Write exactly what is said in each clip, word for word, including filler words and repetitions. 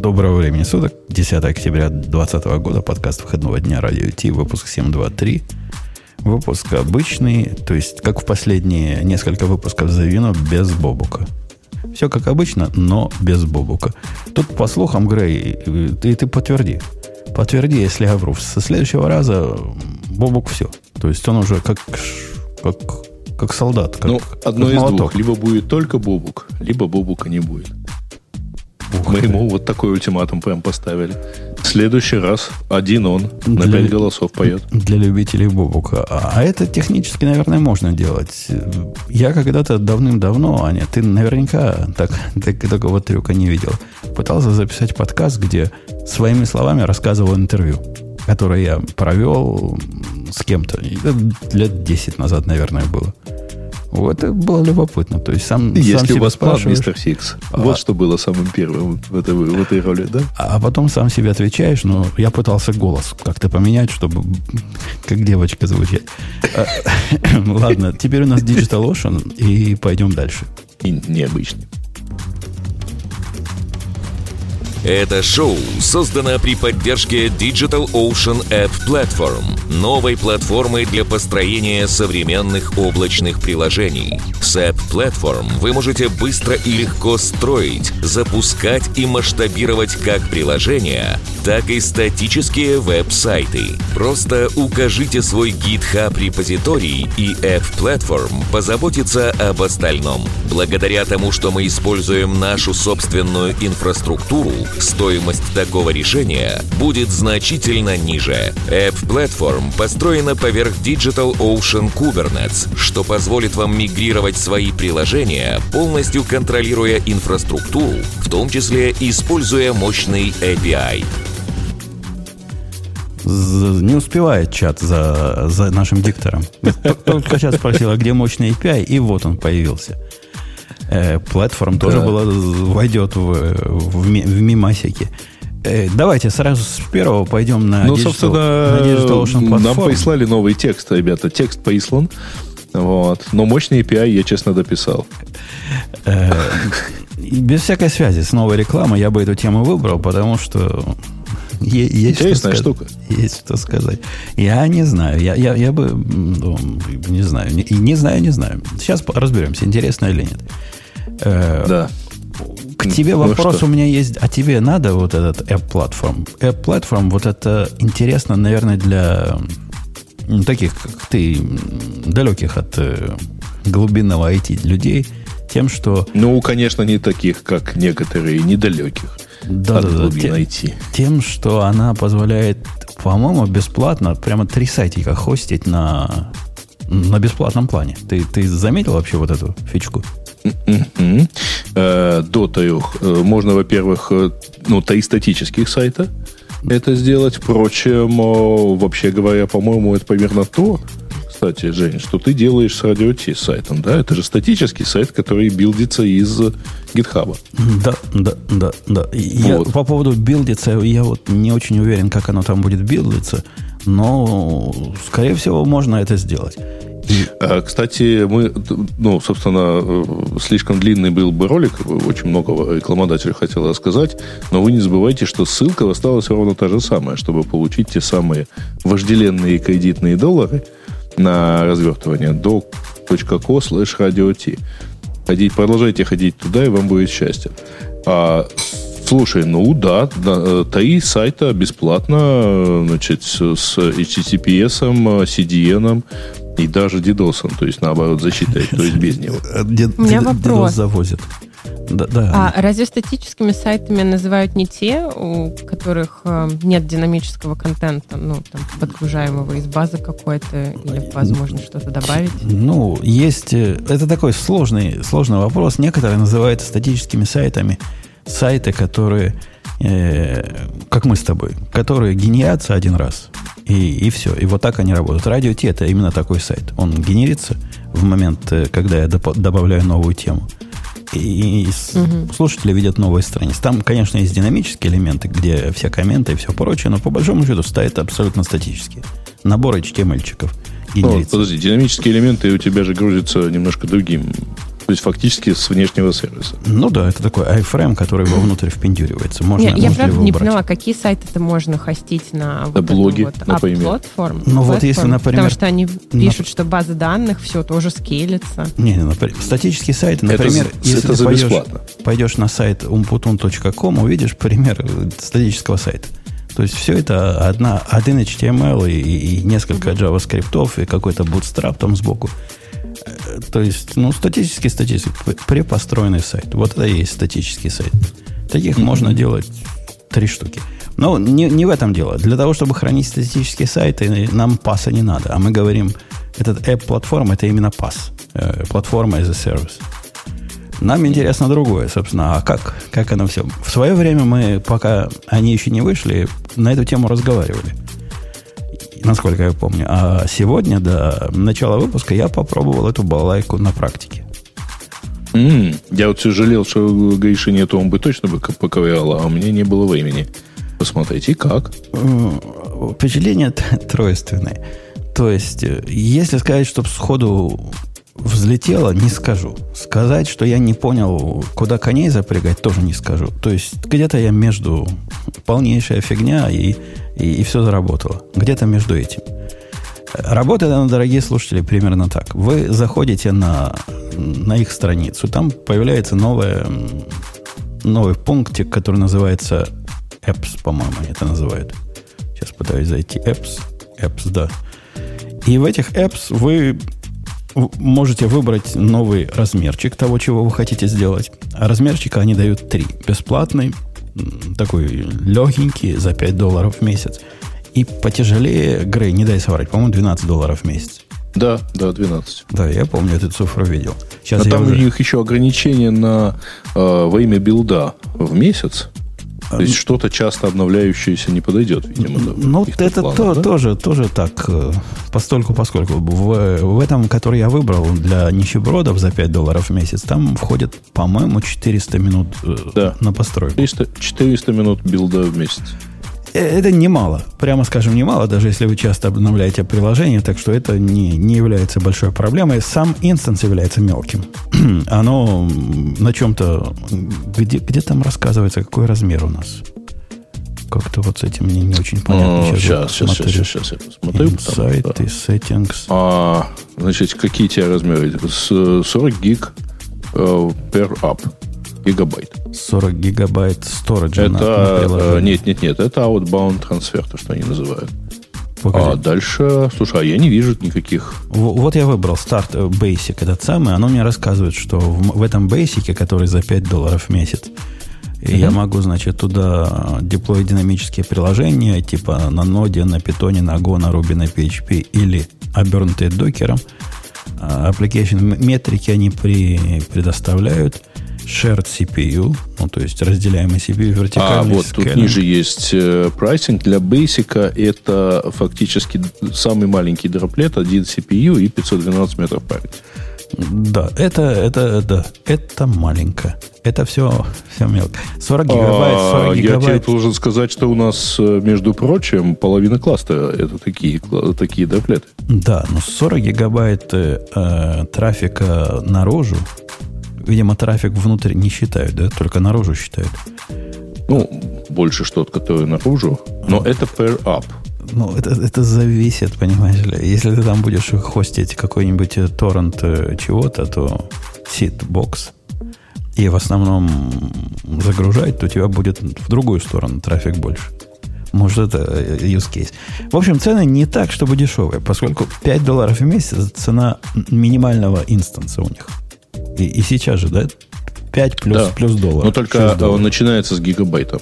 Доброго времени суток. десятое октября двадцатого года. Подкаст выходного дня Радио Ти. Выпуск семь двадцать три. Выпуск обычный. То есть, как в последние несколько выпусков за вино, без Бобука. Все как обычно, но без Бобука. Тут, по слухам, Грей, ты, ты подтверди. Подтверди, если я вру. Со следующего раза Бобук все. То есть, он уже как... как Как солдат. Как, ну, одно как из молоток. двух. Либо будет только Бобук, либо Бобука не будет. Ух Мы ты. ему вот такой ультиматум прям поставили. В следующий раз один он на Для- пять голосов поет. Для любителей Бобука. А, а это технически, наверное, можно делать. Я когда-то давным-давно, Аня, ты наверняка так, так, такого трюка не видел, пытался записать подкаст, где своими словами рассказывал интервью, которое я провел с кем-то. Это лет десять назад, наверное, было. Вот это было любопытно. То есть сам, сам Если у себя вас прав, спрашиваешь, мистер Сикс. А- Вот что было самым первым в этой, в этой роли, да? а потом сам себе отвечаешь, но я пытался голос как-то поменять, чтобы как девочка звучать. А, Ладно, теперь у нас DigitalOcean, и пойдем дальше. И необычный. Это шоу создано при поддержке DigitalOcean App Platform, новой платформы для построения современных облачных приложений. С App Platform вы можете быстро и легко строить, запускать и масштабировать как приложения, так и статические веб-сайты. Просто укажите свой GitHub-репозиторий, и App Platform позаботится об остальном. Благодаря тому, что мы используем нашу собственную инфраструктуру, стоимость такого решения будет значительно ниже. App Platform построена поверх DigitalOcean Kubernetes, что позволит вам мигрировать свои приложения, полностью контролируя инфраструктуру, в том числе используя мощный эй пи ай. З- Не успевает чат за, за нашим диктором. Только сейчас спросил, а где мощный эй пи ай, и вот он появился. Э, Платформ тоже Да. было, войдет в, в, ми- в мимасики. Э, давайте сразу с первого пойдем на Ну, Digital- собственно, на DigitalOcean нам Platform. прислали новый текст, ребята. Текст прислан. Вот. Но мощный эй пи ай я, честно, дописал. Э, и без всякой связи с новой рекламой я бы эту тему выбрал, потому что е- есть, что Интересная сказать. штука. Есть что сказать. Я не знаю. Я, я, я бы... ну, не знаю. Не, не знаю, не знаю. Сейчас по- разберемся, интересно или нет. Э, Да. К тебе Ну вопрос что? у меня есть. А тебе надо вот этот App-платформ? App-платформ, вот это интересно, наверное, для м, таких, как ты, м, далеких от э, глубинного ай ти людей, тем, что... Ну, конечно, не таких, как некоторые, недалеких Да, от да, да, глубин те- ай ти. Тем, что она позволяет, по-моему, бесплатно прямо три сайтика хостить на, на бесплатном плане. Ты, ты заметил вообще вот эту фичку? Мгм. Э, До трех. э, Можно, во-первых, э, ну, три статических сайта это сделать. Впрочем, э, вообще говоря, по-моему, это примерно то, кстати, Жень, что ты делаешь с Радио Ти сайтом, да? Это же статический сайт, который билдится из GitHub. Да, да, да, да. И Я, Вот. по поводу билдиться, я вот не очень уверен, как оно там будет билдиться, но, скорее всего, можно это сделать. И- А, Кстати, мы, ну, собственно, э, слишком длинный был бы ролик, очень много рекламодателей хотел рассказать, но вы не забывайте, что ссылка осталась ровно та же самая, чтобы получить те самые вожделенные кредитные доллары на развертывание doc.co slash radio.t. Ходить, продолжайте ходить туда, и вам будет счастье. А, слушай, ну да, да, три сайта бесплатно, значит, с, с эйч ти ти пи эс, си ди эн и даже DDoS, то есть, наоборот, защитой, то есть без него. Дед- У меня дед- вопрос. дедос завозят. Да, да. А разве статическими сайтами называют не те, у которых э, нет динамического контента, ну, там, подгружаемого из базы какой-то, или в базу можно что-то добавить? Ну, есть... э, Это такой сложный, сложный вопрос. Некоторые называют статическими сайтами сайты, которые, э, как мы с тобой, которые генерятся один раз, и, и все. И вот так они работают. Радио Ти — это именно такой сайт. Он генерится в момент, э, когда я доп- добавляю новую тему. И, и с- Мгм. слушатели видят новые страницы. Там, конечно, есть динамические элементы, где все комменты и все прочее, но по большому счету сайт абсолютно статический. Набор эйч ти эм эль-чиков Ну, генерится. подожди, динамические элементы у тебя же грузятся немножко другим То есть фактически с внешнего сервиса. Ну да, это такой iFrame, который вовнутрь впендюривается. Можно, Нет, я можно правда его не убрать. поняла, какие сайты-то можно хостить на вот блоги, вот например. app-платформ. Ну вот если, например... Потому что они пишут, на... что базы данных, все тоже скейлится. Не, не, например, статические сайты, например, это, если это ты за пойдешь, бесплатно. пойдешь на сайт умпутун точка ком, увидишь пример статического сайта. То есть все это одна, один эйч ти эм эл и, и несколько JavaScript и какой-то bootstrap там сбоку. То есть, ну, статический, статический, препостроенный сайт. Вот это и есть статический сайт. Таких mm-hmm. можно делать три штуки. Но не, не в этом дело. Для того, чтобы хранить статические сайты, нам паса не надо. А мы говорим, этот app-платформа, это именно пас. Платформа as a service. Нам интересно другое, собственно. А как, как оно все? В свое время мы, пока они еще не вышли, на эту тему разговаривали. Насколько я помню. А сегодня, до начала выпуска, я попробовал эту балалайку на практике. Mm, я вот все жалел, что у Гриши нету, он бы точно бы поковырял, а у меня не было времени посмотреть. И как? Впечатления тройственные. То есть, если сказать, чтобы сходу взлетело, не скажу. Сказать, что я не понял, куда коней запрягать, тоже не скажу. То есть, где-то я между полнейшая фигня и, и, и все заработало. Где-то между этим. Работает она, дорогие слушатели, примерно так. Вы заходите на, на их страницу, там появляется новое, новый пунктик, который называется Apps, по-моему, они это называют. Сейчас пытаюсь зайти. Apps. Apps, да. И в этих Apps вы можете выбрать новый размерчик того, чего вы хотите сделать. А размерчика они дают три. Бесплатный, такой легенький, за пять долларов в месяц. И потяжелее, Грей, не дай соврать, по-моему, двенадцать долларов в месяц. Да, да, двенадцать. Да, я помню, эту цифру видел. Сейчас а там уже... у них еще ограничение на э, во имя билда в месяц. То есть что-то часто обновляющееся не подойдет, видимо. Ну, это планов, то, да? тоже, тоже так, постольку поскольку. В, в этом, который я выбрал для нищебродов за пять долларов в месяц, там входит, по-моему, четыреста минут да. на постройку. четыреста, четыреста минут билда в месяц. Это немало, прямо скажем, немало, даже если вы часто обновляете приложение, так что это не, не является большой проблемой. Сам инстанс является мелким. Оно на чем-то... Где, где там рассказывается, какой размер у нас? Как-то вот с этим мне не очень понятно. О, сейчас, сейчас, сейчас, сейчас, сейчас я посмотрю. Insight и settings. А, значит, какие у тебя размеры? сорок гиг э, per app. Гигабайт. сорок гигабайт сториджа это, на, на приложение. Нет, нет, нет. Это outbound трансфер, то, что они называют. Погоди. А дальше... Слушай, а я не вижу никаких... В, вот я выбрал Start Basic, этот самый. Оно мне рассказывает, что в, в этом Basic, который за пять долларов в месяц, uh-huh. я могу, значит, туда деплоить динамические приложения, типа на ноде, на питоне, на Go, на Ruby, на пи эйч пи, или обернутые докером. Application метрики они при, предоставляют. Shared си пи ю, ну, то есть разделяемый си пи ю вертикальный. А, вот скейлинг. Тут ниже есть э, прайсинг. Для Basic это фактически самый маленький дроплет, один си пи ю и пятьсот двенадцать метров памяти. Да, это, это, да, это маленько. Это все, все мелко. сорок гигабайт, сорок а, гигабайт. Я тебе должен сказать, что у нас, между прочим, половина кластера это такие, такие дроплеты. Да, но сорок гигабайт э, трафика наружу, видимо, трафик внутрь не считают, да? Только наружу считают. Ну, больше что-то, которое наружу. Но а. это per app. Ну, это, это зависит, понимаешь ли. Если ты там будешь хостить какой-нибудь торрент чего-то, то сит-бокс, и в основном загружать, то у тебя будет в другую сторону трафик больше. Может, это use case. В общем, цены не так, чтобы дешевые, поскольку пять долларов в месяц цена минимального инстанса у них. И, и сейчас же, да? пять плюс, да. плюс доллар. Но только он начинается с гигабайта.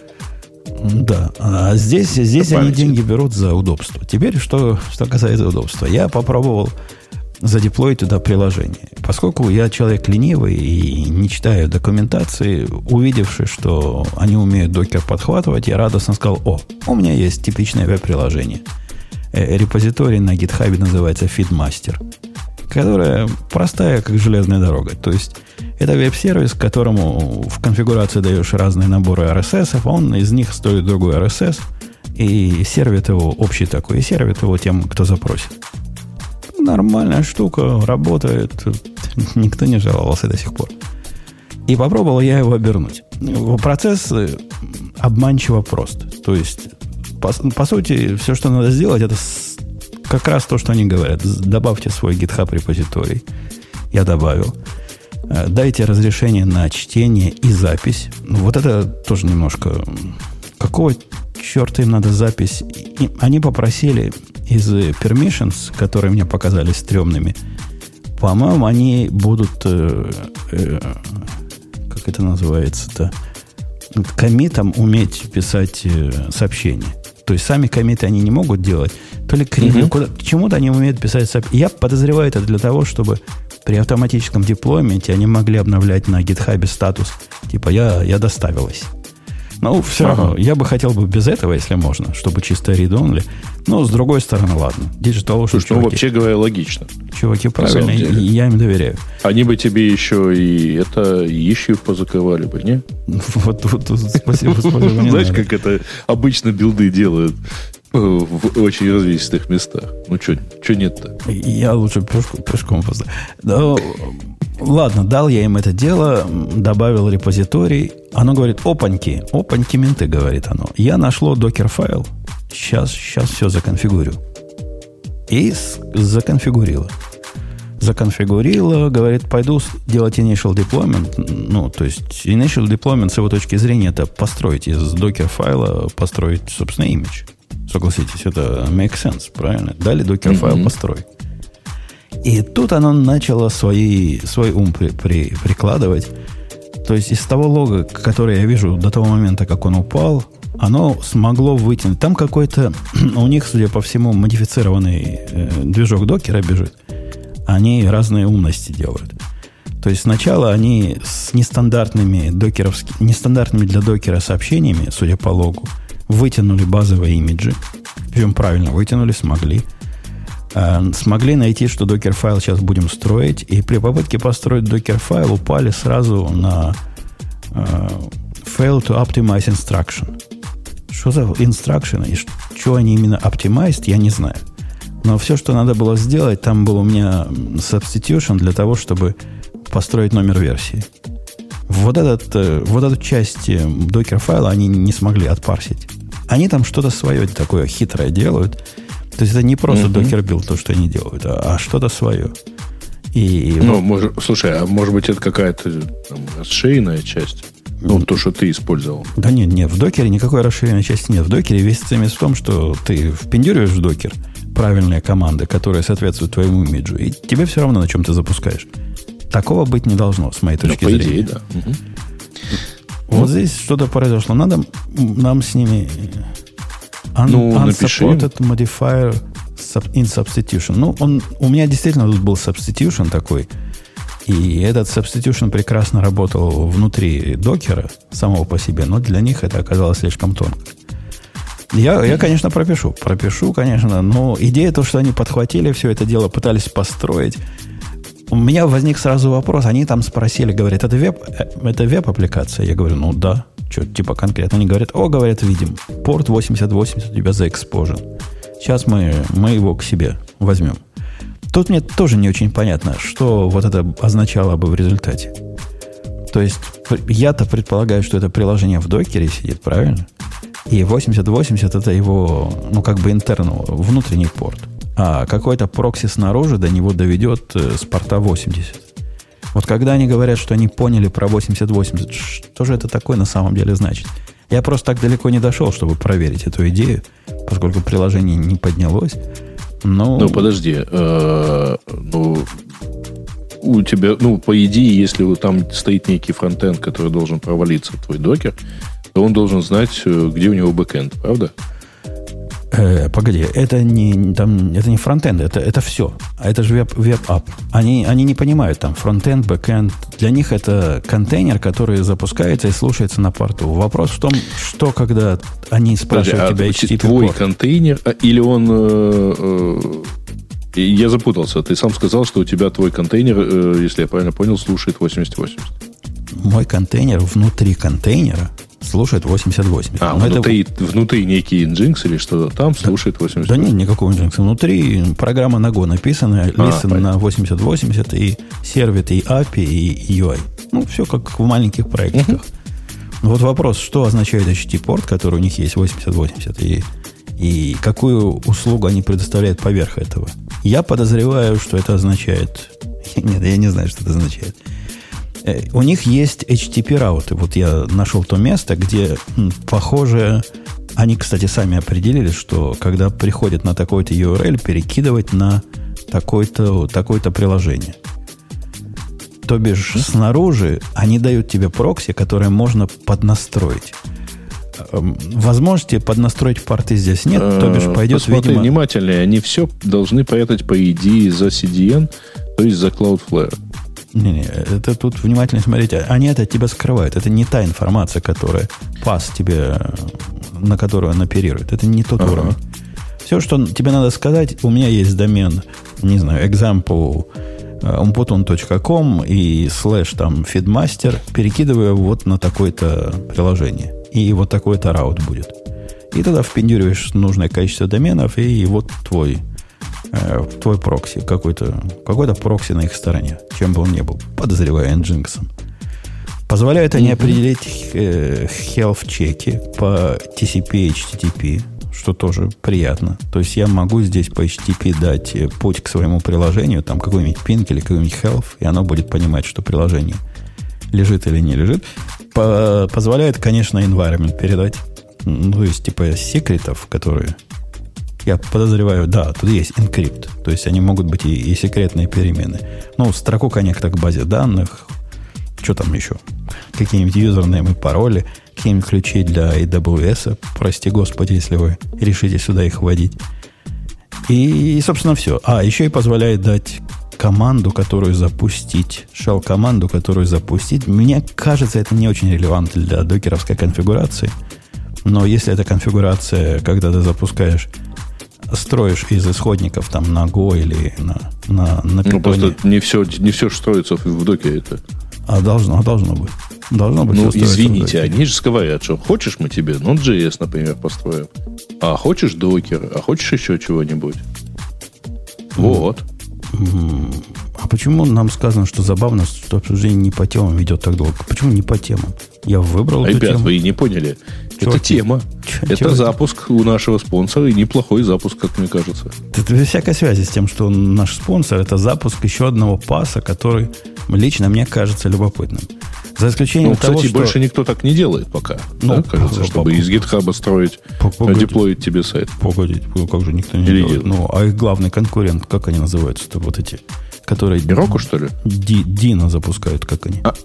Да. А здесь, здесь они деньги берут за удобство. Теперь, что, что касается удобства. Я попробовал задеплоить туда приложение. Поскольку я человек ленивый и не читаю документации, увидевши, что они умеют докер подхватывать, я радостно сказал: о, у меня есть типичное веб-приложение. Репозиторий на GitHub называется Feedmaster, которая простая, как железная дорога. То есть, это веб-сервис, которому в конфигурации даешь разные наборы ар эс эс, он из них стоит другой ар эс эс, и сервит его общий такой, и сервит его тем, кто запросит. Нормальная штука, работает. Никто не жаловался до сих пор. И попробовал я его обернуть. Процесс обманчиво прост. То есть, по, по сути, все, что надо сделать, это с, как раз то, что они говорят. Добавьте свой GitHub репозиторий. Я добавил. Дайте разрешение на чтение и запись. Вот это тоже немножко... Какого черта им надо запись? И они попросили из permissions, которые мне показались стрёмными, по-моему, они будут... Э, э, как это называется-то? Коммитом уметь писать э, сообщения. То есть сами коммиты они не могут делать. То ли к, mm-hmm. куда, к чему-то они умеют писать сообщения. Я подозреваю это для того, чтобы при автоматическом деплойменте они могли обновлять на GitHub статус. Типа, я, я доставилась. Ну, все ага. равно, я бы хотел бы без этого, если можно, чтобы чисто read-only. Но, с другой стороны, ладно. Digital Ocean, ну, вообще говоря, логично. Чуваки правильно, я им доверяю. Они бы тебе еще и это issue позакрывали бы, не? Вот, вот, спасибо, спасибо. Знаешь, как это обычно билды делают в очень развесистых местах. Ну, что нет-то? Я лучше пешком просто. Ладно, дал я им это дело, добавил репозиторий. Оно говорит, опаньки, опаньки менты, говорит оно. Я нашло докер-файл. Сейчас, сейчас все законфигурю. И законфигурило. Законфигурило, говорит, пойду делать initial deployment. Ну, то есть, initial deployment с его точки зрения это построить из докер-файла, построить, собственно, имидж. Согласитесь, это make sense, правильно? Дали докер-файл, mm-hmm. построй. И тут оно начало свои, свой ум при, при, прикладывать. То есть из того лога, который я вижу до того момента, как он упал, оно смогло вытянуть. Там какой-то, у них, судя по всему, модифицированный э, движок докера бежит. Они разные умности делают. То есть сначала они с нестандартными, докеровски, нестандартными для докера сообщениями, судя по логу, вытянули базовые имиджи. Причем правильно вытянули, смогли. Смогли найти, что докер-файл сейчас будем строить, и при попытке построить докер-файл упали сразу на uh, fail to optimize instruction. Что за instruction? И что они именно optimized, я не знаю. Но все, что надо было сделать, там был у меня substitution для того, чтобы построить номер версии. Вот, этот, вот эту часть докер-файла они не смогли отпарсить. Они там что-то свое такое хитрое делают. То есть это не просто mm-hmm. докер-билд, то, что они делают, а, а что-то свое. И, ну, вот, может, слушай, а может быть, это какая-то там, расширенная часть? Ну, mm-hmm. то, что ты использовал. Да нет, нет, в докере никакой расширенной части нет. В докере весь цемент в том, что ты впендюриваешь в докер правильные команды, которые соответствуют твоему имиджу, и тебе все равно на чем ты запускаешь. Такого быть не должно, с моей точки ну, по зрения. Идее, да. Mm-hmm. Вот mm-hmm. здесь что-то произошло. Надо нам с ними... Un, ну, unsupported modifier in substitution. Ну, он, у меня действительно тут был substitution такой. И этот substitution прекрасно работал внутри докера самого по себе, но для них это оказалось слишком тонко. Я, я, конечно, пропишу. Пропишу, конечно, но идея то, что они подхватили все это дело, пытались построить. У меня возник сразу вопрос. Они там спросили, говорят, это веб, это веб-аппликация? Я говорю, ну да. Что, типа конкретно? Они говорят, о, говорят, видим, порт восемьдесят восемьдесят у тебя заэкспожен. Сейчас мы, мы его к себе возьмем. Тут мне тоже не очень понятно, что вот это означало бы в результате. То есть, я-то предполагаю, что это приложение в докере сидит, правильно? И восемьдесят восемьдесят это его, ну, как бы интернал, внутренний порт. А какой-то прокси снаружи до него доведет с порта восемьдесят. Вот когда они говорят, что они поняли про восемьдесят восемьдесят, что же это такое на самом деле значит? Я просто так далеко не дошел, чтобы проверить эту идею, поскольку приложение не поднялось. Но... Ну, подожди. Э, ну, у тебя, ну, по идее, если там стоит некий фронтенд, который должен провалиться в твой докер, то он должен знать, где у него бэкэнд, правда? Э, погоди, это не, там, это не фронтенд, это, это все. А это же веб, веб-ап. Они, они не понимают там фронтенд, бэкэнд. Для них это контейнер, который запускается и слушается на порту. Вопрос в том, что когда они спрашивают Подожди, тебя эйч ти ти пи твой порт. Контейнер, или он... Э, э, я запутался. Ты сам сказал, что у тебя твой контейнер, э, если я правильно понял, слушает восемьдесят восемьдесят. Мой контейнер внутри контейнера слушает восемьдесят восемьдесят. А, внутри, это... внутри некий Nginx или что-то там слушает восемьдесят восемьдесят? Да нет, никакого Nginx. Внутри программа на Go написана, а, listen на восемьдесят восемьдесят и сервит, и эй пи ай, и ю ай. Ну, все как в маленьких проектах. Uh-huh. Вот вопрос, что означает эйч ти ти порт, который у них есть восемьдесят восемьдесят, и, и какую услугу они предоставляют поверх этого. Я подозреваю, что это означает... Нет, я не знаю, что это означает. У них есть эйч ти ти пи-рауты. Вот я нашел то место, где, похоже, они, кстати, сами определили, что когда приходят на такой-то ю ар эл, перекидывать на такое-то, такое-то приложение. То бишь, снаружи они дают тебе прокси, которое можно поднастроить. Возможности поднастроить порты здесь нет, то бишь пойдет, Посмотри видимо... внимательнее, они все должны поехать, по идее, за си ди эн, то есть за Cloudflare. Не-не, это тут внимательно смотрите. Они это от тебя скрывают. Это не та информация, которая пас тебе, на которую он оперирует. Это не тот ага. уровень. Все, что тебе надо сказать, у меня есть домен, не знаю, example umputun точка ком и слэш там feedmaster, перекидываю вот на такое-то приложение. И вот такой-то раут будет. И тогда впендюриваешь нужное количество доменов, и вот твой твой прокси, какой-то, какой-то прокси на их стороне, чем бы он ни был, подозревая Nginx. Позволяют они mm-hmm. определить э, health-чеки по ти си пи, эйч ти ти пи, что тоже приятно. То есть я могу здесь по эйч ти ти пи дать путь к своему приложению, там какой-нибудь ping или какой-нибудь health, и оно будет понимать, что приложение лежит или не лежит. По- позволяет, конечно, environment передать. Ну, то есть типа секретов, которые... Я подозреваю, да, тут есть encrypt. То есть они могут быть и, и секретные перемены. Ну, строку коннекта к базе данных. Что там еще? Какие-нибудь юзернеймы, пароли, какие-нибудь ключи для эй дабл ю эс. Прости господи, если вы решите сюда их вводить. И, и собственно, все. А, еще и позволяет дать команду, которую запустить. Shell-команду, которую запустить. Мне кажется, это не очень релевантно для докеровской конфигурации. Но если эта конфигурация, когда ты запускаешь, строишь из исходников там на Go или на, на, на Python. Ну, просто не все, не все строится в доке это. А должно, а должно быть. Должно быть. Ну, извините, они же говорят, что хочешь мы тебе Node.js, например, построим, а хочешь докер, а хочешь еще чего-нибудь. Вот. А почему нам сказано, что забавно, что обсуждение не по темам ведет так долго? Почему не по темам? Я выбрал эту Ребят, тему. вы не поняли. Это тема. Чё, это чё запуск у нашего спонсора, и неплохой запуск, как мне кажется. Это без всякой связи с тем, что наш спонсор – это запуск еще одного паса, который лично мне кажется любопытным. За исключением ну, кстати, того, что... больше никто так не делает пока. Ну, да, кажется, чтобы из GitHub строить, деплоить тебе сайт. Погодите, как же никто не Или делает? Ну, а их главный конкурент, как они называются-то, вот эти, которые... Року, что ли? Ди, Дина запускают, как они? А.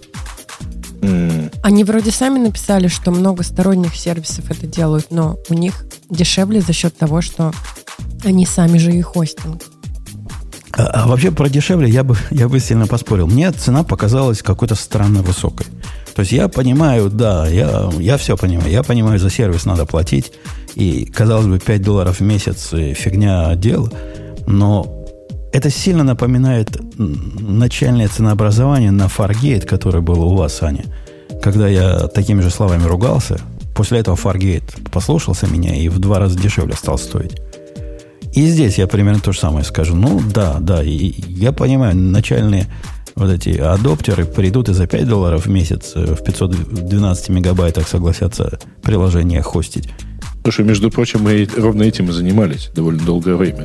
Mm. Они вроде сами написали, что много сторонних сервисов это делают, но у них дешевле за счет того, что они сами же и хостинг. А, а вообще про дешевле я бы, я бы сильно поспорил. Мне цена показалась какой-то странно высокой. То есть я понимаю, да, я, я все понимаю. Я понимаю, за сервис надо платить. И, казалось бы, пять долларов в месяц фигня дело. Но это сильно напоминает начальное ценообразование на Fargate, которое было у вас, Аня. Когда я такими же словами ругался, после этого Fargate послушался меня и в два раза дешевле стал стоить. И здесь я примерно то же самое скажу. Ну, да, да, и я понимаю, начальные вот эти адоптеры придут и за пять долларов в месяц в пятьсот двенадцать мегабайтах согласятся приложение хостить. Слушай, между прочим, мы ровно этим и занимались довольно долгое время.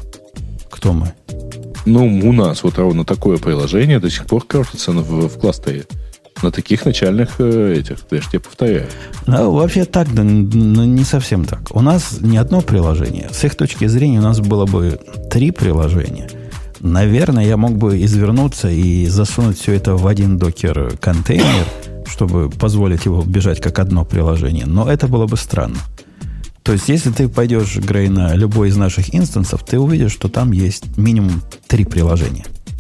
Кто мы? Ну, у нас вот ровно такое приложение до сих пор крутится в, в кластере. На таких начальных этих, я же тебе повторяю. Ну, вообще так, да, но не совсем так. У нас не одно приложение. С их точки зрения у нас было бы три приложения. Наверное, я мог бы извернуться и засунуть все это в один докер-контейнер, чтобы позволить его бежать как одно приложение. Но это было бы странно. То есть, если ты пойдешь, Грей, на любой из наших инстансов, ты увидишь, что там есть минимум три приложения.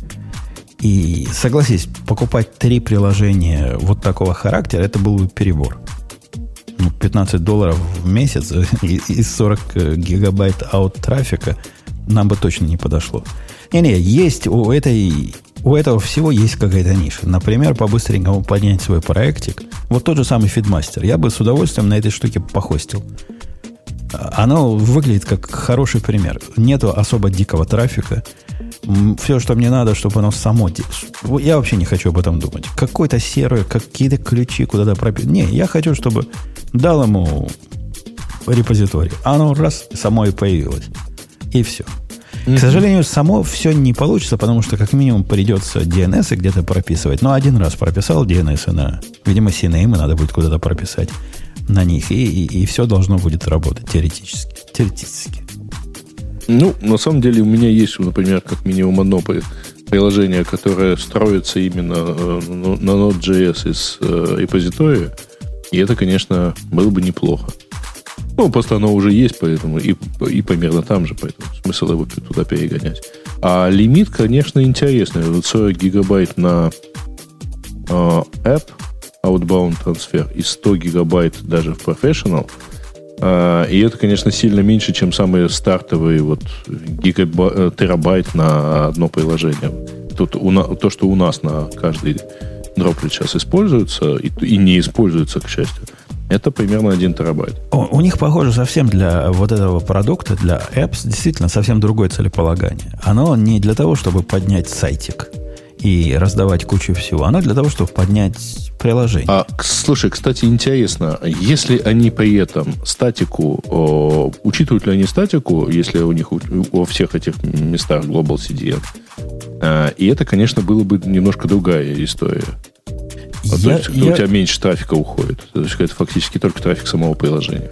И согласись, покупать три приложения вот такого характера, это был бы перебор. Ну, пятнадцать долларов в месяц и сорок гигабайт аут-трафика нам бы точно не подошло. Не-не, есть у этой... У этого всего есть какая-то ниша. Например, по-быстренькому поднять свой проектик, Вот тот же самый Feedmaster. Я бы с удовольствием на этой штуке похостил. Оно выглядит как хороший пример. Нету особо дикого трафика. Все, что мне надо, чтобы оно само... Я вообще не хочу об этом думать. Какой-то сервер, какие-то ключи куда-то прописать. Не, я хочу, чтобы дал ему репозиторий. А оно раз, само и появилось. И все. Mm-hmm. К сожалению, само все не получится, потому что как минимум придется ди эн эс где-то прописывать. Но один раз прописал ди эн эс на... Видимо, си эн эй надо будет куда-то прописать на них. И, и, и все должно будет работать теоретически. Теоретически. Ну, на самом деле, у меня есть, например, как минимум одно приложение, которое строится именно на Node.js из репозитория. И это, конечно, было бы неплохо. Ну, просто оно уже есть, поэтому и, и примерно там же, поэтому смысл его туда перегонять. А лимит, конечно, интересный. Вот сорок гигабайт на э, app, outbound трансфер, и сто гигабайт даже в professional. Э, и это, конечно, сильно меньше, чем самые стартовые вот, гигабайт, терабайт на одно приложение. Тут у на, то, что у нас на каждый дроплет сейчас используется, и, и не используется, к счастью, это примерно один терабайт. У, у них, похоже, совсем для вот этого продукта, для apps, действительно совсем другое целеполагание. Оно не для того, чтобы поднять сайтик и раздавать кучу всего. Оно для того, чтобы поднять приложение. А, слушай, кстати, интересно, если они при этом статику, о, учитывают ли они статику, если у них у, во всех этих местах Global си ди эн? А, и это, конечно, было бы немножко другая история. А я, то есть, я... у тебя меньше трафика уходит. То есть, это фактически только трафик самого приложения.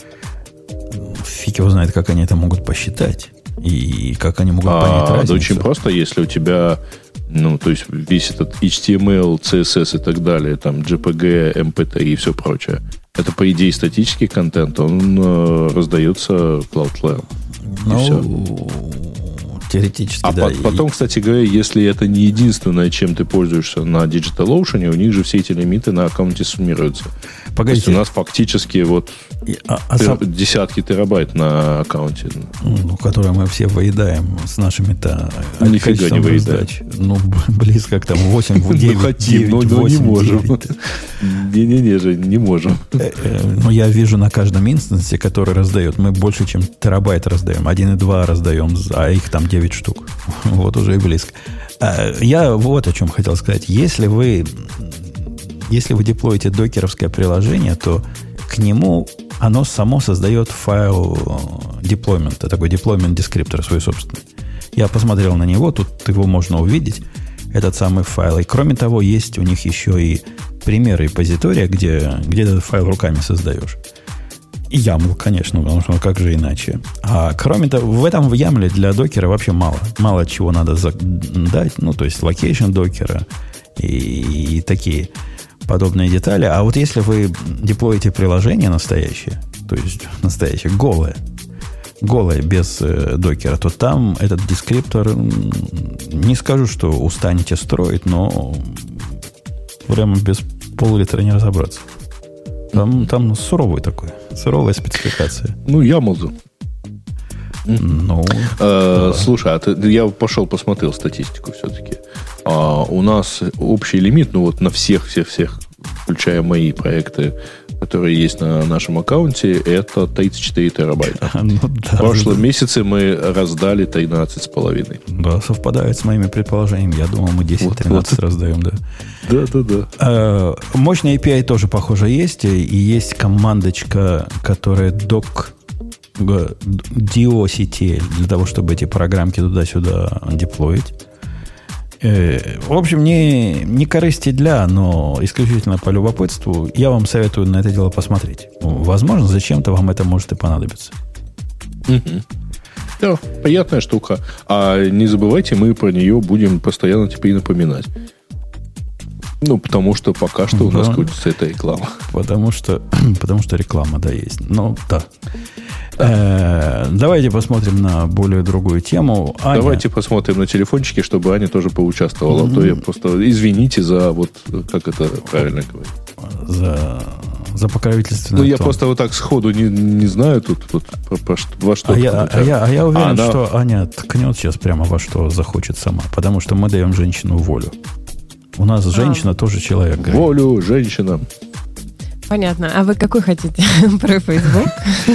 Фиг его знает, как они это могут посчитать. И как они могут а, понять разницу. Да очень просто, если у тебя, ну, то есть, весь этот эйч ти эм эл, си эс эс и так далее, там, джей пи джи, эм пи три и все прочее, это, по идее, статический контент, он э, раздается Cloudflare. Ну, и все. Теоретически, а да. по- потом, кстати говоря, если это не единственное, чем ты пользуешься на DigitalOcean, у них же все эти лимиты на аккаунте суммируются. Погодите. То есть у нас фактически вот и, а, а сам... десятки терабайт на аккаунте. Ну, которые мы все выедаем с нашими-то... Ну, нифига не выедаем. Ну, близко к тому восемь, девять, ну, хотим, но, но не можем. Не-не-не, же, не можем. Ну, я вижу на каждом инстансе, который раздает, мы больше, чем терабайт раздаем. один и два раздаем, а их там девять штук. Вот уже и близко. Я вот о чем хотел сказать. Если вы, если вы деплоите докеровское приложение, то к нему оно само создает файл деплоймента, такой деплоймент дескриптор свой собственный. Я посмотрел на него, тут его можно увидеть, этот самый файл. И кроме того, есть у них еще и пример репозитория, где, где этот файл руками создаешь. И ямл, конечно, потому что ну, как же иначе. А кроме того, в этом в ямле для докера вообще мало. Мало чего надо дать. Ну, то есть локейшн докера и, и такие подобные детали. А вот если вы деплоите приложение настоящее, то есть настоящее, голое, голое, без э, докера, то там этот дескриптор, не скажу, что устанете строить, но прямо без пол-литра не разобраться. Там, там суровый такой, суровая спецификация. Ну, ямл. Ну, э, да. Слушай, а ты, я пошел посмотрел статистику все-таки. А, у нас общий лимит, ну вот на всех-всех-всех, включая мои проекты, которые есть на нашем аккаунте, это тридцать четыре терабайта. Ну, да, в прошлом да. месяце мы раздали тринадцать с половиной. Да, совпадает с моими предположениями. Я думал, мы десять-тринадцать вот, вот. раздаем, да. Да-да-да. А, мощный эй пи ай тоже, похоже, есть. И есть командочка, которая doc docstl для того, чтобы эти программки туда-сюда деплоить. В общем, не, не корысти для, но исключительно по любопытству. Я вам советую на это дело посмотреть. Возможно, зачем-то вам это может и понадобиться. Угу. Да, приятная штука. А не забывайте, мы про нее будем постоянно теперь напоминать. Ну, потому что пока что у нас да. крутится эта реклама. Потому что, потому что реклама, да, есть. Ну, да. Э, давайте посмотрим на более другую тему. Аня. Давайте посмотрим на телефончики, чтобы Аня тоже поучаствовала. Mm-hmm. А то я просто извините за вот как это правильно говорить. За, за покровительственное. Ну, я тон. Просто вот так сходу не, не знаю тут вот, по, по, во что. А я, а, я, а я уверен, а, она... что Аня ткнет сейчас прямо во что захочет сама. Потому что мы даем женщину волю. У нас а. женщина тоже человек. Волю женщинам. Понятно. А вы какой хотите? Про Facebook?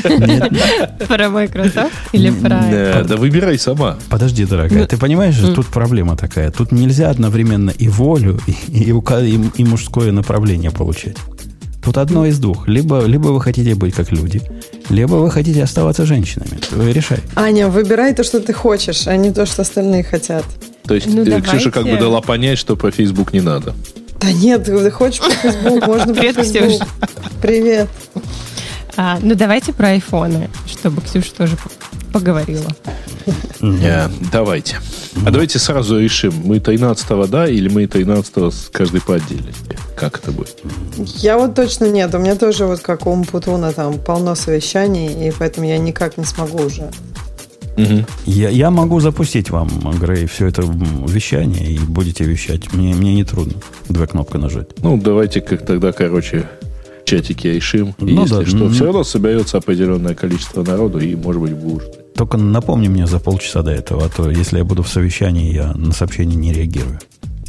Про Microsoft? Или про... Да выбирай сама. Подожди, дорогая, ты понимаешь, тут проблема такая. Тут нельзя одновременно и волю, и мужское направление получать. Тут одно из двух. Либо, либо вы хотите быть как люди, либо вы хотите оставаться женщинами. Вы решай. Аня, выбирай то, что ты хочешь, а не то, что остальные хотят. То есть ну, Ксюша как бы дала понять, что про Facebook не надо. Да нет, ты хочешь про Facebook, можно про Facebook. Привет. А, ну, давайте про айфоны, чтобы Ксюша тоже поговорила. Yeah, давайте. А давайте сразу решим, мы тринадцатого да, или мы тринадцатого каждый по отдельности. Как это будет? Я вот точно нет. У меня тоже вот как у Умпутуна там полно совещаний, и поэтому я никак не смогу уже. Угу. Я, я могу запустить вам, Грей, все это вещание, и будете вещать. Мне, мне не трудно две кнопки нажать. Ну, давайте как тогда, короче, чатики решим. И ну, если да, что, ну, все равно соберется определенное количество народу, и, может быть, будет. Только напомни мне за полчаса до этого, а то, если я буду в совещании, я на сообщение не реагирую.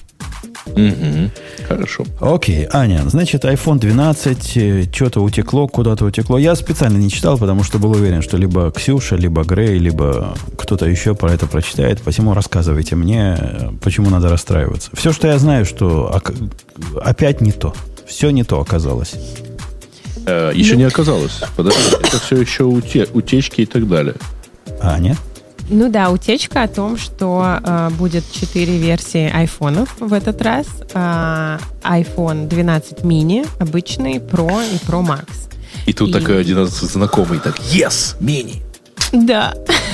Угу. Хорошо. Окей, Аня, значит, айфон двенадцать, что-то утекло, куда-то утекло. Я специально не читал, потому что был уверен, что либо Ксюша, либо Грей, либо кто-то еще про это прочитает. Посему рассказывайте мне, почему надо расстраиваться. Все, что я знаю, что опять не то. Все не то оказалось. Э, еще ну... не оказалось. Подожди, это все еще уте... утечки и так далее. Аня? Ну да, утечка о том, что э, будет четыре версии айфонов в этот раз. Э, iPhone двенадцать mini, обычный, Pro и Pro Max. И тут и... такой один знакомый так, yes, mini. Да.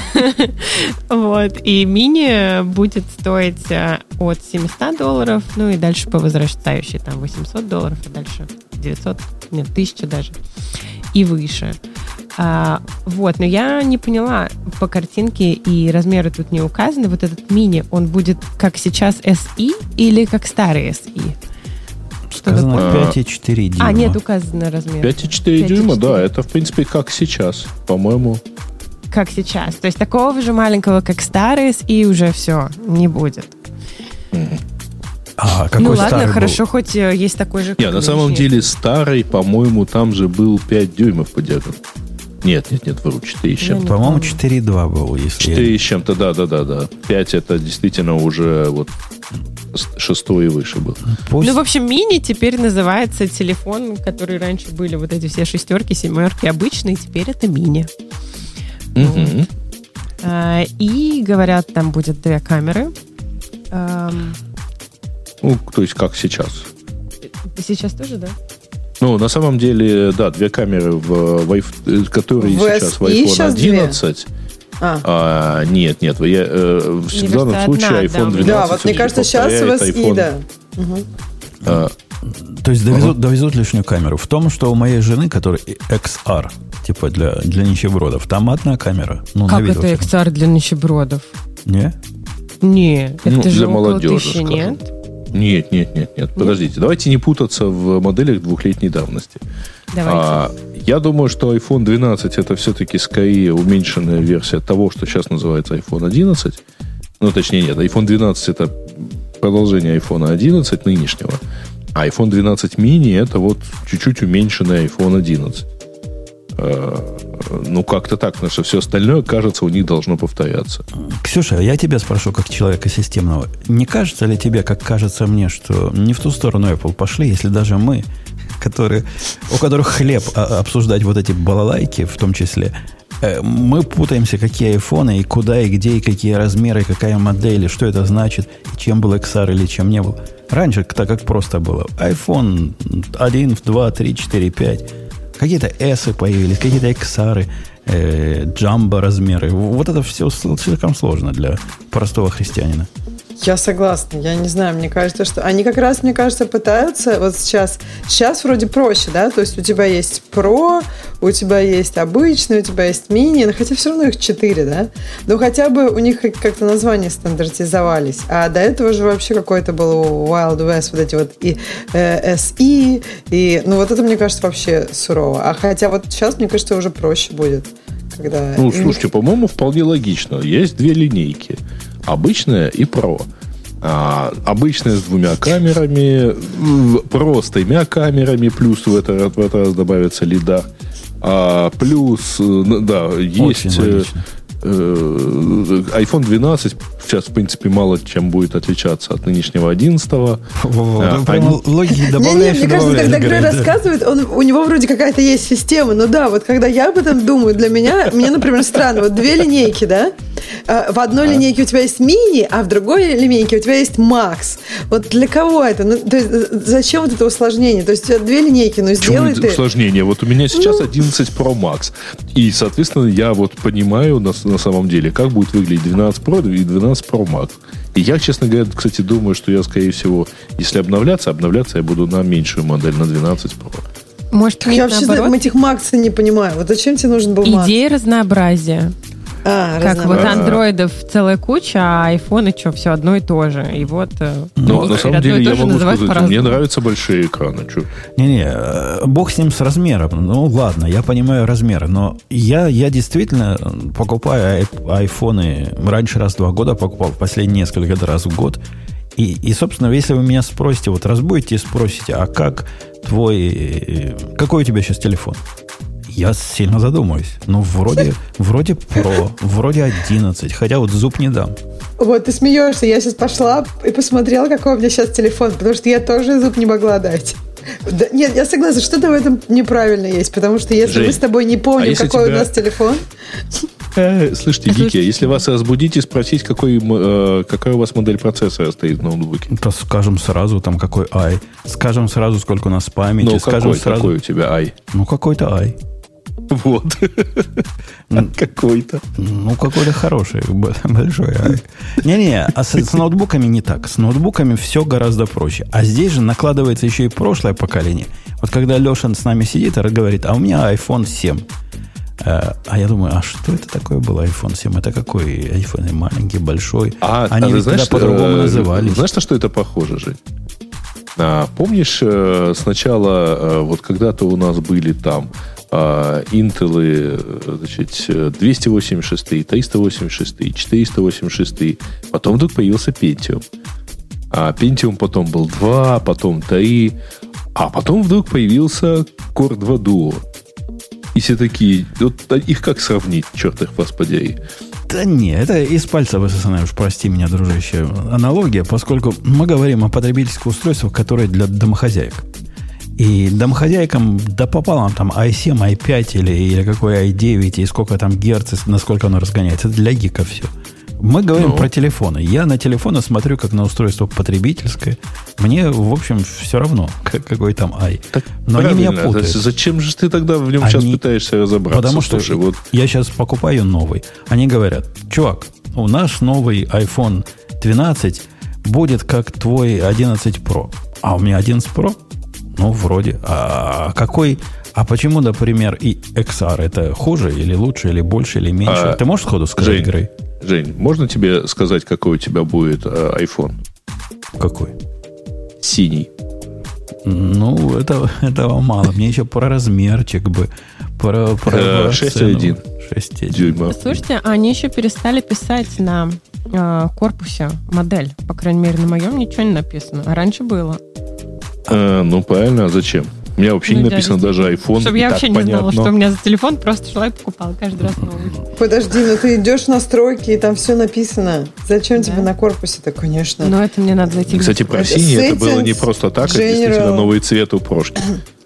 Вот. И мини будет стоить от семьсот долларов, ну и дальше по возрастающей, там восемьсот долларов, а дальше девятьсот, нет, тысяча даже, и выше. А, вот, но я не поняла по картинке, и размеры тут не указаны. Вот этот мини, он будет как сейчас эс и или как старый эс и? Сказано пять и четыре дюйма. А, нет, указано размер. пять и четыре дюйма, да, это в принципе как сейчас, по-моему. Как сейчас. То есть такого же маленького, как старый эс и, уже все, не будет. А, какой ну ладно, был? Хорошо, хоть есть такой же. Нет, на самом деле старый, по-моему, там же был пять дюймов по диагоналу. Нет, нет, нет, вру, четыре с чем-то. По-моему, четыре и два был, если... четыре с чем-то, да-да-да. пять это действительно уже вот шестой и выше был. Пусть... Ну, в общем, мини теперь называется телефон, который раньше были вот эти все шестерки, семерки обычные, теперь это мини. Угу. Вот. А, и, говорят, там будет две камеры. А... Ну, то есть как сейчас. Сейчас тоже, да? Ну, на самом деле, да, две камеры, в, в, которые в сейчас в iPhone одиннадцать. А. А, нет, нет, я, э, в мне данном случае одна, iPhone двенадцать. Да, вот мне кажется, сейчас в эс и, iPhone... да. Угу. А, то есть довезут, uh-huh. довезут лишнюю камеру. В том, что у моей жены, которая икс ар, типа для, для нищебродов, там одна камера. Ну, как это икс ар для нищебродов? Не? Не, это ну, же для около молодежи, тысячи, скажем. Нет? Нет, нет, нет, нет. Подождите, давайте не путаться в моделях двухлетней давности. Давайте. А, я думаю, что iPhone двенадцать это все-таки скорее уменьшенная версия того, что сейчас называется iPhone одиннадцать. Ну, точнее, нет, iPhone двенадцать это продолжение iPhone одиннадцать нынешнего. А iPhone двенадцать mini это вот чуть-чуть уменьшенный iPhone одиннадцать. А, ну, как-то так, потому что все остальное, кажется, у них должно повторяться. Ксюша, я тебя спрошу, как человека системного. Не кажется ли тебе, как кажется мне, что не в ту сторону Apple пошли, если даже мы, которые, у которых хлеб обсуждать вот эти балалайки в том числе, мы путаемся, какие айфоны, и куда, и где, и какие размеры, и какая модель, и что это значит, и чем был икс ар или чем не был. Раньше так как просто было. iPhone один, два, три, четыре, пять. Какие-то эсы появились, какие-то икс ар, э, джамбо размеры. Вот это все слишком сложно для простого христианина. Я согласна. Я не знаю, мне кажется, что... Они как раз, мне кажется, пытаются... Вот сейчас... Сейчас вроде проще, да? То есть у тебя есть Pro, у тебя есть обычный, у тебя есть мини, но хотя все равно их четыре, да? Но хотя бы у них как-то названия стандартизовались. А до этого же вообще какой-то был Wild West, вот эти вот и э, эс и, и... Ну вот это, мне кажется, вообще сурово. А хотя вот сейчас, мне кажется, уже проще будет. Когда... Ну, слушайте, по-моему, вполне логично. Есть две линейки. Обычная и Pro. А, обычная с двумя камерами, простыми камерами, плюс в этот, в этот раз добавится лида. А, плюс, да, есть айфон двенадцать сейчас, в принципе, мало чем будет отличаться от нынешнего одиннадцатого. А, они... Логики добавляешь. Не, не, мне кажется, когда Грей рассказывает, он, у него вроде какая-то есть система. Ну да, вот когда я об этом думаю, для меня, мне, например, странно. Вот две линейки, да? В одной а. линейке у тебя есть мини, а в другой линейке у тебя есть макс. Вот для кого это? Ну, то есть, зачем вот это усложнение? То есть, у тебя две линейки, ну сделай ты... усложнение? Вот у меня сейчас ну... одиннадцать Pro Max. И, соответственно, я вот понимаю на, на самом деле, как будет выглядеть двенадцать Pro и двенадцать Pro Max. И я, честно говоря, кстати, думаю, что я, скорее всего, если обновляться, обновляться я буду на меньшую модель, на двенадцать Pro. Может, я вообще наоборот? этих Макса не понимаю. Вот зачем тебе нужен был Макс? Идея разнообразия. А, как вот андроидов целая куча, а айфоны что, все одно и то же. И вот... Но на самом деле я могу сказать, мне нравятся большие экраны. Не-не, бог с ним с размером. Ну ладно, я понимаю размер, но я, я действительно покупаю айфоны раньше раз в два года, покупал последние несколько раз в год. И, и, собственно, если вы меня спросите, вот разбудите и спросите, а как твой... Какой у тебя сейчас телефон? Я сильно задумаюсь. Ну, вроде, вроде Pro, вроде одиннадцать, хотя вот зуб не дам. Вот, ты смеешься. Я сейчас пошла и посмотрела, какой у меня сейчас телефон, потому что я тоже зуб не могла дать. Да, нет, я согласна, что-то в этом неправильно есть, потому что если Жень, мы с тобой не помним, а какой тебя... у нас телефон... Э, слушайте, Гики, если вас разбудить и спросить, какой, э, какая у вас модель процессора стоит в ноутбуке? То скажем сразу, там, какой i. Скажем сразу, сколько у нас памяти. Ну, скажем какой, сразу... какой у тебя i? Ну, какой-то i. Вот. Какой-то. Ну, какой-то хороший, большой. Не-не, а с, с ноутбуками не так. С ноутбуками все гораздо проще. А здесь же накладывается еще и прошлое поколение. Вот когда Леша с нами сидит и говорит, а у меня айфон семь. А я думаю, а что это такое было айфон семь? Это какой iPhone? Маленький, большой? А, Они а ведь знаешь, тогда по-другому назывались. Знаешь, на что это похоже, Жень? А, помнишь, сначала, вот когда-то у нас были там Intel, значит, двести восемьдесят шесть, триста восемьдесят шесть, четыреста восемьдесят шесть. Потом вдруг появился Pentium. А Pentium потом был два, потом три. А потом вдруг появился Core два Duo. И все такие, вот их как сравнить, черт их вас подери? Да не, это из пальца высосанная, уж прости меня, дружище, аналогия, поскольку мы говорим о потребительских устройствах, которые для домохозяек. И домохозяйкам да пополам там ай семь, ай пять или, или какой ай девять, и сколько там герц, насколько оно разгоняется. Это для гиков все. Мы говорим ну. про телефоны. Я на телефоны смотрю как на устройство потребительское. Мне, в общем, все равно, какой там ай. Так но они меня путают. Зачем же ты тогда в нем они... сейчас пытаешься разобраться? Потому что Слушай, вот... я сейчас покупаю новый. Они говорят, чувак, у нас новый iPhone двенадцать будет как твой одиннадцать Pro. А у меня одиннадцать Pro? Ну, вроде. А какой... А почему, например, и икс ар это хуже или лучше, или больше, или меньше? А, Ты можешь сходу сказать, Жень, Грей? Жень, можно тебе сказать, какой у тебя будет э, iPhone? Какой? Синий. Ну, это, этого мало. Мне еще про размерчик бы. Про, про шесть целых один дюйма. Слушайте, они еще перестали писать на э, корпусе модель. По крайней мере, на моем ничего не написано. А раньше было. А, ну, правильно. А зачем? У меня вообще ну, не написано да, даже iPhone. Чтобы я вообще не понятно. знала, что у меня за телефон, просто шла и покупала каждый раз новый. Подожди, ну ты идешь в настройки, и там все написано. Зачем да. тебе на корпусе-то, конечно? Ну, это мне надо зайти. Кстати, про синий это было не просто так, это действительно новый цвет у прошки.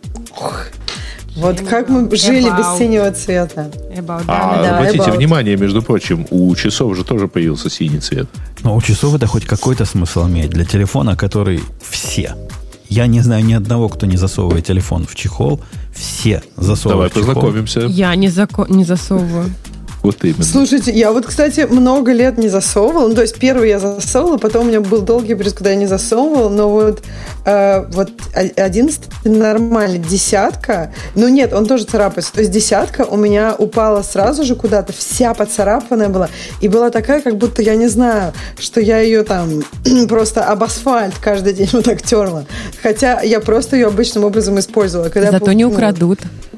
Вот как мы жили без синего цвета. А обратите внимание, между прочим, у часов же тоже появился синий цвет. Но у часов это хоть какой-то смысл имеет для телефона, который все... Я не знаю ни одного, кто не засовывает телефон в чехол. Все засовывают Давай в чехол. познакомимся. Я не, зако- не засовываю. Вот именно. Слушайте, я вот, кстати, много лет не засовывала. Ну, то есть, первый я засовывала, потом у меня был долгий период, когда я не засовывала. Но вот, э, вот одиннадцать нормально. Десятка, ну нет, он тоже царапается. То есть, десятка у меня упала сразу же куда-то, вся поцарапанная была. И была такая, как будто, я не знаю, что я ее там просто об асфальт каждый день вот так терла. Хотя я просто ее обычным образом использовала. Когда Зато был, не ну, украдут.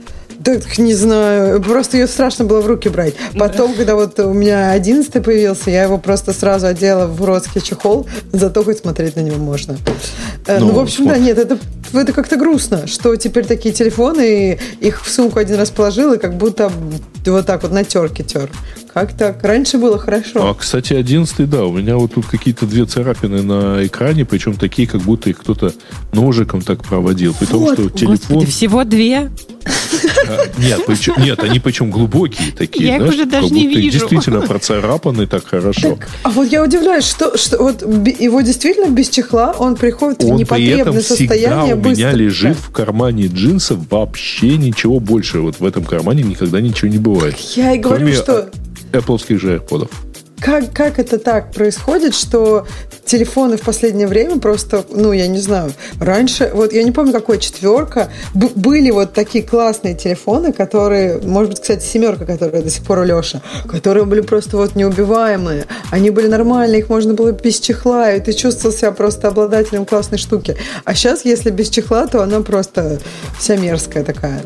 Так, не знаю. Просто ее страшно было в руки брать. Потом, когда вот у меня одиннадцатый появился, я его просто сразу одела в уродский чехол, зато хоть смотреть на него можно. Ну, ну в общем, смотри. Да, нет, это, это как-то грустно, что теперь такие телефоны, их в сумку один раз положил, и как будто вот так вот на терке тер. Как так? Раньше было хорошо. А, кстати, одиннадцатый, да, у меня вот тут какие-то две царапины на экране, причем такие, как будто их кто-то ножиком так проводил. При том, вот, что телефон... Господи, всего две? А, нет, причем, нет, они причем глубокие такие. Я их знаешь, уже даже как не будто вижу. Их действительно процарапаны так хорошо. Так, а вот я удивляюсь, что, что вот его действительно без чехла он приходит он в непотребное состояние быстро. Он при этом всегда у меня быстро. лежит в кармане джинсов, вообще ничего больше. Вот в этом кармане никогда ничего не бывает. Я и говорю, Кроме что... Apple'ских же AirPod'ов. Как, как это так происходит, что телефоны в последнее время просто, ну, я не знаю, раньше, вот я не помню, какой четверка, б- были вот такие классные телефоны, которые, может быть, кстати, семерка, которая до сих пор у Леши, которые были просто вот неубиваемые, они были нормальные, их можно было без чехла, и ты чувствовал себя просто обладателем классной штуки. А сейчас, если без чехла, то она просто вся мерзкая такая.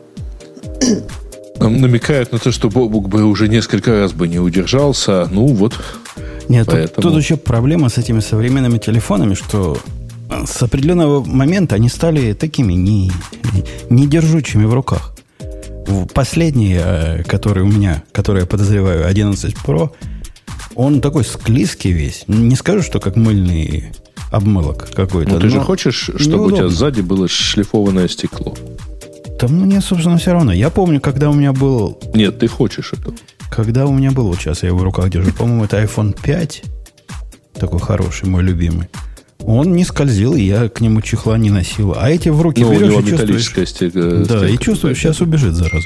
Нам намекают на то, что Бобук бы уже несколько раз бы не удержался. Ну вот. Нет, поэтому... тут, тут еще проблема с этими современными телефонами, что с определенного момента они стали такими не, не держучими в руках. Последний, который у меня, который я подозреваю, одиннадцать Про, он такой склизкий весь. Не скажу, что как мыльный обмылок какой-то. Ну ты же хочешь, чтобы неудобно. У тебя сзади было шлифованное стекло? Да мне, собственно, все равно. Я помню, когда у меня был... Нет, ты хочешь это. Когда у меня был, вот сейчас я его в руках держу, по-моему, это айфон пять, такой хороший, мой любимый. Он не скользил, и я к нему чехла не носил. А эти в руки ну, берешь у него и чувствуешь... стека, да, стека, и чувствуешь, сейчас убежит, зараза.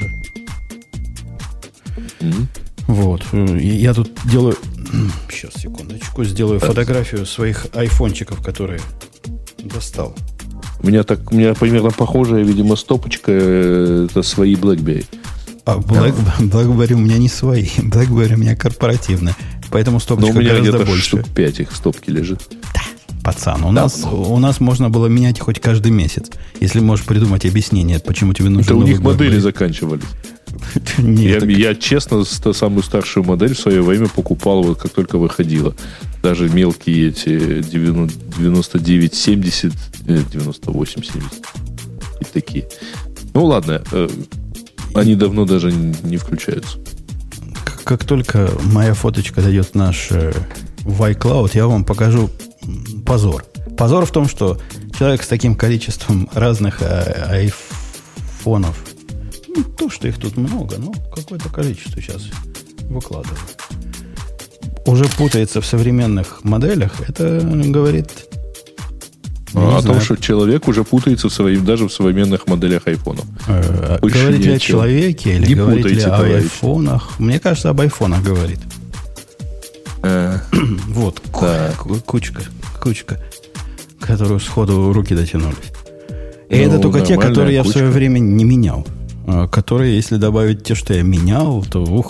Mm-hmm. Вот. Я тут делаю... Сейчас, секундочку. Сделаю фотографию своих айфончиков, которые достал. У меня так, у меня примерно похожая, видимо, стопочка, это свои BlackBerry. А Black, BlackBerry у меня не свои. BlackBerry у меня корпоративная. Поэтому стопочка гораздо больше. Но у меня где-то штук пять их стопки лежит. Да, пацан, у, да, нас, у нас можно было менять хоть каждый месяц. Если можешь придумать объяснение, почему тебе нужно... Это у них модели заканчивались. Нет, я, так... я, честно, самую старшую модель в свое время покупал, вот как только выходила. Даже мелкие эти девяносто девять семьдесят, девяносто восемь семьдесят. И такие. Ну, ладно. Они давно даже не включаются. Как, как только моя фоточка дойдет в наш э, в iCloud, я вам покажу позор. Позор в том, что человек с таким количеством разных э, айфонов, ну, то, что их тут много, но какое-то количество сейчас выкладываю, уже путается в современных моделях. Это говорит... А о том, что человек уже путается в своим, даже в современных моделях айфонов. Э, говорит ли о человеке или не говорит ли о товарищ. айфонах? Мне кажется, об айфонах говорит. Э, вот, да. кучка, кучка, которую сходу руки дотянулись. И ну, это только те, которые я кучка. в свое время не менял. Которые, если добавить те, что я менял, то ух.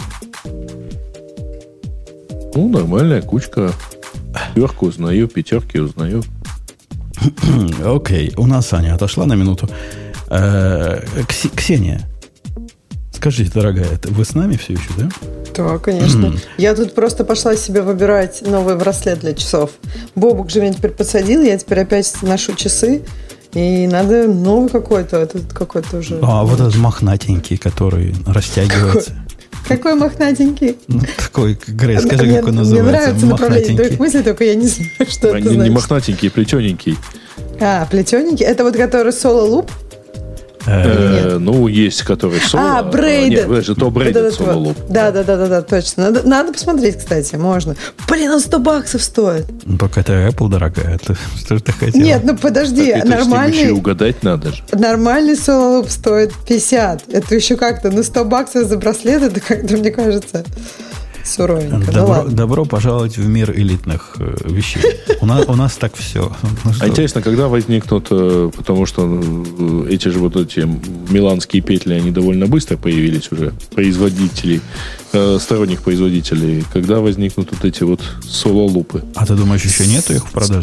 Ну, нормальная кучка. Пятерку узнаю, пятерки узнаю. Окей, okay. У нас Аня отошла на минуту. Кс- Ксения, скажите, дорогая, вы с нами все еще, да? Да, конечно. Я тут просто пошла себе выбирать новый браслет для часов. Бобук же меня теперь подсадил, я теперь опять ношу часы. И надо новый какой-то, этот какой-то уже... А, вот этот мохнатенький, который растягивается. Какой, какой мохнатенький? Ну, такой, Грей, скажи, мне, как он называется. Мне нравится направление твоих мыслей, только я не знаю, что а это не, значит. Не мохнатенький, плетененький. А, плетененький? Это вот который соло-луп? Э, ну, есть, который соло. А, брейдед. Нет, подожди, то брейдед соло-луп. Да, да, да, да, да, точно. Надо, надо посмотреть, кстати, можно. Блин, он сто баксов стоит. Ну, только это Apple дорогая. Ты, что же ты хотел? Нет, ну подожди, так, нормальный... еще и угадать надо же. Нормальный соло-луп стоит пятьдесят. Это еще как-то, ну, сто баксов за браслет, это как-то, мне кажется... Суровенько. Добро, Ну, добро пожаловать в мир элитных э, вещей. У нас, у нас так все. Ну, а интересно, когда возникнут, э, потому что э, эти же вот эти миланские петли, они довольно быстро появились уже, производителей, э, сторонних производителей, когда возникнут вот эти вот соло-лупы? А ты думаешь, еще нету их в продаже?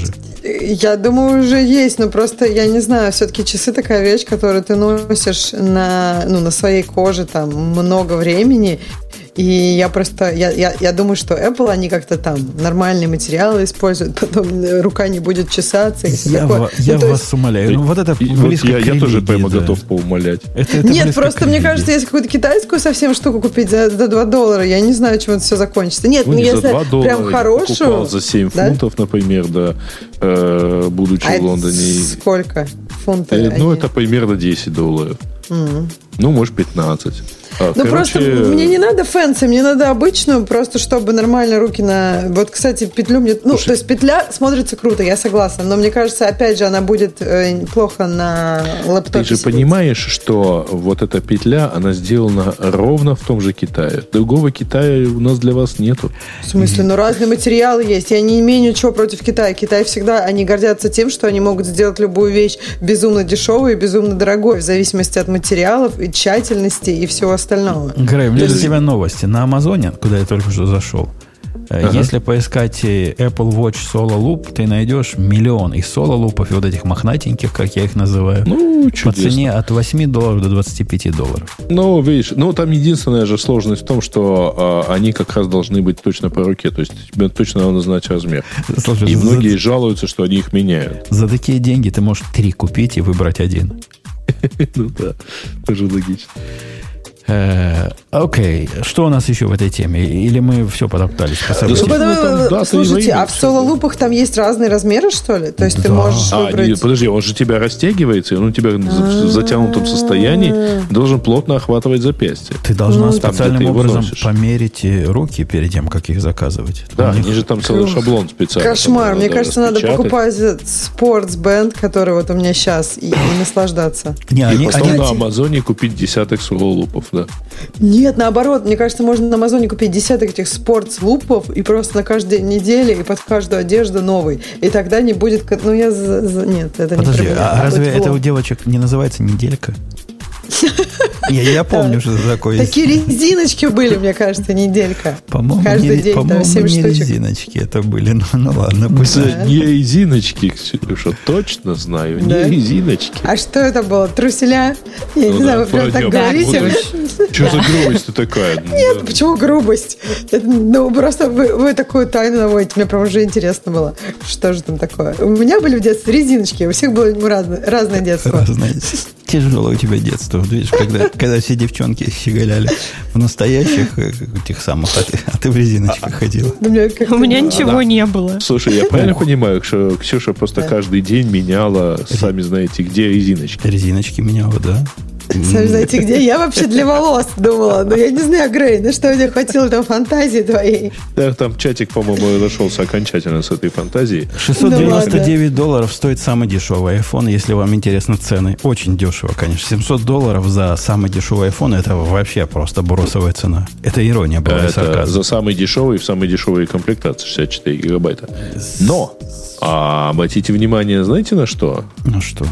Я думаю, уже есть, но просто, я не знаю, все-таки часы такая вещь, которую ты носишь на, ну, на своей коже там много времени. И я просто, я, я, я думаю, что Apple, они как-то там нормальные материалы используют, потом рука не будет чесаться. И я такое. в, я ну, вас есть... умоляю. Ну, вот это близко вот я, к я тоже прямо да. готов поумолять. Это, это Нет, просто мне кажется, если какую-то китайскую совсем штуку купить за, за два доллара, я не знаю, чем это все закончится. Нет, ну, ну не если за два доллара, прям хорошую... Я покупал за семь да? фунтов, например, да, э, будучи а в Лондоне. Сколько фунтов? Э, ну, они... это примерно десять долларов. Mm. Ну, может, пятнадцать. А, ну, короче... просто мне не надо фэнси, мне надо обычную, просто чтобы нормально руки на... Вот, кстати, петлю мне... Ну, Слушай... то есть петля смотрится круто, я согласна, но мне кажется, опять же, она будет э, плохо на лэптопе. Ты же сидеть. Понимаешь, что вот эта петля, она сделана ровно в том же Китае. Другого Китая у нас для вас нету. В смысле? Ну, разные материалы есть. Я не имею ничего против Китая. Китай всегда, они гордятся тем, что они могут сделать любую вещь безумно дешевой и безумно дорогой, в зависимости от материалов и тщательности и всего остального. Грей, у меня для тебя новости. На Амазоне, куда я только что зашел, ага. если поискать Apple Watch Solo Loop, ты найдешь миллион и Solo Loop'ов, и вот этих мохнатеньких, как я их называю, ну, по цене от восьми долларов до двадцати пяти долларов. Ну, видишь, ну, там единственная же сложность в том, что а, они как раз должны быть точно по руке, то есть тебе точно надо знать размер. Слушай, и за, многие за, жалуются, что они их меняют. За такие деньги ты можешь три купить и выбрать один. Ну да, тоже логично. Окей, okay. Что у нас еще в этой теме? Или мы все потоптались? По да, да, слушайте, а в соло-лупах там есть разные размеры, что ли? То есть да. ты можешь а, выбрать... Не, подожди, он же тебя растягивается, и он у тебя в затянутом состоянии должен плотно охватывать запястье. Ты должна ну, специальным там, образом померить руки перед тем, как их заказывать. Да, они же там целый шаблон специальный. Кошмар, мне кажется, надо покупать спортсбенд, который вот у меня сейчас, и, и наслаждаться. Не, они, потом они... на Амазоне купить десяток соло-лупов. Да. Нет, наоборот, мне кажется, можно на Амазоне купить десяток этих спортс-лупов и просто на каждой неделе и под каждую одежду новый. И тогда не будет... Ну, я... Нет, это Подожди, не про меня. А разве это у девочек не называется неделька? Я, я помню, что это такое. Такие резиночки были, мне кажется, неделька. По-моему, каждый не, день по-моему, там семь не штучек. резиночки это были. Ну, ну ладно, пусть. Да. Не резиночки, Ксюша, точно знаю. Да. Не резиночки. А что это было? Труселя? Я ну, не да, знаю, вы прям так говорите. Что за грубость-то такая? Нет, да. Почему грубость? Это, ну, просто вы, вы такую тайну наводите. Мне прям уже интересно было, что же там такое. У меня были в детстве резиночки, у всех было разное, разное детство. Разное. Тяжелое у тебя детство. Видишь, когда, когда все девчонки щеголяли в настоящих этих самых, а ты, а ты в резиночках ходила. У меня ничего да. не было. Слушай, я правильно понимаю, что Ксюша просто да. каждый день меняла, сами знаете, где резиночки? Резиночки меняла, да. Сами знаете, где? Я вообще для волос думала. Но я не знаю, Грей, на что мне хватило там фантазии твоей. Да, там чатик, по-моему, разошелся окончательно с этой фантазией. шестьсот девяносто девять ну, долларов стоит самый дешевый iPhone, если вам интересны цены. Очень дешево, конечно. семьсот долларов за самый дешевый iPhone, это вообще просто бросовая цена. Это ирония была. Это за самый дешевый в самой дешевой комплектации шестьдесят четыре гигабайта. Но, а, обратите внимание, знаете на что? На что?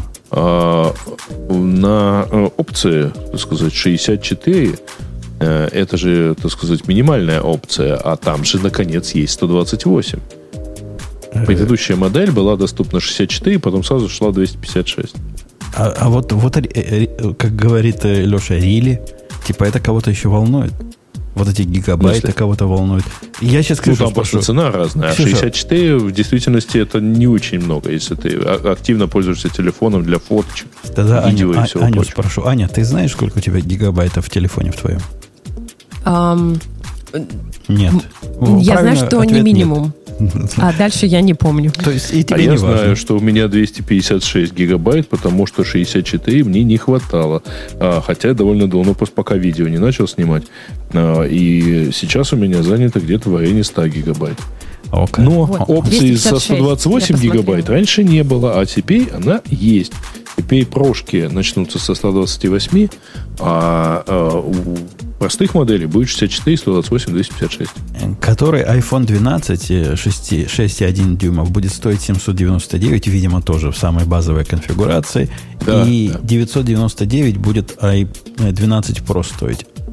На опции, так сказать, шестьдесят четыре, это же, так сказать, минимальная опция, а там же, наконец, есть сто двадцать восемь. Предыдущая модель была доступна шестьдесят четыре, потом сразу шла двести пятьдесят шесть. А, а вот, вот, как говорит Леша, рили, типа это кого-то еще волнует? Вот эти гигабайты кого-то волнуют. Я сейчас скажу, ну, там просто цена разная. А шестьдесят четыре в действительности это не очень много, если ты активно пользуешься телефоном для фоточек, тогда видео Аню, и всего Аню прочего. Спрошу. Аня, ты знаешь, сколько у тебя гигабайтов в телефоне в твоем? Um, нет. О, я знаю, что не минимум. Нет. А дальше я не помню. То есть, и тебе а не я важно. знаю, что у меня двести пятьдесят шесть гигабайт, потому что шестьдесят четыре мне не хватало. А, хотя я довольно давно, просто пока видео не начал снимать. А, и сейчас у меня занято где-то в районе сто гигабайт. Okay. Но вот, опции со сто двадцать восемь гигабайт раньше не было, а теперь она есть. Теперь прошки начнутся со ста двадцати восьми, а, а у простых моделей будет шестьдесят четыре, сто двадцать восемь, двести пятьдесят шесть. Который айфон двенадцать шесть и один дюймов будет стоить семьсот девяносто девять, видимо, тоже в самой базовой конфигурации. Да, и да. девятьсот девяносто девять будет ай двенадцать Pro стоить.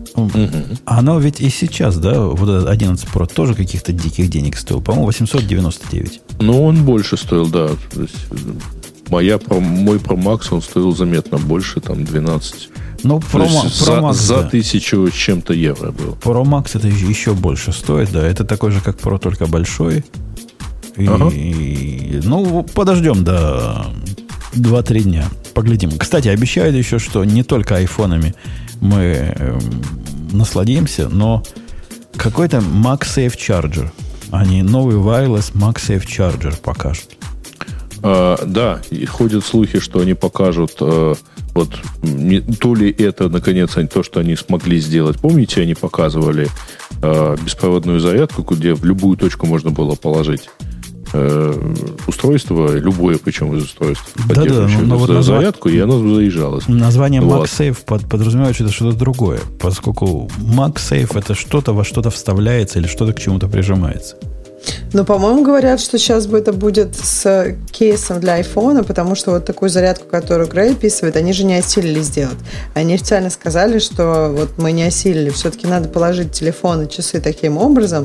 Mm-hmm. Оно ведь и сейчас, да, вот этот одиннадцать Pro тоже каких-то диких денег стоил. По-моему, восемьсот девяносто девять. Ну, он больше стоил, да. То есть, моя, мой Pro Max, он стоил заметно больше, там, двенадцать. Ну, Pro, есть, Pro Max, за, да. за тысячу с чем-то евро был. Pro Max это еще больше стоит, да. Это такой же, как Pro, только большой. И, ага. и, ну, подождем до два-три дня. Поглядим. Кстати, обещают еще, что не только айфонами мы э, насладимся, но какой-то MagSafe Charger. Они новый wireless MagSafe Charger покажут. А, да, и ходят слухи, что они покажут а, вот не, то ли это, наконец, то, что они смогли сделать. Помните, они показывали а, беспроводную зарядку, где в любую точку можно было положить а, устройство, любое, причем из устройств, поддерживающее да, да, вот зарядку, назва... и оно заезжалось. Название MagSafe под, подразумевает, что это что-то другое, поскольку MagSafe это что-то во что-то вставляется или что-то к чему-то прижимается. Ну, по-моему, говорят, что сейчас это будет с кейсом для айфона, потому что вот такую зарядку, которую Грей описывает, они же не осилили сделать. Они официально сказали, что вот мы не осилили. Все-таки надо положить телефон и часы таким образом,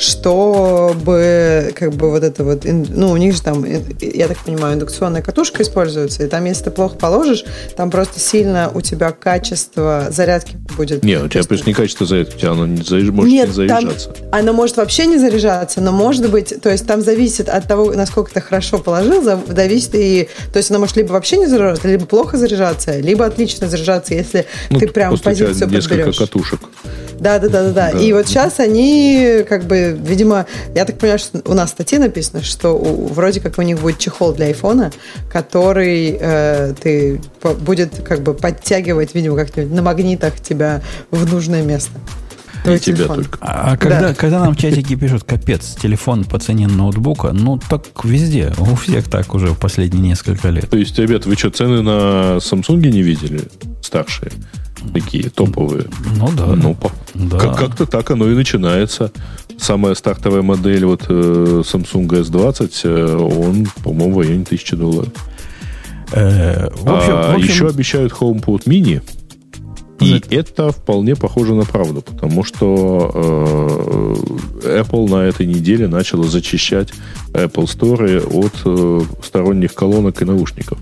чтобы как бы вот это вот... Ну, у них же там, я так понимаю, индукционная катушка используется, и там, если ты плохо положишь, там просто сильно у тебя качество зарядки будет... Нет, у тебя просто не качество зарядки, у тебя оно не заряж... может Нет, не заряжаться. Там, оно может вообще не заряжаться, но может быть, то есть там зависит от того, насколько ты хорошо положил, зависит и, то есть она может либо вообще не заряжаться, либо плохо заряжаться, либо отлично заряжаться, если ну, ты прям позицию подберешь. Несколько катушек. Да, да, да, да, да. И вот сейчас они, как бы, видимо, я так понимаю, что у нас в статье написано, что у, вроде как у них будет чехол для айфона, который э, ты по, будет как бы подтягивать, видимо, как-нибудь на магнитах тебя в нужное место. И тебя только. А когда, да. когда нам чатики пишут, капец, телефон по цене ноутбука, ну так везде, у всех так уже в последние несколько лет. То есть, ребят, вы что, цены на Samsung не видели? Старшие? Такие топовые? Ну да. Ну, да. Как- как-то так оно и начинается. Самая стартовая модель вот Samsung эс двадцать, он, по-моему, в районе тысячи долларов. Э, в общем, а в общем... еще обещают HomePod mini. И это... это вполне похоже на правду, потому что э, Apple на этой неделе начала зачищать Apple Store от э, сторонних колонок и наушников.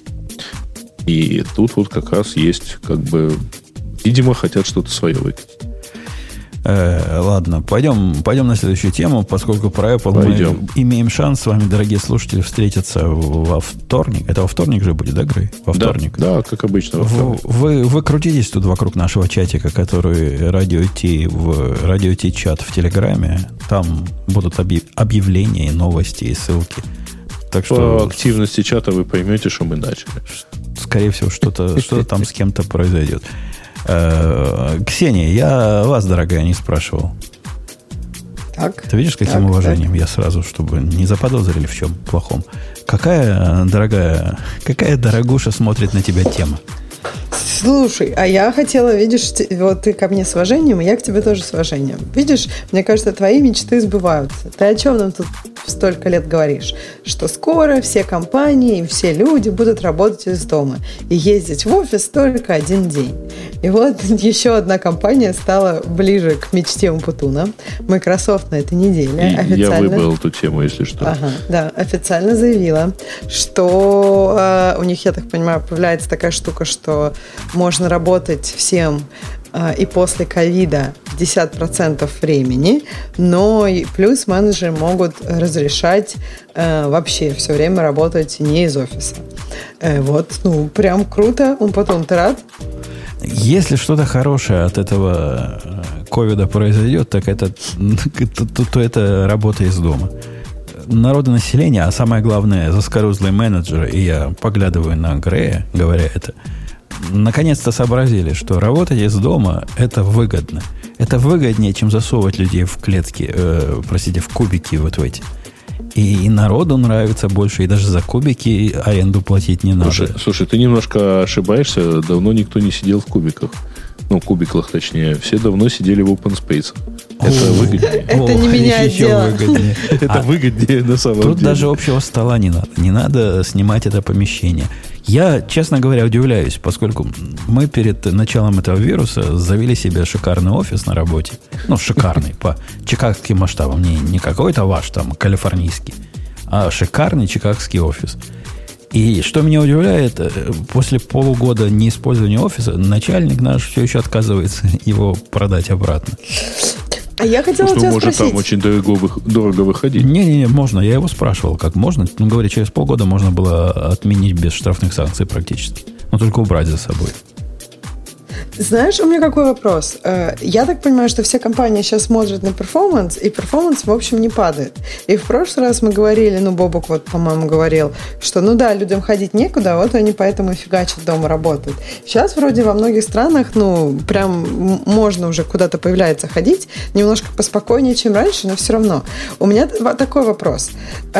И тут вот как раз есть, как бы, видимо, хотят что-то свое выкатить. Э, ладно, пойдем, пойдем на следующую тему, поскольку про Apple пойдем. Мы имеем шанс с вами, дорогие слушатели, встретиться во вторник. Это во вторник же будет, да, Грей? Во вторник. Да, да, как обычно. Во вторник. Вы, вы, вы крутитесь тут вокруг нашего чатика, который Радио Ти в Радио Ти чат в Телеграме. Там будут объявления, и новости, и ссылки. Так что по активности чата вы поймете, что мы начали. Скорее всего, что-то, что-то там с кем-то произойдет. Ксения, я вас, дорогая, не спрашивал. Так, Ты видишь, каким так, уважением так. я сразу, чтобы не заподозрили в чем плохом. Какая, дорогая, какая дорогуша смотрит на тебя тема? Слушай, а я хотела, видишь, вот ты ко мне с уважением, и я к тебе тоже с уважением. Видишь, мне кажется, твои мечты сбываются. Ты о чем нам тут столько лет говоришь? Что скоро все компании и все люди будут работать из дома и ездить в офис только один день. И вот еще одна компания стала ближе к мечте Умпутуна. Microsoft на этой неделе И официально... Я выбрал эту тему, если что. Ага, да, официально заявила, что э, у них, я так понимаю, появляется такая штука, что можно работать всем э, и после ковида пятьдесят процентов времени, но и плюс менеджеры могут разрешать э, вообще все время работать не из офиса. Э, вот, ну, прям круто. Умпутун, ты рад? Если что-то хорошее от этого ковида произойдет, так это, то, то, то это работа из дома. Народонаселение, а самое главное, заскорузлые менеджеры, и я поглядываю на Грея, говоря это, наконец-то сообразили, что работать из дома – это выгодно. Это выгоднее, чем засовывать людей в клетки, э, простите, в кубики вот в эти. И народу нравится больше, и даже за кубики аренду платить не надо. Слушай, слушай, ты немножко ошибаешься. Давно никто не сидел в кубиках. Ну, кубиклах, точнее. Все давно сидели в open space. Это выгоднее. Это не меняет дело. Это выгоднее на самом деле. Тут даже общего стола не надо. Не надо снимать это помещение. Я, честно говоря, удивляюсь, поскольку мы перед началом этого вируса завели себе шикарный офис на работе. Ну, шикарный, по чикагским масштабам. Не, не какой-то ваш там калифорнийский, а шикарный чикагский офис. И что меня удивляет, после полугода неиспользования офиса начальник наш все еще отказывается его продать обратно. А я хотела Потому тебя что может спросить. там очень дорого, дорого выходить. Не-не-не, можно. Я его спрашивал, как можно. Он говорит, через полгода можно было отменить без штрафных санкций практически. Но только убрать за собой. Знаешь, у меня какой вопрос? Я так понимаю, что все компании сейчас смотрят на перформанс, и перформанс, в общем, не падает. И в прошлый раз мы говорили, ну, Бобок вот, по-моему, говорил, что, ну да, людям ходить некуда, вот они поэтому фигачат дома работают. Сейчас вроде во многих странах, ну, прям можно уже куда-то появляется ходить, немножко поспокойнее, чем раньше, но все равно. У меня такой вопрос.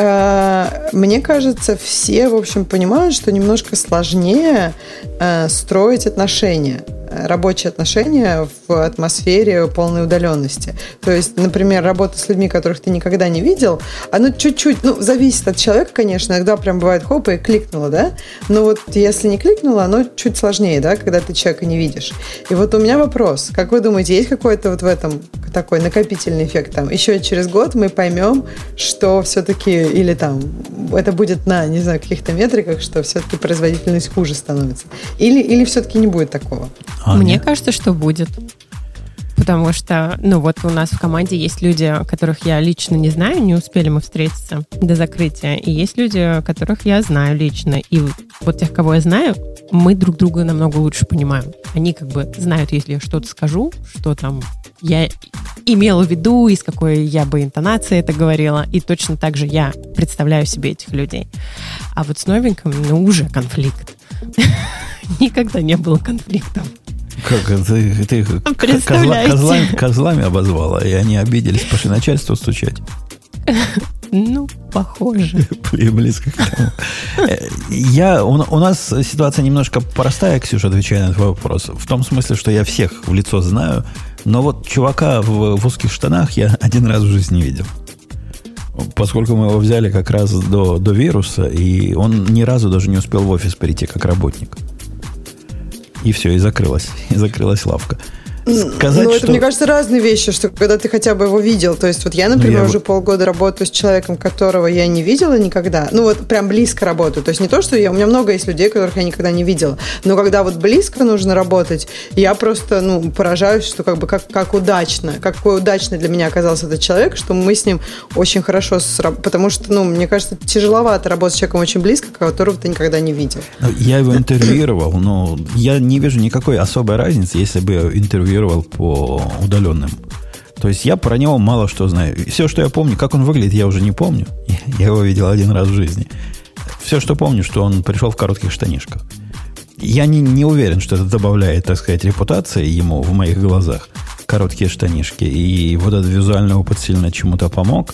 Мне кажется, все, в общем, понимают, что немножко сложнее строить отношения, рабочие отношения в атмосфере полной удаленности. То есть, например, работа с людьми, которых ты никогда не видел, оно чуть-чуть, ну, зависит от человека, конечно, иногда прям бывает хоп, и кликнуло, да? Но вот если не кликнуло, оно чуть сложнее, да, когда ты человека не видишь. И вот у меня вопрос, как вы думаете, есть какой-то вот в этом такой накопительный эффект? Там, еще через год мы поймем, что все-таки, или там, это будет на, не знаю, каких-то метриках, что все-таки производительность хуже становится. Или, или все-таки не будет такого? А, Мне нет? кажется, что будет. Потому что, ну, вот у нас в команде есть люди, которых я лично не знаю, не успели мы встретиться до закрытия. И есть люди, которых я знаю лично. И вот тех, кого я знаю, мы друг друга намного лучше понимаем. Они как бы знают, если я что-то скажу, что там я имела в виду, и с какой я бы интонацией это говорила. И точно так же я представляю себе этих людей. А вот с новеньким, ну, уже конфликт. Никогда не было конфликтов. Как ты, ты козла, козлами, козлами обозвала, и они обиделись, пошли начальству стучать. Ну, похоже. И близко к тому. Я, у, у нас ситуация немножко простая, Ксюша, отвечая на твой вопрос. В том смысле, что я всех в лицо знаю, но вот чувака в, в узких штанах я один раз в жизни не видел. Поскольку мы его взяли как раз до, до вируса, и он ни разу даже не успел в офис перейти как работник. И все, и закрылась. И закрылась лавка. Сказать, ну, это, что... мне кажется, разные вещи, что когда ты хотя бы его видел. То есть, вот я, например, ну, я... уже полгода работаю с человеком, которого я не видела никогда. Ну, вот прям близко работаю. То есть, не то, что я... У меня много есть людей, которых я никогда не видела. Но когда вот близко нужно работать, я просто, ну, поражаюсь, что как бы как, как удачно, какой удачный для меня оказался этот человек, что мы с ним очень хорошо... Сраб... Потому что, ну, мне кажется, тяжеловато работать с человеком очень близко, которого ты никогда не видел. Я его интервьюировал, но я не вижу никакой особой разницы, если бы я интервьюировал по удаленным. То есть я про него мало что знаю. Все, что я помню, как он выглядит, я уже не помню. Я его видел один раз в жизни. Все, что помню, что он пришел в коротких штанишках. Я не, не уверен, что это добавляет, так сказать, репутации ему в моих глазах. Короткие штанишки. И вот этот визуальный опыт сильно чему-то помог.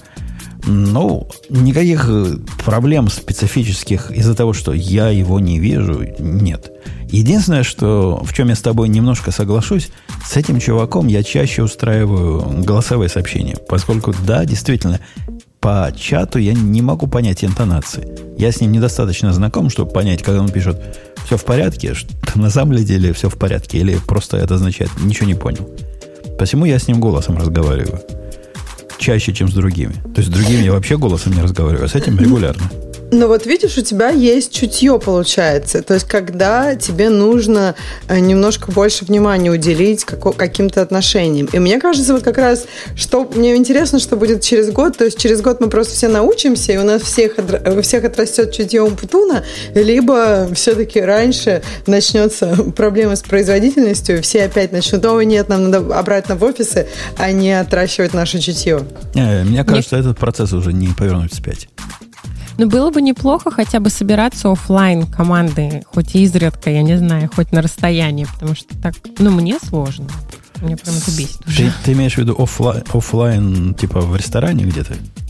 Ну, никаких проблем специфических из-за того, что я его не вижу, нет. Единственное, что в чем я с тобой немножко соглашусь, с этим чуваком я чаще устраиваю голосовые сообщения, поскольку, да, действительно, по чату я не могу понять интонации. Я с ним недостаточно знаком, чтобы понять, когда он пишет «все в порядке», что на самом деле все в порядке, или просто это означает «ничего не понял». Посему я с ним голосом разговариваю. Чаще, чем с другими. То есть с другими я вообще голосом не разговариваю, а с этим регулярно. Ну вот видишь, у тебя есть чутье, получается. То есть когда тебе нужно немножко больше внимания уделить каким-то отношениям. И мне кажется, вот как раз, что мне интересно, что будет через год. То есть через год мы просто все научимся, и у нас всех, у всех отрастет чутье Умпутуна, либо все-таки раньше начнется проблема с производительностью, и все опять начнут, ой, нет, нам надо обратно в офисы, а не отращивать наше чутье. Не, мне кажется, Мне... этот процесс уже не повернуть вспять. Ну, было бы неплохо хотя бы собираться офлайн команды, хоть и изредка, я не знаю, хоть на расстоянии, потому что так, ну, мне сложно. Мне прям это бесит уже. Ты, ты имеешь в виду офлайн, офлайн, типа в ресторане где-то?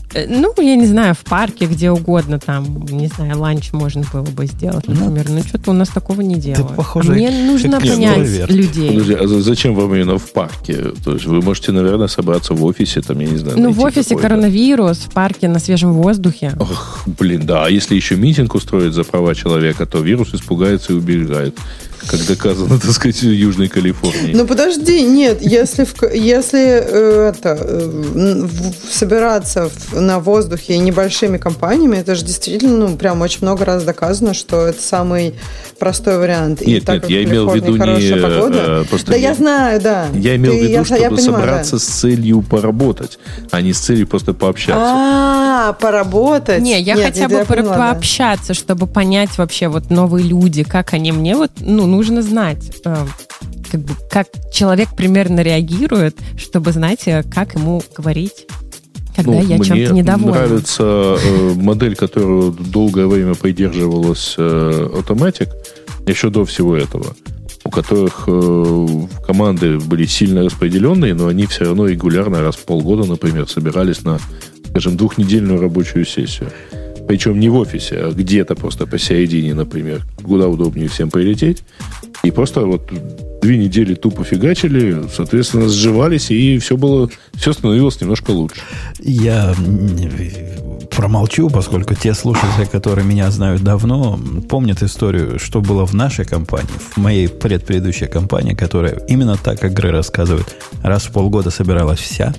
Ну, я не знаю, в парке, где угодно, там, не знаю, ланч можно было бы сделать, например. Ну, ну что-то у нас такого не делают. Похоже, а мне нужно понять людей. Подожди, а зачем вам именно в парке? То есть вы можете, наверное, собраться в офисе, там, я не знаю. Ну, в офисе какой-то коронавирус, в парке на свежем воздухе. Ох, блин, да. А если еще митинг устроить за права человека, то вирус испугается и убегает. Как доказано, так сказать, в Южной Калифорнии. Ну, подожди, нет, если, в, если э, это, э, в, собираться в, на воздухе и небольшими компаниями, это же действительно, ну, прям очень много раз доказано, что это самый простой вариант. Нет, и так, нет, я имел в виду не... Погода, просто да, я знаю, да. Я имел Ты, в виду, я, чтобы я понимаю, собраться да. с целью поработать, а не с целью просто пообщаться. А, поработать? Не, я нет, хотя нет, бы я по- поняла, пообщаться, да. чтобы понять вообще вот новые люди, как они мне вот, ну, нужно знать, э, как бы, как человек примерно реагирует, чтобы знать, как ему говорить, когда ну, я чем-то недовольна. Мне нравится э, модель, которую долгое время придерживалась э, Automatic, еще до всего этого, у которых э, команды были сильно распределенные, но они все равно регулярно, раз в полгода, например, собирались на, скажем, двухнедельную рабочую сессию. Причем не в офисе, а где-то просто посередине, например, куда удобнее всем прилететь. И просто вот две недели тупо фигачили, соответственно, сживались, и все было, все становилось немножко лучше. Я промолчу, поскольку те слушатели, которые меня знают давно, помнят историю, что было в нашей компании, в моей предпредыдущей компании, которая именно так, как Грей рассказывает, раз в полгода собиралась вся.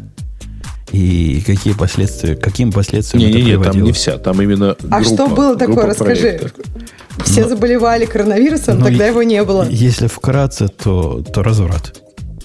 И какие последствия, каким последствиям не, это не, не, приводило? там не вся, там именно группа. А что было такое, расскажи. Проектов. Все Но, заболевали коронавирусом, тогда его не было. Если вкратце, то, то разврат.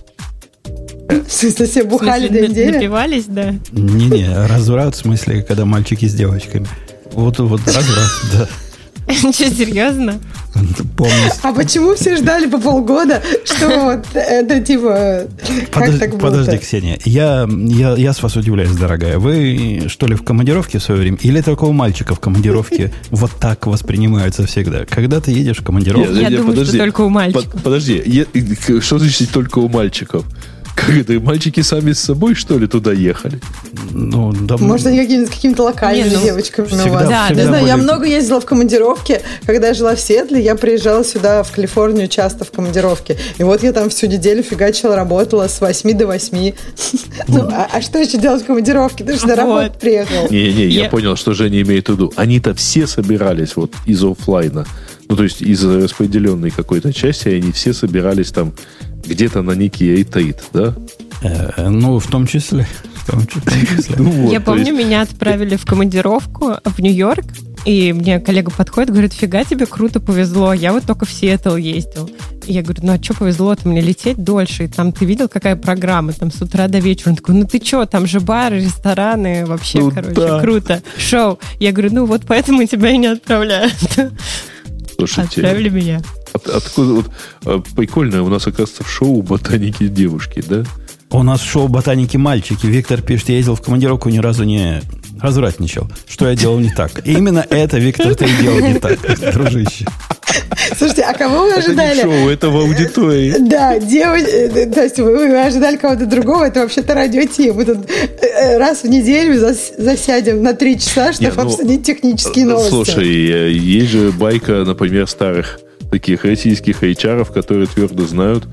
В смысле, все бухали две недели? Напивались, да? Не-не, разврат в смысле, когда мальчики с девочками. Вот, вот разврат, да. Что, серьезно? Помню. А почему все ждали по полгода, что вот это типа... Как Подожди, так было-то? подожди, Ксения. Я, я, я с вас удивляюсь, дорогая. Вы, что ли, в командировке в свое время? Или только у мальчиков командировки вот так воспринимаются всегда? Когда ты едешь в командировку... Я думаю, что только у мальчиков. Под, подожди, я, что значит только у мальчиков? Как это, мальчики сами с собой, что ли, туда ехали? Ну, да, Может, они какими-то, какими-то локальными Не, ну, девочками всегда- у вас. Да, Не всегда знаю, я были- много ездила в командировке. Когда я жила в Сиэтле, я приезжала сюда, в Калифорнию, часто в командировке. И вот я там всю неделю фигачила, работала с восьми до восьми. Ну, а а что еще делать в командировке? Ты же на Вот. работу приехал. Не-не, я Я- понял, что Женя имеет в виду. Они-то все собирались вот из оффлайна. Ну, то есть из распределенной какой-то части, и они все собирались там где-то на некий ретрит, да? Э, ну, в том числе. В том числе. Ну, вот, Я то помню, есть- меня отправили в командировку в Нью-Йорк, и мне коллега подходит, говорит, фига тебе, круто повезло, я вот только в Сиэтл ездил. И я говорю, ну а что повезло-то мне лететь дольше, и там ты видел, какая программа, там с утра до вечера. Он такой, ну ты что, там же бары, рестораны, вообще, Ну короче, да. круто, шоу. Я говорю, ну вот поэтому тебя и не отправляют. Слушайте, Отправили меня. от- откуда вот а, прикольно, у нас, оказывается, в шоу ботаники девушки, да? У нас шоу «Ботаники мальчики». Виктор пишет, я ездил в командировку, ни разу не развратничал. Что я делал не так? И именно это, Виктор, ты и делал не так, дружище. Слушайте, а кого вы Это не ожидали? шоу, это в аудитории. Да, девочки, то есть вы, вы ожидали кого-то другого, это вообще-то радио Ти. Мы тут э, раз в неделю зас- засядем на три часа, чтобы Не, ну, обсудить технические новости. Слушай, э, есть же байка, например, старых таких российских эйч ар-ов, которые твердо знают,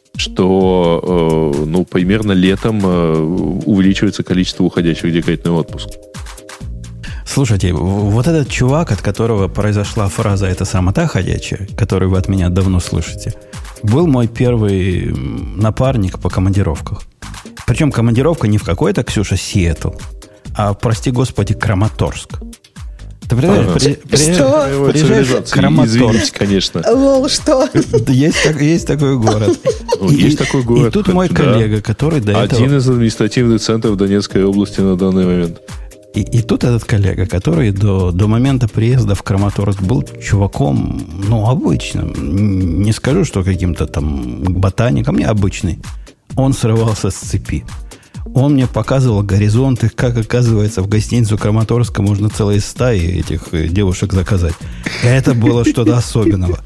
что э, ну, примерно летом э, увеличивается количество уходящих в декретный отпуск. Слушайте, в- вот этот чувак, от которого произошла фраза «это самота ходячая», которую вы от меня давно слышите, был мой первый м, напарник по командировках. Причем командировка не в какой-то, Ксюша, Сиэтл, а, прости господи, Краматорск. Ты приезжаешь, Ага. при- приезжаешь- Что? Боевой приезжаешь в цивилизации, Краматорск. извините, конечно. Лол, что? Есть, так- есть такой город. Ну, есть такой город, И тут мой да. коллега, который до этого... Один из административных центров Донецкой области на данный момент. И, и тут этот коллега, который до, до момента приезда в Краматорск был чуваком, ну, обычным. Н- Не скажу, что каким-то там ботаником, не обычный. Он срывался с цепи. Он мне показывал горизонты, как, оказывается, в гостиницу Краматорска можно целые стаи этих э, девушек заказать. Это было что-то особенного.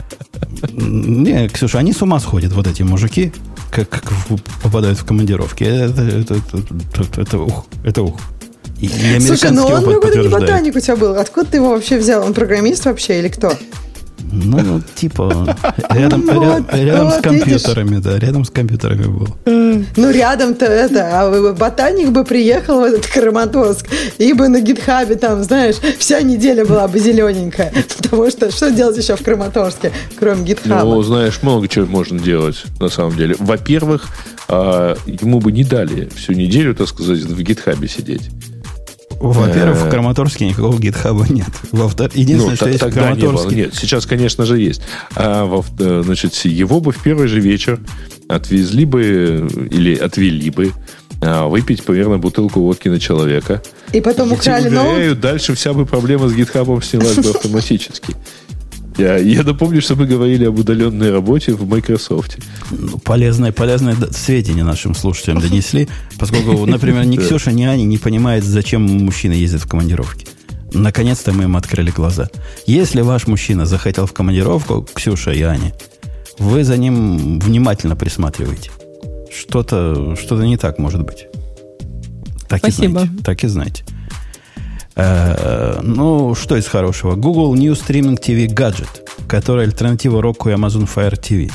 Не, Ксюша, они с ума сходят, вот эти мужики, как, как в- попадают в командировки. Это, это, это, это, это ух, это ух. И, и Слушай, ну он какой-то не ботаник у тебя был. Откуда ты его вообще взял? Он программист вообще или кто? Ну, типа, рядом, вот, рядом, рядом вот, с компьютерами, видишь? Да, рядом с компьютерами был. Ну, рядом-то это, а ботаник бы приехал в этот Краматорск, и бы на гитхабе там, знаешь, вся неделя была бы зелененькая. Потому что что делать еще в Краматорске, кроме гитхаба? Ну, знаешь, много чего можно делать, на самом деле. Во-первых, ему бы не дали всю неделю, так сказать, в гитхабе сидеть. Во-первых, в Краматорске никакого гитхаба нет. Во-вторых, единственное, ну, что есть в Краматорске... Не нет, сейчас, конечно же, есть. А, во, значит, его бы в первый же вечер отвезли бы или отвели бы а, выпить примерно бутылку водки на человека. И потом украли ноут? Дальше вся бы проблема с гитхабом снялась бы автоматически. Я, я напомню, что мы говорили об удаленной работе в Microsoft. Полезное, полезное сведения нашим слушателям донесли, поскольку, например, ни Ксюша, ни Аня не понимает, зачем мужчина ездит в командировки. Наконец-то мы им открыли глаза. Если ваш мужчина захотел в командировку, Ксюша и Аня, вы за ним внимательно присматриваете. Что-то, что-то не так может быть. Так Спасибо. И знаете, так и знаете. Uh, ну, что из хорошего? Google New Streaming ти ви Gadget, который альтернатива Roku и Amazon Fire ти ви.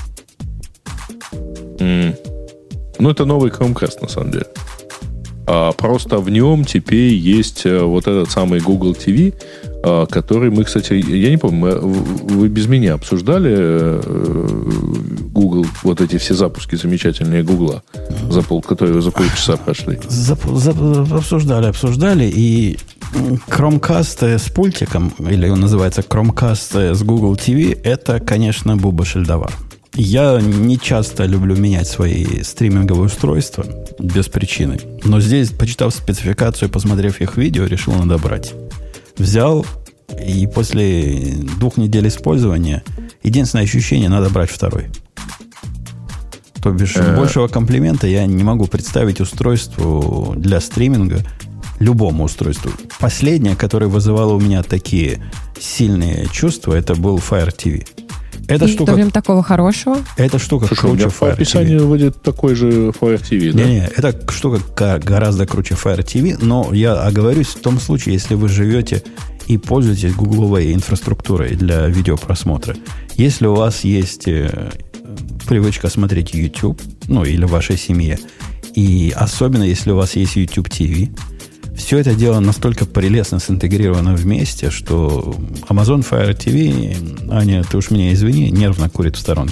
Mm. Ну, это новый Chromecast, на самом деле. А, просто в нем теперь есть вот этот самый Google ти ви, а, который мы, кстати, я не помню, мы, вы без меня обсуждали Google, вот эти все запуски замечательные Гугла, за пол, которые за полчаса прошли. За, за, обсуждали, обсуждали, и Chromecast с пультиком, или он называется Chromecast с Google ти ви, это, конечно, Буба Шельдовар. Я не часто люблю менять свои стриминговые устройства без причины. Но здесь, почитав спецификацию, посмотрев их видео, решил надо брать. Взял, и после двух недель использования единственное ощущение, надо брать второй. То бишь, большего комплимента я не могу представить устройству для стриминга, любому устройству. Последнее, которое вызывало у меня такие сильные чувства, это был Fire ти ви. Эта и штука, прям такого хорошего? Эта штука Слушай, круче Fire Fire по описанию ти ви. выйдет такой же Fire ти ви, да? Не-не, эта штука гораздо круче Fire ти ви, но я оговорюсь в том случае, если вы живете и пользуетесь гугловой инфраструктурой для видеопросмотра. Если у вас есть э, привычка смотреть YouTube, ну или в вашей семье, и особенно если у вас есть YouTube ти ви, все это дело настолько прелестно синтегрировано вместе, что Amazon Fire ти ви, Аня, ты уж меня извини, нервно курит в сторонке.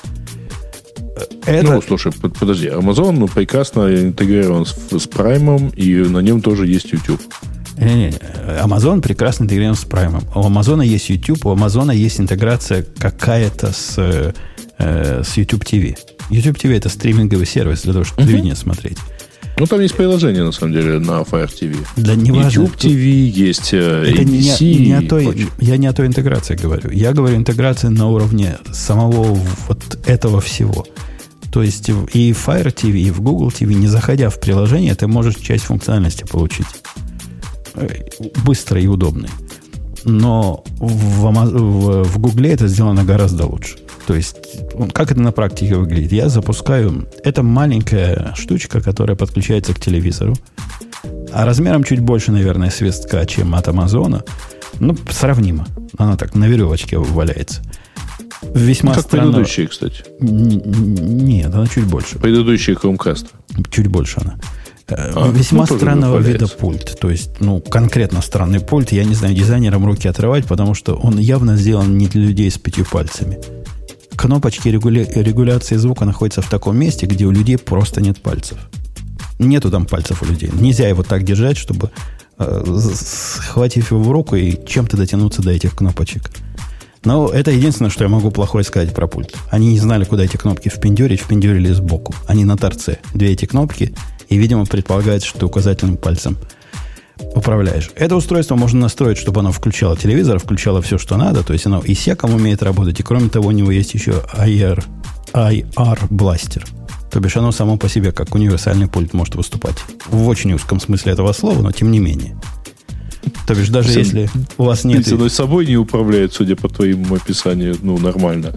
Это... Ну, слушай, подожди, Amazon прекрасно интегрирован с, с Prime, и на нем тоже есть YouTube. Не-не, Amazon прекрасно интегрирован с Prime. У Amazon есть YouTube, у Amazon есть интеграция какая-то с, э, с YouTube ти ви. YouTube ти ви это стриминговый сервис для того, чтобы uh-huh. телевидение смотреть. Ну, там есть приложение, на самом деле, на Fire ти ви. Да не важно. YouTube ти ви, есть эй би си. Не, не о той, я не о той интеграции говорю. Я говорю интеграция на уровне самого вот этого всего. То есть и в Fire ти ви, и в Google ти ви, не заходя в приложение, ты можешь часть функциональности получить. Быстро и удобно. Но в, в, в Google это сделано гораздо лучше. То есть, как это на практике выглядит? Я запускаю... Это маленькая штучка, которая подключается к телевизору. А размером чуть больше, наверное, свистка, чем от Амазона. Ну, сравнимо. Она так на веревочке валяется. Весьма ну, как странно... предыдущие, кстати. Нет, она чуть больше. Предыдущие Chromecast. Чуть больше она. А, Весьма ну, странного вида пульт. То есть, ну, конкретно странный пульт. Я не знаю, дизайнерам руки отрывать, потому что он явно сделан не для людей с пятью пальцами. Кнопочки регуля... регуляции звука находятся в таком месте, где у людей просто нет пальцев. Нету там пальцев у людей. Нельзя его так держать, чтобы, э, схватив его в руку и чем-то дотянуться до этих кнопочек. Но это единственное, что я могу плохое сказать про пульт. Они не знали, куда эти кнопки впендюрить, впендюрили сбоку. Они на торце. Две эти кнопки. И, видимо, предполагается, что ты указательным пальцем управляешь. Это устройство можно настроить, чтобы оно включало телевизор, включало все, что надо. То есть оно и секом умеет работать. И, кроме того, у него есть еще ай ар, ай ар-бластер. То бишь оно само по себе, как универсальный пульт, может выступать. В очень узком смысле этого слова, но тем не менее. То бишь даже Сам, если у вас нет... Ты с собой не управляет, судя по твоему описанию, ну, нормально.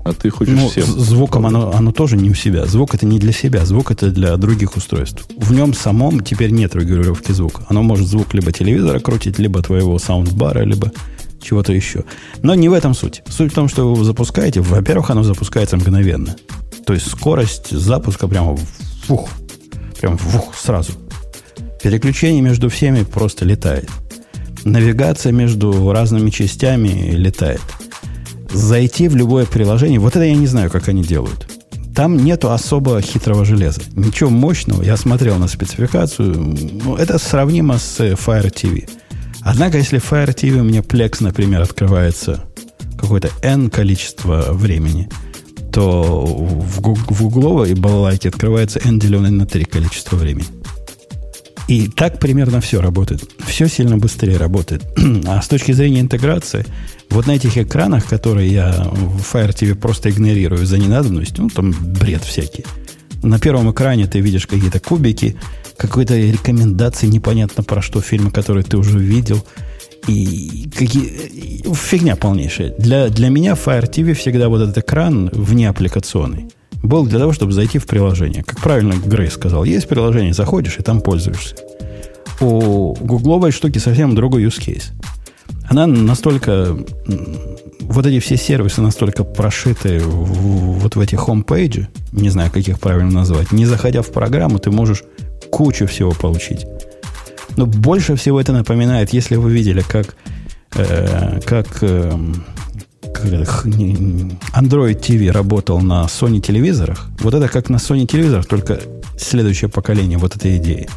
А ты хочешь ну, всем. Звуком оно, оно тоже не у себя. Звук это не для себя, звук это для других устройств. В нем самом теперь нет регулировки звука. Оно может звук либо телевизора крутить, либо твоего саундбара, либо чего-то еще. Но не в этом суть. Суть в том, что вы его запускаете. Во-первых, оно запускается мгновенно. То есть скорость запуска прямо фух, прям фух, сразу. Переключение между всеми просто летает. Навигация между разными частями летает. Зайти в любое приложение, вот это я не знаю, как они делают. Там нету особо хитрого железа. Ничего мощного. Я смотрел на спецификацию. Ну, это сравнимо с Fire ти ви. Однако, если Fire ти ви у меня Plex, например, открывается какое-то N количество времени, то в, в гугловой балалайке открывается N, деленное на три количество времени. И так примерно все работает. Все сильно быстрее работает. А с точки зрения интеграции, вот на этих экранах, которые я в Fire ти ви просто игнорирую за ненадобностью, ну, там бред всякий. На первом экране ты видишь какие-то кубики, какие-то рекомендации непонятно про что, фильмы, которые ты уже видел. И какие... фигня полнейшая. Для, для меня Fire ти ви всегда вот этот экран внеаппликационный был для того, чтобы зайти в приложение. Как правильно Грей сказал, есть приложение, заходишь и там пользуешься. У гугловой штуки совсем другой use case. Она настолько... Вот эти все сервисы настолько прошиты в, вот в эти хомпейджи, не знаю, как их правильно назвать, не заходя в программу, ты можешь кучу всего получить. Но больше всего это напоминает, если вы видели, как, э, как э, Android ти ви работал на Sony телевизорах. Вот это как на Sony телевизорах, только следующее поколение вот этой идеи.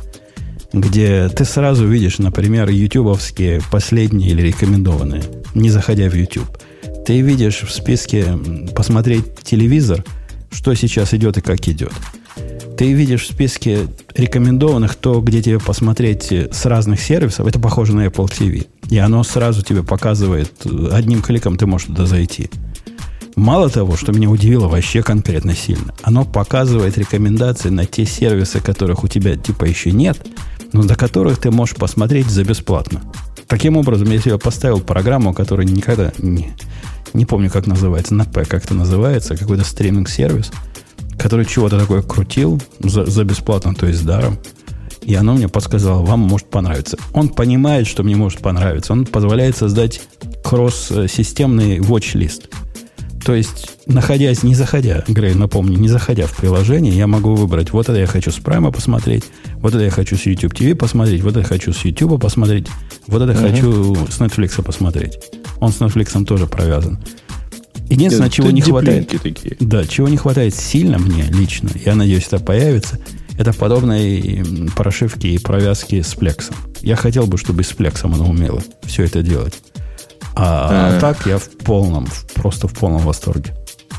Где ты сразу видишь, например, ютубовские последние или рекомендованные, не заходя в YouTube. Ты видишь в списке посмотреть телевизор, что сейчас идет и как идет. Ты видишь в списке рекомендованных то, где тебе посмотреть с разных сервисов. Это похоже на Apple ти ви. И оно сразу тебе показывает, одним кликом ты можешь туда зайти. Мало того, что меня удивило вообще конкретно сильно, оно показывает рекомендации на те сервисы, которых у тебя типа еще нет, но до которых ты можешь посмотреть за бесплатно. Таким образом, я себе поставил программу, которая никогда не, не помню, как называется, на P как-то называется, какой-то стриминг-сервис, который чего-то такое крутил за, за бесплатно, то есть даром. И оно мне подсказало, вам может понравиться. Он понимает, что мне может понравиться. Он позволяет создать кросс-системный watch-лист. То есть, находясь, не заходя, Грей, напомню, не заходя в приложение, я могу выбрать, вот это я хочу с Prime посмотреть, вот это я хочу с YouTube ти ви посмотреть, вот это я хочу с YouTube посмотреть, вот это uh-huh. хочу с Netflix посмотреть. Он с Netflix тоже провязан. Единственное, это чего не хватает, такие. Да, чего не хватает сильно мне лично, я надеюсь, это появится, это подобные прошивки и провязки с Plex. Я хотел бы, чтобы и с Plex оно умело все это делать. А, а так я в полном, просто в полном восторге.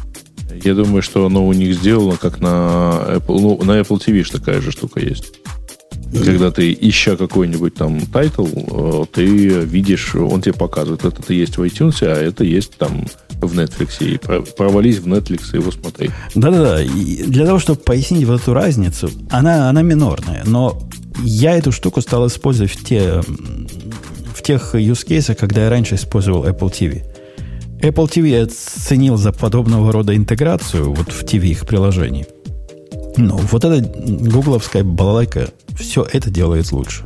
Я думаю, что оно у них сделано как на Apple, ну, на Apple ти ви такая же штука есть. И когда ты, ища какой-нибудь там тайтл, ты видишь, он тебе показывает, это есть в iTunes, а это есть там в Netflix. И провались в Netflix и его смотри. Да-да-да. И для того, чтобы пояснить вот эту разницу, она, она минорная. Но я эту штуку стал использовать в те... в тех use cases, когда я раньше использовал Apple ти ви. Apple ти ви я ценил за подобного рода интеграцию вот в ти ви их приложений. Но вот эта гугловская балалайка все это делает лучше.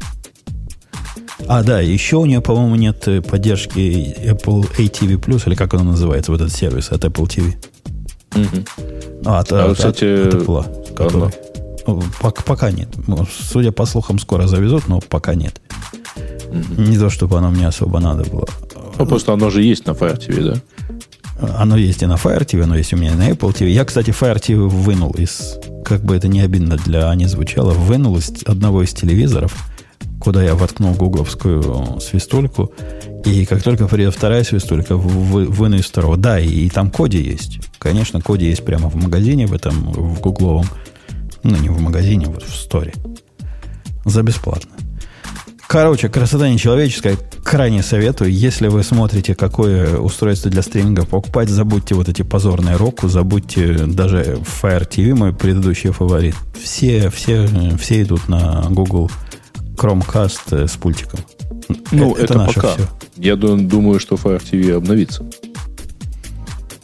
А, да, еще у нее, по-моему, нет поддержки Apple эй ти ви Plus, или как он называется, вот этот сервис от Apple ти ви. Mm-hmm. А, от, а от, кстати, от, от Apple, который... Пока, пока нет. Судя по слухам, скоро завезут, но пока нет. Mm-hmm. Не то, чтобы оно мне особо надо было. Ну, просто оно же есть на Fire ти ви, да? Оно есть и на Fire ти ви, оно есть у меня и на Apple ти ви. Я, кстати, Fire ти ви вынул из, как бы это не обидно для Ани звучало, вынул из одного из телевизоров, куда я воткнул гугловскую свистульку. И как только придет вторая свистулька, вы, выну из второго. Да, и, и там Коди есть. Конечно, Коди есть прямо в магазине, в этом, в гугловом. Ну, не в магазине, вот в сторе. За бесплатно. Короче, красота нечеловеческая. Крайне советую. Если вы смотрите, какое устройство для стриминга покупать, забудьте вот эти позорные Roku, забудьте даже Fire ти ви, мой предыдущий фаворит. Все, все, все идут на Google Chromecast с пультиком. Ну, это, это наше пока. Все. Я думаю, что Fire ти ви обновится.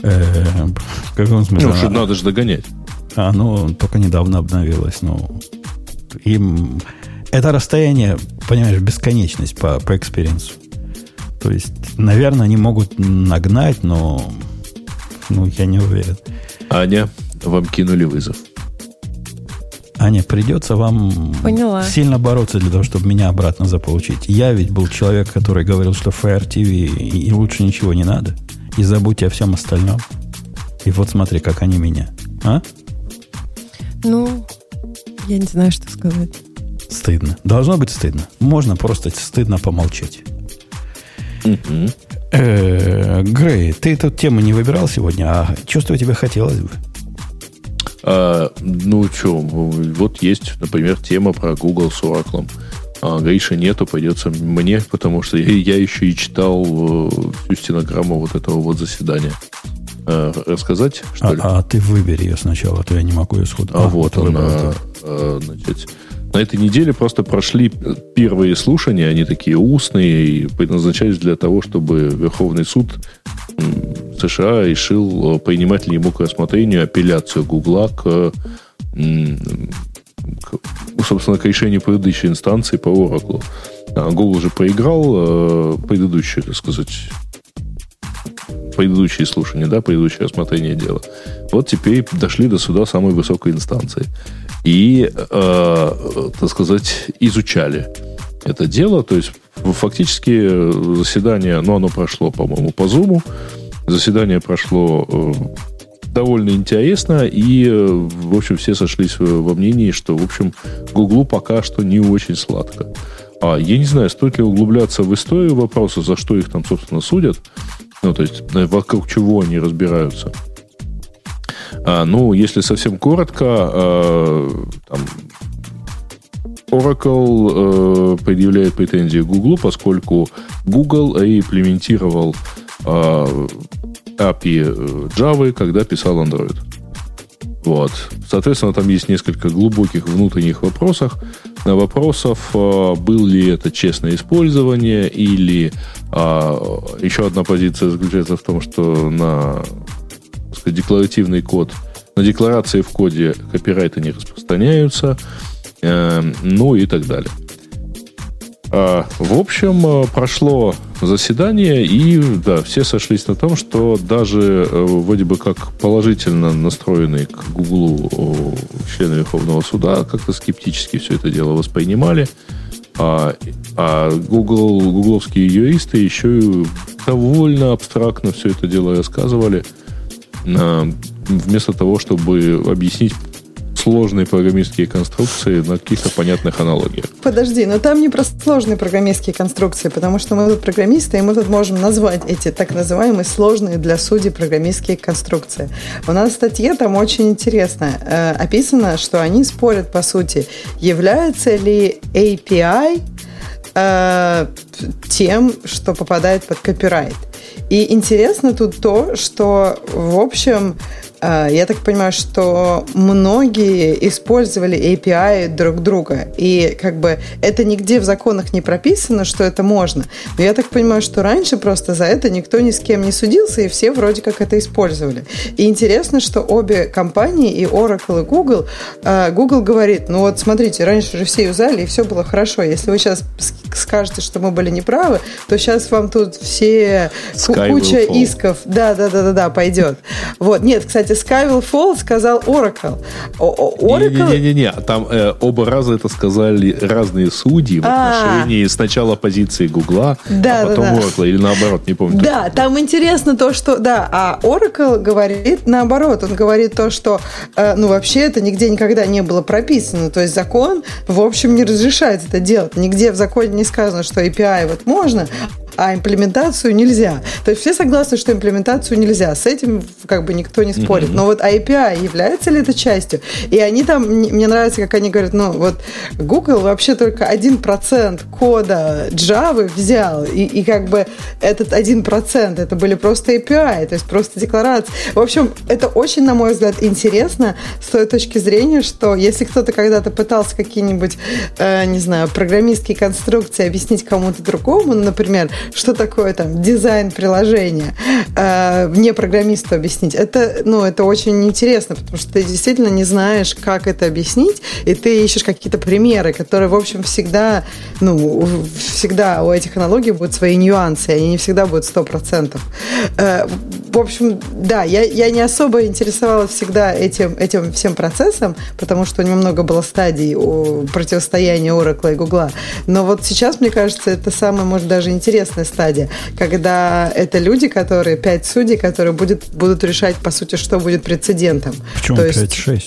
Э, в каком смысле? Ну, что надо же догонять. А, ну, только недавно обновилось. Ну, им... Это расстояние, понимаешь, бесконечность по, по экспириенсу. То есть, наверное, они могут нагнать, но ну, я не уверен. Аня, вам кинули вызов. Аня, придется вам Поняла. сильно бороться для того, чтобы меня обратно заполучить. Я ведь был человек, который говорил, что Fire ти ви и лучше ничего не надо. И забудьте о всем остальном. И вот смотри, как они меня. А? Ну, я не знаю, что сказать. Стыдно. Должно быть стыдно. Можно просто стыдно помолчать. Mm-hmm. Э, Грей, ты эту тему не выбирал сегодня, а чувствую, тебе хотелось бы. А, ну, что, вот есть, например, тема про Google с Oracle. А Гриши нету, придется мне, потому что я, я еще и читал всю стенограмму вот этого вот заседания. А, рассказать, что а, ли? А ты выбери ее сначала, а то я не могу ее сходу. А, а вот она, а, значит... На этой неделе просто прошли первые слушания, они такие устные, и предназначались для того, чтобы Верховный суд США решил, принимать ли ему к рассмотрению апелляцию Гугла к, к, собственно, к решению предыдущей инстанции по Oracle. Google уже проиграл предыдущее, так сказать, предыдущие слушания, да, предыдущее рассмотрение дела. Вот теперь дошли до суда самой высокой инстанции. И, э, так сказать, изучали это дело. То есть, фактически заседание, ну, оно прошло, по-моему, по Zoom. Заседание прошло э, довольно интересно. И, э, в общем, все сошлись во мнении, что, в общем, Гуглу пока что не очень сладко. А я не знаю, стоит ли углубляться в историю вопроса, за что их там, собственно, судят. Ну, то есть, вокруг чего они разбираются. А, ну, если совсем коротко, а, там, Oracle а, предъявляет претензии Google, поскольку Google имплементировал а, эй пи ай Java, когда писал Android. Вот. Соответственно, там есть несколько глубоких внутренних вопросов. На вопросов, а, был ли это честное использование, или а, еще одна позиция заключается в том, что на декларативный код, на декларации в коде копирайты не распространяются, э, ну и так далее. А, в общем, прошло заседание, и да, все сошлись на том, что даже э, вроде бы как положительно настроенные к Гуглу члены Верховного суда как-то скептически все это дело воспринимали, а, а Google, гугловские юристы еще и довольно абстрактно все это дело рассказывали, вместо того, чтобы объяснить сложные программистские конструкции на каких-то понятных аналогиях. Подожди, но там не про сложные программистские конструкции, потому что мы тут программисты, и мы тут можем назвать эти так называемые сложные для судей программистские конструкции. У нас в статье там очень интересно э, описано, что они спорят, по сути, является ли эй пи ай э, тем, что попадает под копирайт. И интересно тут то, что, в общем, я так понимаю, что многие использовали эй пи ай друг друга. И как бы это нигде в законах не прописано, что это можно. Но я так понимаю, что раньше просто за это никто ни с кем не судился, и все вроде как это использовали. И интересно, что обе компании, и Oracle, и Google, Google говорит, ну вот смотрите, раньше же все юзали, и все было хорошо. Если вы сейчас скажете, что мы были неправы, то сейчас вам тут все Sky куча исков. Да, да, да, да, да, пойдет. Вот. Нет, кстати, Sky will fall сказал Oracle. Oracle... Не-не-не, там э, оба раза это сказали разные судьи в отношении сначала позиции Гугла, да, а потом да, да. Oracle, или наоборот, не помню. Да, там интересно то, что... Да, а Oracle говорит наоборот. Он говорит то, что э, ну вообще это нигде никогда не было прописано. То есть закон, в общем, не разрешает это делать. Нигде в законе не сказано, что эй пи ай вот можно, а имплементацию нельзя. То есть все согласны, что имплементацию нельзя. С этим как бы никто не спорит. Mm-hmm. Но вот эй пи ай, является ли это частью? И они там, мне нравится, как они говорят, ну вот Google вообще только один процент кода Java взял. И, и как бы этот один процент, это были просто эй пи ай, то есть просто декларации. В общем, это очень, на мой взгляд, интересно с той точки зрения, что если кто-то когда-то пытался какие-нибудь, э, не знаю, программистские конструкции объяснить кому-то другому, ну, например, что такое там дизайн приложения, э, мне программисту объяснить. Это, ну, это очень интересно, потому что ты действительно не знаешь, как это объяснить, и ты ищешь какие-то примеры, которые, в общем, всегда, ну, всегда у этих аналогий будут свои нюансы, и они не всегда будут сто процентов. Э, в общем, да, я, я не особо интересовалась всегда этим, этим всем процессом, потому что у него много было стадий противостояния Oracle и Google. Но вот сейчас, мне кажется, это самая, может, даже интересная стадия, когда это люди, которые, пять судей, которые будет, будут решать, по сути, что будет прецедентом. Почему пять-шесть?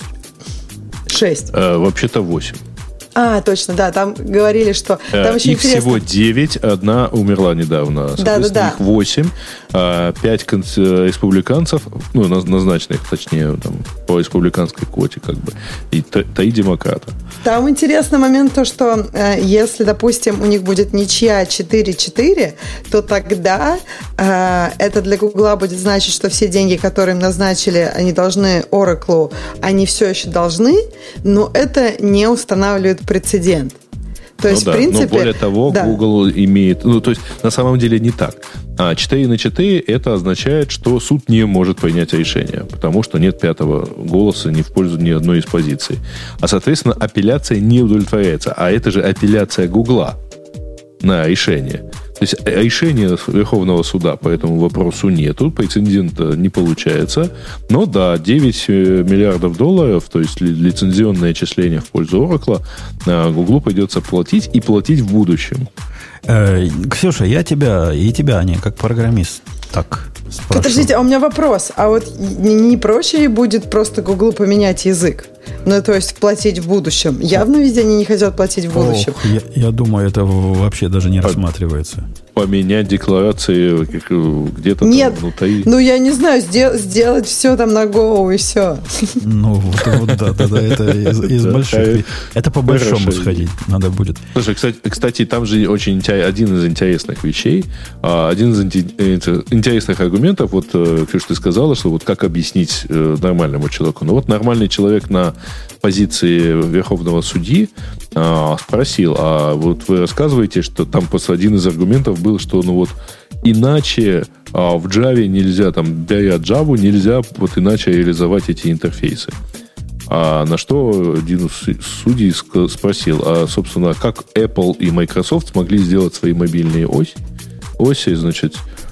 шесть. А, вообще-то восемь. А, точно, да, там говорили, что... Там очень их интересно. всего девять, одна умерла недавно. Соответственно, да, да, да. их восемь, пять республиканцев, ну, назначенных, точнее, там, по республиканской квоте, как бы, и три демократа. Там интересный момент то, что э, если, допустим, у них будет ничья четыре-четыре, то тогда э, это для Гугла будет значить, что все деньги, которые им назначили, они должны Oracle, они все еще должны, но это не устанавливает прецедент. То есть, ну, в да, принципе... но более того, да. Google имеет... Ну, то есть, на самом деле не так. А четыре на четыре это означает, что суд не может принять решение, потому что нет пятого голоса ни в пользу ни одной из позиций. А, соответственно, апелляция не удовлетворяется. А это же апелляция Гугла на решение. То есть решения Верховного суда по этому вопросу нету, прецедента не получается. Но да, девять миллиардов долларов, то есть лицензионное отчисление в пользу Oracle, Гуглу придется платить и платить в будущем. Э, Ксюша, я тебя и тебя, Аня, как программист, так спрошу. Подождите, а у меня вопрос. А вот не, не проще ли будет просто Гуглу поменять язык? Ну, то есть платить в будущем. Явно везде они не хотят платить в будущем. Ох, я, я думаю, это вообще даже не рассматривается. Поменять декларации где-то Нет, там внутри. Ну, я не знаю, сдел- сделать все там на Go и все. Ну, вот, вот да, да, да, это из, из больших. Это по большому сходить надо будет. Слушай, кстати, кстати, там же очень один из интересных вещей, один из интересных аргументов, вот, Ксюша, ты сказала, что вот как объяснить нормальному человеку. Ну, вот нормальный человек на позиции верховного судьи а, спросил, а вот вы рассказываете, что там просто один из аргументов был, что ну вот иначе а, в Java нельзя, там, беря Java, нельзя вот иначе реализовать эти интерфейсы. А на что один из судей спросил, а, собственно, как Apple и Microsoft смогли сделать свои мобильные оси, оси, значит,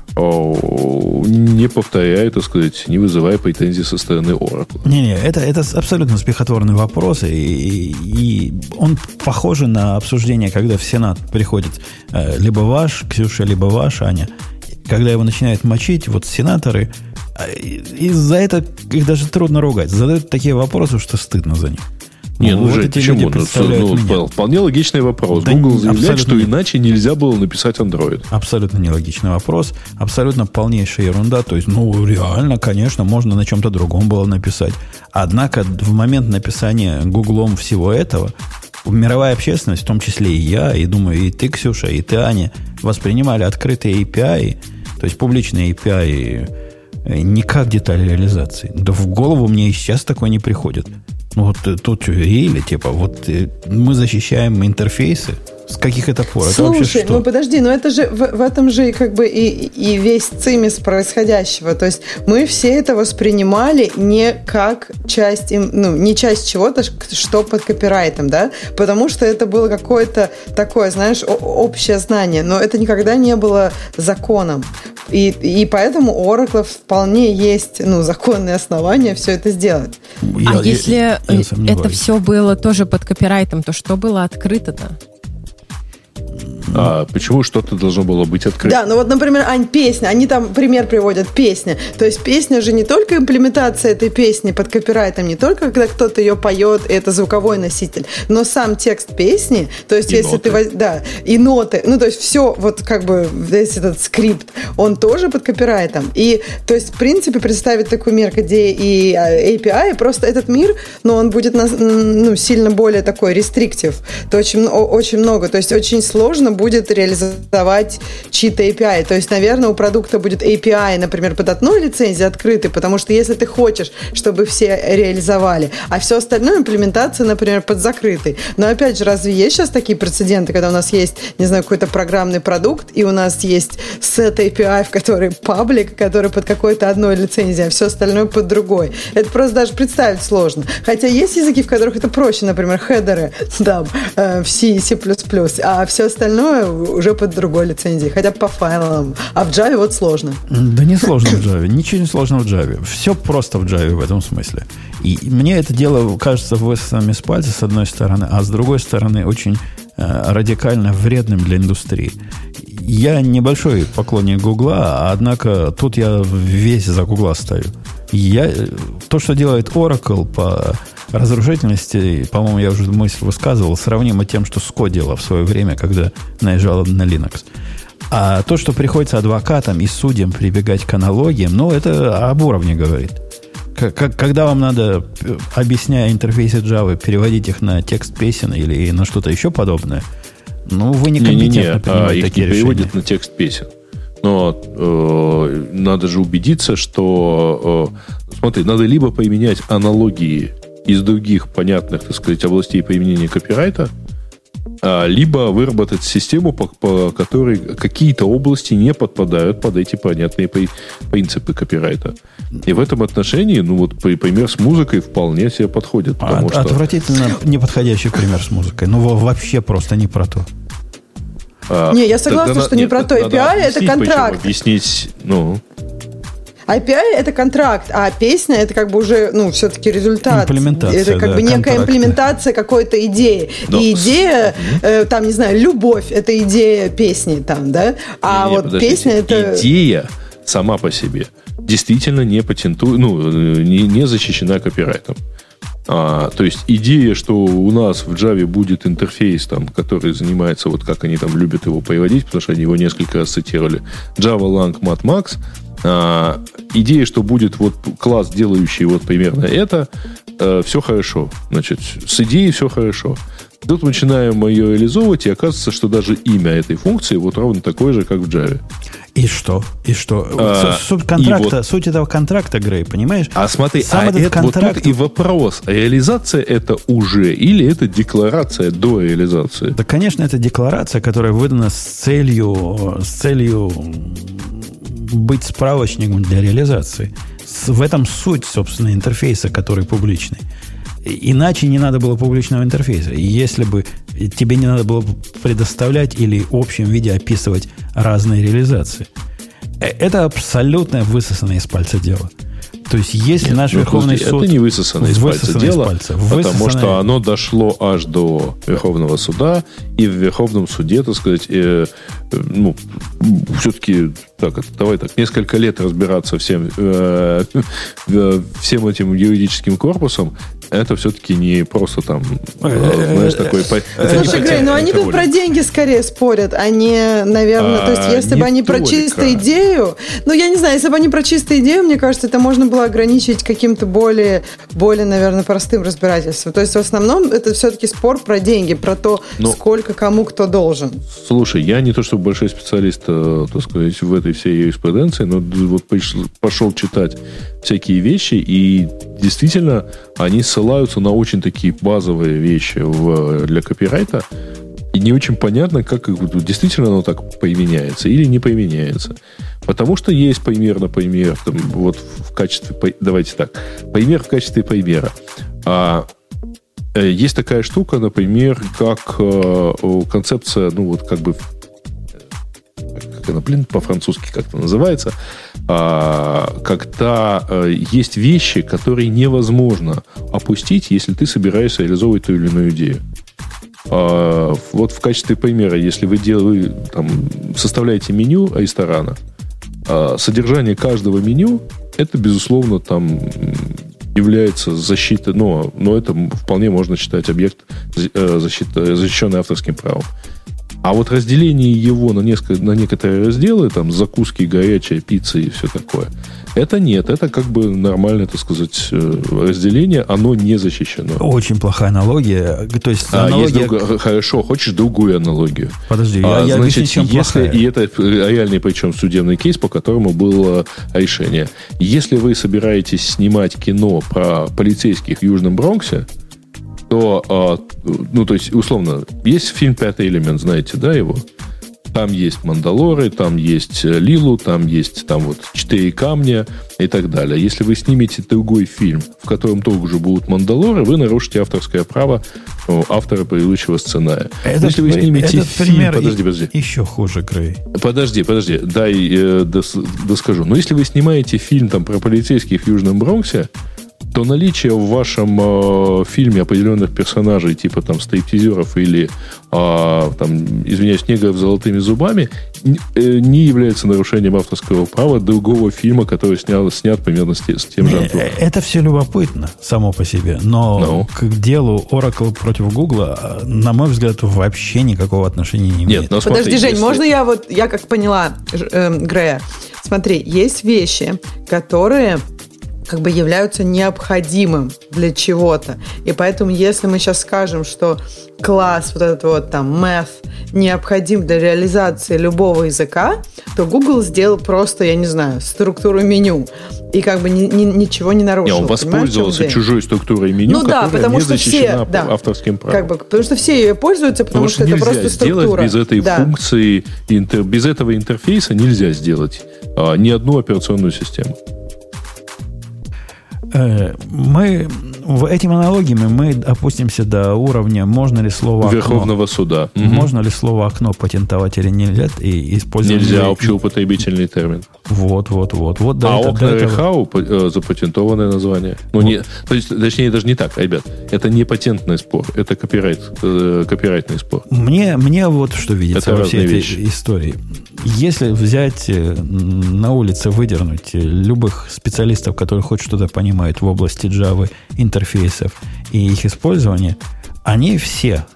не повторяя, так сказать, не вызывая претензий со стороны Oracle. Не-не, это, это абсолютно смехотворный вопрос, и, и, и он похож на обсуждение, когда в Сенат приходит э, либо ваш, Ксюша, либо ваш, Аня, когда его начинают мочить, вот сенаторы, и за это их даже трудно ругать, задают такие вопросы, что стыдно за них. Не, ну, вот же, эти почему? люди представляют Ну, вполне логичный вопрос. Да Google заявляет, что не... иначе нельзя было написать Android. Абсолютно нелогичный вопрос. Абсолютно полнейшая ерунда. То есть, ну, реально, конечно, можно на чем-то другом было написать. Однако в момент написания Гуглом всего этого мировая общественность, в том числе и я, и, думаю, и ты, Ксюша, и ты, Аня, воспринимали открытые эй пи ай, то есть публичные эй пи ай, не как деталь реализации. Да в голову мне и сейчас такое не приходит. Ну, вот тут или типа, вот мы защищаем интерфейсы. С каких это пор? Слушай, это вообще что? ну подожди, но это же в, в этом же как бы и, и весь цимис происходящего. То есть мы все это воспринимали не как часть, ну, не часть чего-то, что под копирайтом, да? Потому что это было какое-то такое, знаешь, общее знание. Но это никогда не было законом. И, и поэтому у Oracle вполне есть, ну, законные основания все это сделать. Я, а я, если я, я это все было тоже под копирайтом, то что было открыто-то? А почему что-то должно было быть открыто? Да, ну вот, например, Ань, песня. Они там пример приводят, песня. То есть песня же не только имплементация этой песни под копирайтом, не только когда кто-то ее поет, и это звуковой носитель, но сам текст песни, то есть и если ноты. ты... Да, и ноты. Ну, то есть все, вот как бы весь этот скрипт, он тоже под копирайтом. И, то есть, в принципе, представить такой мир, где и эй пи ай, просто этот мир, но он будет, ну, сильно более такой рестриктив. То очень, очень много. То есть очень сложно будет будет реализовать чьи-то эй пи ай. То есть, наверное, у продукта будет эй пи ай, например, под одной лицензией открытый, потому что если ты хочешь, чтобы все реализовали, а все остальное имплементация, например, под закрытый. Но опять же, разве есть сейчас такие прецеденты, когда у нас есть, не знаю, какой-то программный продукт, и у нас есть сет эй пи ай, в который паблик, который под какой-то одной лицензией, а все остальное под другой. Это просто даже представить сложно. Хотя есть языки, в которых это проще, например, хедеры, да, в C и C++, а все остальное уже под другой лицензией, хотя бы по файлам. А в Java вот сложно. Да не сложно в Java. Ничего не сложно в Java. Все просто в Java в этом смысле. И мне это дело кажется высосанным из пальца, с одной стороны, а с другой стороны очень э, радикально вредным для индустрии. Я небольшой поклонник Гугла, однако тут я весь за Гугла стою. Я, то, что делает Oracle по разрушительности, по-моему, я уже мысль высказывал, сравнимо тем, что Sco делал в свое время, когда наезжал на Linux. А то, что приходится адвокатам и судьям прибегать к аналогиям, ну, это об уровне говорит. Как, когда вам надо, объясняя интерфейсы Java, переводить их на текст песен или на что-то еще подобное, ну, вы некомпетентны принимать а такие их не решения. переводят на текст песен. Но э, надо же убедиться, что... Э, смотри, надо либо поменять аналогии из других понятных, так сказать, областей применения копирайта, а, либо выработать систему, по, по которой какие-то области не подпадают под эти понятные при, принципы копирайта. И в этом отношении, ну вот пример с музыкой вполне себе подходит. Потому От, что... Отвратительно неподходящий пример с музыкой. Ну, вообще просто не про то. А, не, я согласна, да, что нет, не про то. эй пи ай – это контракт. Объяснить, ну... эй пи ай – это контракт, а песня – это как бы уже, ну, все-таки результат. Имплементация, это как да, бы некая контракт. Имплементация какой-то идеи. Но... И идея, э, там, не знаю, любовь – это идея песни там, да? А не, вот подождите. Песня – это… Идея сама по себе действительно не патенту... ну, не, не защищена копирайтом. А, то есть идея, что у нас в Java будет интерфейс, там, который занимается, вот как они там любят его переводить, потому что они его несколько раз цитировали, Java Lang Mat Max, а, идея, что будет вот класс, делающий вот примерно это, а, все хорошо. Значит, с идеей все хорошо. Тут мы начинаем ее реализовывать, и оказывается, что даже имя этой функции вот ровно такое же, как в Java. И что? И что? А, суть контракта, вот, суть этого контракта, Грей, понимаешь? А смотри, Сам а этот это контракт... вот тут и вопрос. Реализация это уже или это декларация до реализации? Да, конечно, это декларация, которая выдана с целью, с целью быть справочником для реализации. В этом суть, собственно, интерфейса, который публичный. Иначе не надо было публичного интерфейса. Если бы тебе не надо было предоставлять или в общем виде описывать разные реализации. Это абсолютно высосанное из пальца дело. То есть, если Нет, наш ну, Верховный суд... Это не высосанное из пальца дело, из пальца, потому высосанное... что оно дошло аж до Верховного суда, и в Верховном суде, так сказать, э, ну, все-таки, так, давай так, несколько лет разбираться всем, э, всем этим юридическим корпусом, это все-таки не просто там, знаешь, такой... Слушай, Грей, ну они тут про деньги скорее спорят, а не, наверное, то есть, если бы они про чистую идею, ну, я не знаю, если бы они про чистую идею, мне кажется, это можно было ограничить каким-то более, более, наверное, простым разбирательством. То есть, в основном, это все-таки спор про деньги, про то, ну, сколько кому кто должен. Слушай, я не то чтобы большой специалист, так сказать, в этой всей юриспруденции, но вот пошел читать всякие вещи, и действительно они ссылаются на очень такие базовые вещи в, для копирайта, и не очень понятно, как действительно оно так применяется или не применяется. Потому что есть пример, например, там, вот в качестве... Давайте так. Пример в качестве примера. А, есть такая штука, например, как а, концепция, ну вот как бы... Как она, блин, по-французски как-то называется. А, когда а, есть вещи, которые невозможно опустить, если ты собираешься реализовывать ту или иную идею. Uh, вот в качестве примера, если вы, дел, вы там, составляете меню ресторана, uh, содержание каждого меню, это, безусловно, там является защитой, но, но это вполне можно считать объект uh, защиты, защищенный авторским правом. А вот разделение его на, несколько, на некоторые разделы, там, закуски, горячая пицца и все такое, это нет. Это как бы нормальное, так сказать, разделение. Оно не защищено. Очень плохая аналогия. То есть, а, аналогия... есть друг... Хорошо, хочешь другую аналогию? Подожди, а, я, я значит, объясню, чем если... плохая. И это реальный, причем, судебный кейс, по которому было решение. Если вы собираетесь снимать кино про полицейских в Южном Бронксе, то, ну, то есть, условно, есть фильм «Пятый элемент», знаете, да, его? Там есть Мандалоры, там есть Лилу, там есть там вот четыре камня и так далее. Если вы снимете другой фильм, в котором тоже будут Мандалоры, вы нарушите авторское право автора предыдущего сценария. Этот, Если вы снимете этот фильм... пример Подожди, подожди. Еще хуже, Грей. Подожди, подожди, дай э, дос, доскажу. Но если вы снимаете фильм там про полицейских в Южном Бронксе, то наличие в вашем э, фильме определенных персонажей, типа там стриптизеров или, э, там, извиняюсь, негров с золотыми зубами, э, не является нарушением авторского права другого фильма, который снял, снят примерно с, с тем же антуражем. Это все любопытно само по себе, но no. к делу Oracle против Google, на мой взгляд, вообще никакого отношения не имеет. Нет, но смотри, подожди, Жень, если... можно я вот, я как поняла, э, Грея, смотри, есть вещи, которые... как бы являются необходимым для чего-то. И поэтому, если мы сейчас скажем, что класс, вот этот вот там math необходим для реализации любого языка, то Google сделал просто, я не знаю, структуру меню. И как бы ни, ни, ничего не нарушил. Не, он воспользовался чужой структурой меню, ну, да, которая потому не что защищена все, да, авторским правом. Как бы, потому что все ее пользуются, потому, потому что, что это просто структура. Без этой да. функции, интер, без этого интерфейса нельзя сделать а, ни одну операционную систему. Мы в этими аналогиями мы опустимся до уровня, можно ли слово Верховного окно, суда. Можно угу. ли слово окно патентовать или нельзя, и использовать. Нельзя, общеупотребительный термин. Вот, вот, вот. вот а это, окна этого... Рехау э, запатентованное название. Ну, вот. не, то есть, точнее, даже не так, ребят. Это не патентный спор, это копирайт, э, копирайтный спор. Мне, мне вот что видится это во всей этой вещи. истории. Если взять на улице, выдернуть любых специалистов, которые хоть что-то понимают в области Java, интерфейсов и их использования, они все,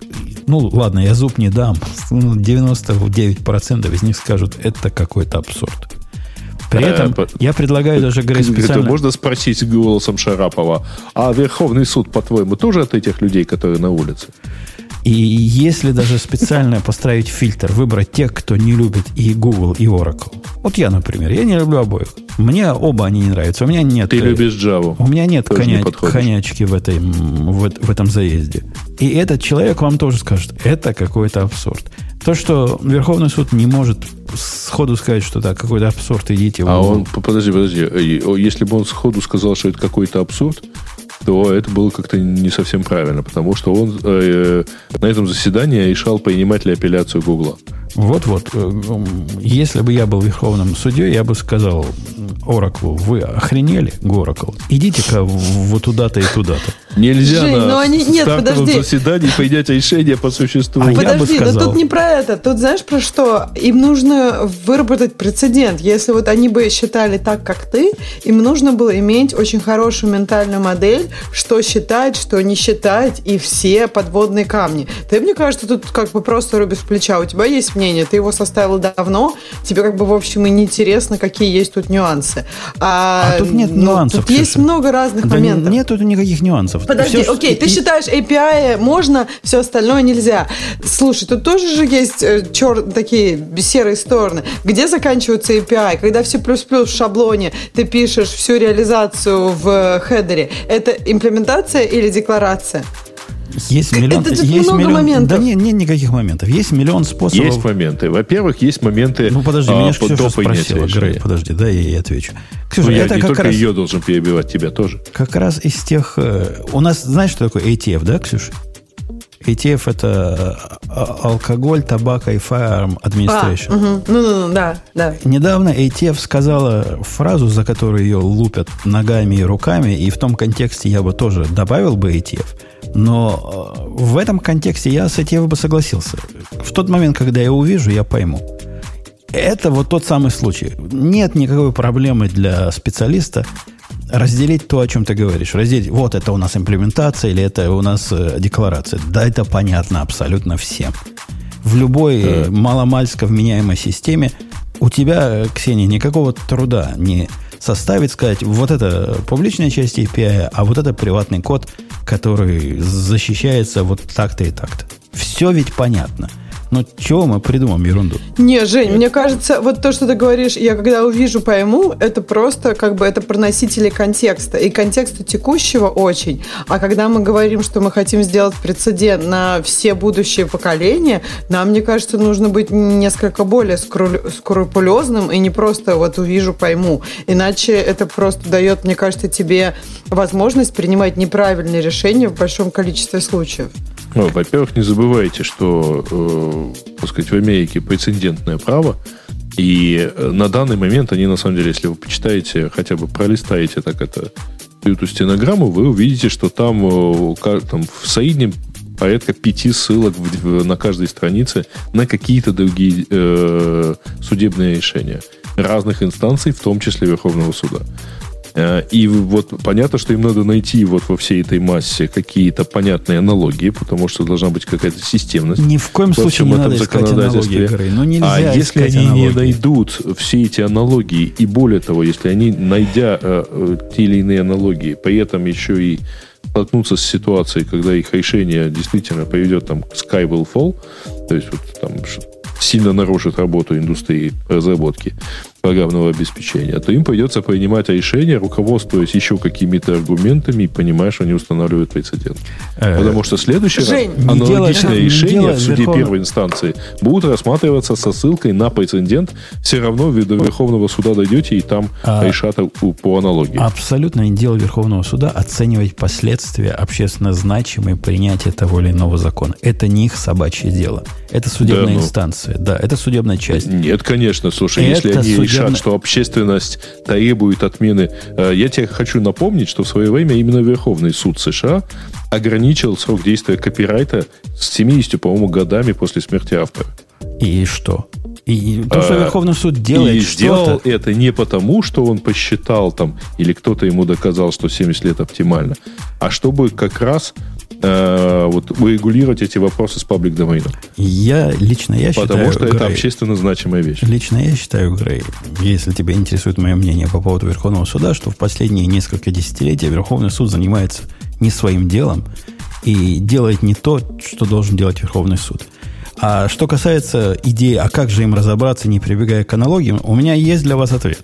ну ладно, я зуб не дам, девяносто девять процентов из них скажут, это какой-то абсурд. При этом а, я предлагаю даже, Грей, специально... Это можно спросить голосом Шарапова, а Верховный суд, по-твоему, тоже от этих людей, которые на улице? И если даже специально поставить фильтр, выбрать тех, кто не любит и Google, и Oracle. Вот я, например, я не люблю обоих. Мне оба они не нравятся. У меня нет... Ты любишь Java. У меня нет коня... конячки в, этой, в, в этом заезде. И этот человек вам тоже скажет, это какой-то абсурд. То, что Верховный суд не может сходу сказать, что да, какой-то абсурд, идите в А Google. он, подожди, подожди. Если бы он сходу сказал, что это какой-то абсурд, то это было как-то не совсем правильно, потому что он э, на этом заседании решал, принимать ли апелляцию Гугла. Вот-вот. Если бы я был верховным судьей, я бы сказал Oracle, вы охренели, Oracle? Идите-ка вот туда-то и туда-то. Нельзя Жень, на они... Нет, стартовом подожди. заседании принять решение по существу. А подожди, я бы сказал... но тут не про это. Тут знаешь про что? Им нужно выработать прецедент. Если вот они бы считали так, как ты, им нужно было иметь очень хорошую ментальную модель, что считать, что не считать, и все подводные камни. Ты, мне кажется, тут как бы просто рубишь с плеча. У тебя есть мнение, ты его составил давно, тебе как бы, в общем, и неинтересно, какие есть тут нюансы. А, а тут нет ну, нюансов. Тут есть много разных да моментов. Нет тут никаких нюансов. Подожди, все, окей, что... ты считаешь, эй пи ай можно, все остальное нельзя. Слушай, тут тоже же есть чер... такие серые стороны. Где заканчивается эй пи ай? Когда все плюс-плюс в шаблоне, ты пишешь всю реализацию в хедере. Это имплементация или декларация? Есть миллион, это есть много миллион, моментов. Да нет, нет никаких моментов. Есть миллион способов. Есть моменты. Во-первых, есть моменты. Ну подожди, а, меня же Ксюша спросила, Грей, подожди, да, я ей отвечу. Ксюша, ну, это я не как только раз, ее должен перебивать, тебя тоже. Как раз из тех... У нас, знаешь, что такое эй ти эф, да, Ксюша? эй ти эф это алкоголь, табако и firearm administration. А, угу. Ну, ну, ну, да, да. Недавно эй ти эф сказала фразу, за которую ее лупят ногами и руками, и в том контексте я бы тоже добавил бы эй ти эф. Но в этом контексте я с эй ти эф бы согласился. В тот момент, когда я увижу, я пойму. Это вот тот самый случай. Нет никакой проблемы для специалиста разделить то, о чем ты говоришь. Разделить, вот это у нас имплементация или это у нас э, декларация. Да, это понятно абсолютно всем. в любой э. маломальско вменяемой системе у тебя, Ксения, никакого труда не составит сказать, вот это публичная часть эй пи ай, а вот это приватный код, который защищается вот так-то и так-то. Все ведь понятно. Но чего мы придумаем ерунду? Не, Жень, мне кажется, вот то, что ты говоришь, я когда увижу, пойму, это просто как бы это про носители контекста. И контекста текущего очень. А когда мы говорим, что мы хотим сделать прецедент на все будущие поколения, нам, мне кажется, нужно быть несколько более скрупулезным и не просто вот увижу, пойму. Иначе это просто дает, мне кажется, тебе возможность принимать неправильные решения в большом количестве случаев. Ну, во-первых, не забывайте, что, э, так сказать, в Америке прецедентное право, и на данный момент они, на самом деле, если вы почитаете, хотя бы пролистаете так это, эту стенограмму, вы увидите, что там, э, там в среднем порядка пяти ссылок в, в, на каждой странице на какие-то другие э, судебные решения разных инстанций, в том числе Верховного суда. И вот понятно, что им надо найти вот во всей этой массе какие-то понятные аналогии, потому что должна быть какая-то системность. Ни в коем случае не надо искать аналогии игры. Ну, нельзя а если они аналогии. Не найдут все эти аналогии, и более того, если они, найдя э, те или иные аналогии, при этом еще и столкнуться с ситуацией, когда их решение действительно приведет там, к sky will fall, то есть вот, там, сильно нарушит работу индустрии разработки программного обеспечения, то им придется принимать решения, руководствуясь еще какими-то аргументами и понимая, что они устанавливают прецедент. Э-э- Потому что в следующий Жень, раз аналогичные делай, решения в суде Верхов... первой инстанции будут рассматриваться со ссылкой на прецедент. Все равно вы до Верховного суда дойдете и там а, решат по аналогии. Абсолютно не дело Верховного суда оценивать последствия общественно значимые принятия того или иного закона. Это не их собачье дело. Это судебная да, ну, инстанция. Да, это судебная часть. Нет, конечно. Слушай, это если они судебная... решат, что общественность требует отмены... Я тебе хочу напомнить, что в свое время именно Верховный суд США ограничил срок действия копирайта с семьюдесятью, по-моему, годами после смерти автора. И что? И то, что а, Верховный суд делает и что-то... сделал это не потому, что он посчитал там, или кто-то ему доказал, что семьдесят лет оптимально, а чтобы как раз э, вот, урегулировать эти вопросы с паблик-домейном. Я лично я потому считаю... Потому что Грей, это общественно значимая вещь. Лично я считаю, Грей, если тебя интересует мое мнение по поводу Верховного суда, что в последние несколько десятилетий Верховный суд занимается не своим делом и делает не то, что должен делать Верховный суд. А что касается идеи, а как же им разобраться, не прибегая к аналогиям, у меня есть для вас ответ.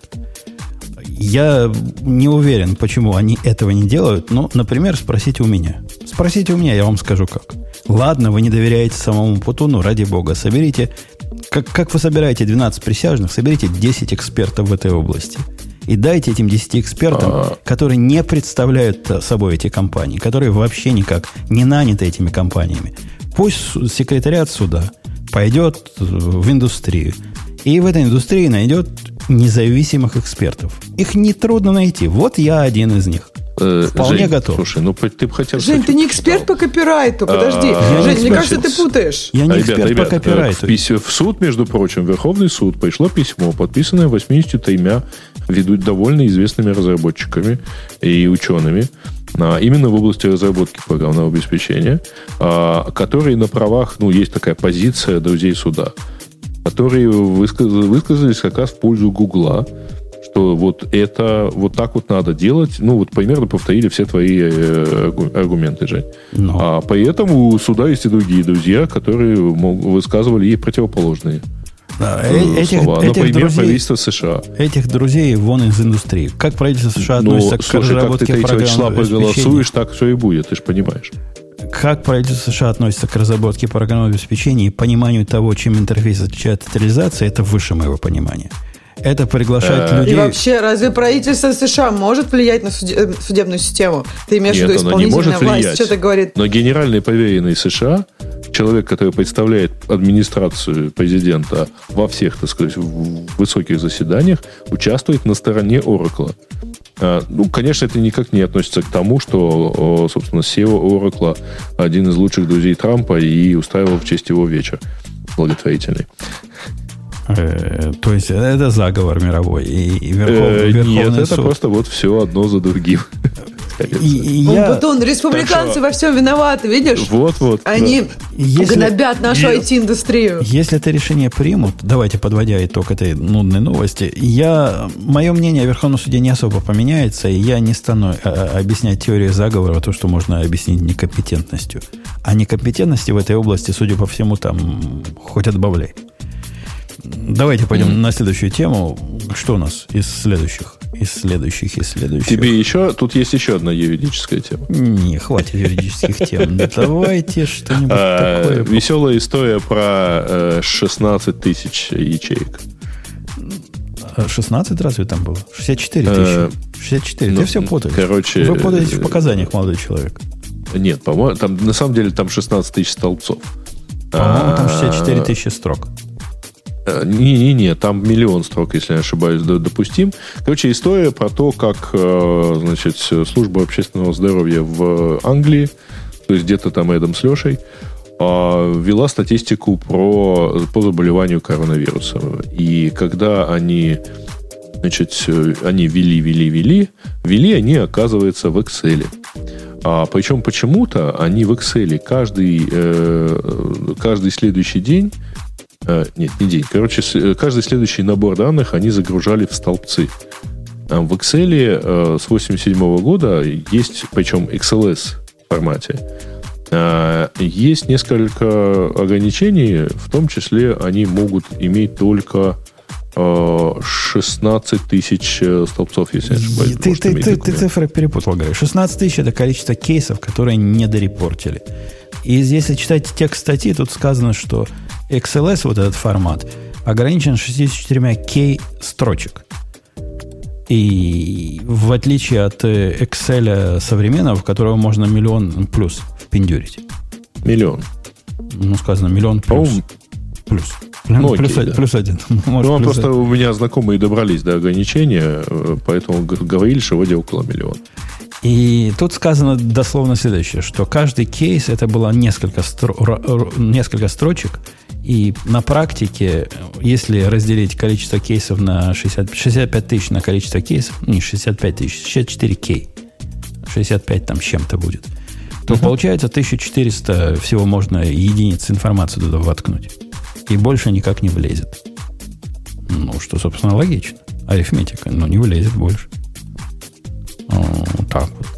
Я не уверен, почему они этого не делают, но, например, спросите у меня. Спросите у меня, я вам скажу как. Ладно, вы не доверяете самому Путуну, ради бога, соберите, как, как вы собираете двенадцать присяжных, соберите десять экспертов в этой области. И дайте этим десяти экспертам, А-а-а. которые не представляют собой эти компании, которые вообще никак не наняты этими компаниями. Пусть секретариат суда пойдет в индустрию, и в этой индустрии найдет независимых экспертов. Их нетрудно найти. Вот я один из них. Э, Вполне Жень, готов. Слушай, ну ты бы хотя бы... Жень, ты не эксперт по копирайту, подожди. А, Жень, мне кажется, ты путаешь. Я не эксперт по копирайту. В суд, между прочим, Верховный суд пришло письмо, подписанное восьмидесятью тремя ведут довольно известными разработчиками и учеными, именно в области разработки программного обеспечения, которые на правах, ну, есть такая позиция друзей суда, которые высказались как раз в пользу Гугла, что вот это вот так вот надо делать. Ну, вот примерно повторили все твои аргументы, Жень. Но. А поэтому у суда есть и другие друзья, которые высказывали ей противоположные да, этих, слова. Этих Например, друзей, правительство США. Этих друзей вон из индустрии. Как правительство США относится к слушай, разработке программного обеспечения? Как ты проголосуешь, так все и будет, ты же понимаешь. Как правительство США относится к разработке программного обеспечения и пониманию того, чем интерфейс отличается от реализации, это выше моего понимания. Это приглашать людей... И вообще, разве правительство США может влиять на судебную систему? Ты имеешь в виду исполнительная власть, что-то говорит? Но генеральный поверенный США, человек, который представляет администрацию президента во всех, так сказать, высоких заседаниях, участвует на стороне Oracle. Ну, конечно, это никак не относится к тому, что, собственно, си и о Oracle один из лучших друзей Трампа и устраивал в честь его вечер благотворительный. То есть это заговор мировой и, и Верхов, э, Верховный Нет, суд. это просто вот все одно за другим. коалиция. И, и я... Батон, республиканцы что... во всем виноваты, видишь? Вот-вот. Они да. если... гнобят нашу ай ти-индустрию. Если это решение примут, давайте, подводя итог этой нудной новости, я, мое мнение о Верховном суде не особо поменяется, и я не стану а, объяснять теорию заговора, то, что можно объяснить некомпетентностью. А некомпетентности в этой области, судя по всему, там хоть отбавляй. Давайте пойдем mm-hmm. на следующую тему. Что у нас из следующих? Из следующих, из следующих. Тебе еще... Тут есть еще одна юридическая тема. Не, хватит юридических тем. Давайте что-нибудь такое. Веселая история про шестнадцать тысяч ячеек. шестнадцать разве там было? шестьдесят четыре тысячи. шестьдесят четыре. Ты все путаешь. Короче... Вы путаете в показаниях, молодой человек. Нет, по-моему, там на самом деле там шестнадцать тысяч столбцов. По-моему, там шестьдесят четыре тысячи строк. Не-не-не, там миллион строк, если я не ошибаюсь, допустим. Короче, история про то, как, значит, служба общественного здоровья в Англии, то есть где-то там рядом с Лешей, вела статистику про, по заболеванию коронавирусом. И когда они, значит, они вели, вели, вели, вели они, оказывается, в Excel. А, причем почему-то они в Excel каждый, э, каждый следующий день Нет, не день. Короче, каждый следующий набор данных они загружали в столбцы. В Excel с восемьдесят седьмого года есть, причем икс эл эс формате, есть несколько ограничений, в том числе они могут иметь только шестнадцать тысяч столбцов, если я не ошибаюсь. Ты, ты, ты, ты цифры перепутал, говорю. шестнадцать тысяч – это количество кейсов, которые не дорепортили. И если читать текст статьи, тут сказано, что икс эл эс, вот этот формат, ограничен шестьдесят четыре кей строчек. И в отличие от Excel современного, в которого можно миллион плюс впендюрить. Миллион. Ну, сказано миллион плюс. По-моему, плюс. Ну, плюс, окей, один, да. плюс один. Может, ну, просто один. У меня знакомые добрались до ограничения, поэтому говорили, что вроде около миллиона. И тут сказано дословно следующее, что каждый кейс это было несколько, стро, несколько строчек, и на практике, если разделить количество кейсов на шестьдесят, шестьдесят пять тысяч на количество кейсов, не шестьдесят пять тысяч, шестьдесят четыре кей, шестьдесят пять там с чем-то будет, то uh-huh. получается тысяча четыреста всего можно единиц информации туда воткнуть. И больше никак не влезет. Ну, что, собственно, логично. Арифметика, но не влезет больше. Вот так вот.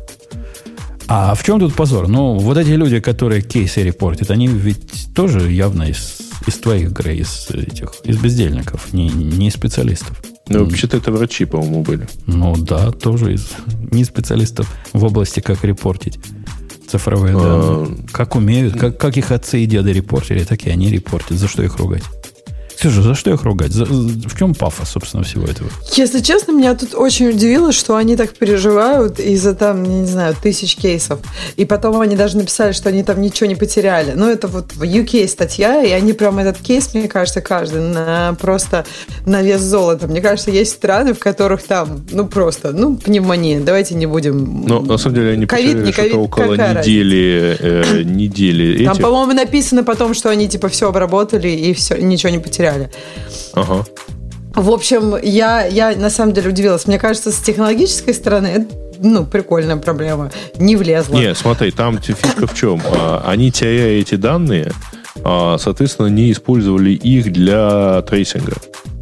А в чем тут позор? Ну, вот эти люди, которые кейсы репортят, они ведь тоже явно из, из твоих, Грей, из этих, из бездельников, не, не из специалистов. Ну, вообще-то это врачи, по-моему, были. Ну, да, тоже из не специалистов в области, как репортить цифровые данные. А... Как умеют, как, как их отцы и деды репортили, так и они репортят. За что их ругать? Слушай, за что их ругать? За, в чем пафос, собственно, всего этого? Если честно, меня тут очень удивило, что они так переживают из-за там, не знаю, тысяч кейсов. И потом они даже написали, что они там ничего не потеряли. Ну, это вот в ю кей статья, и они прям этот кейс, мне кажется, каждый на, просто на вес золота. Мне кажется, есть страны, в которых там, ну, просто, ну, пневмония. Давайте не будем... Ну, на самом деле, они ковид, потеряли что-то около недели, э, недели Там, этих. по-моему, написано потом, что они, типа, все обработали и все, ничего не потеряли. Ага. В общем, я, я на самом деле удивилась. Мне кажется, с технологической стороны это, ну, прикольная проблема. Не влезла. Не, смотри, там фишка в чем? Они, теряя эти данные, соответственно, не использовали их для трейсинга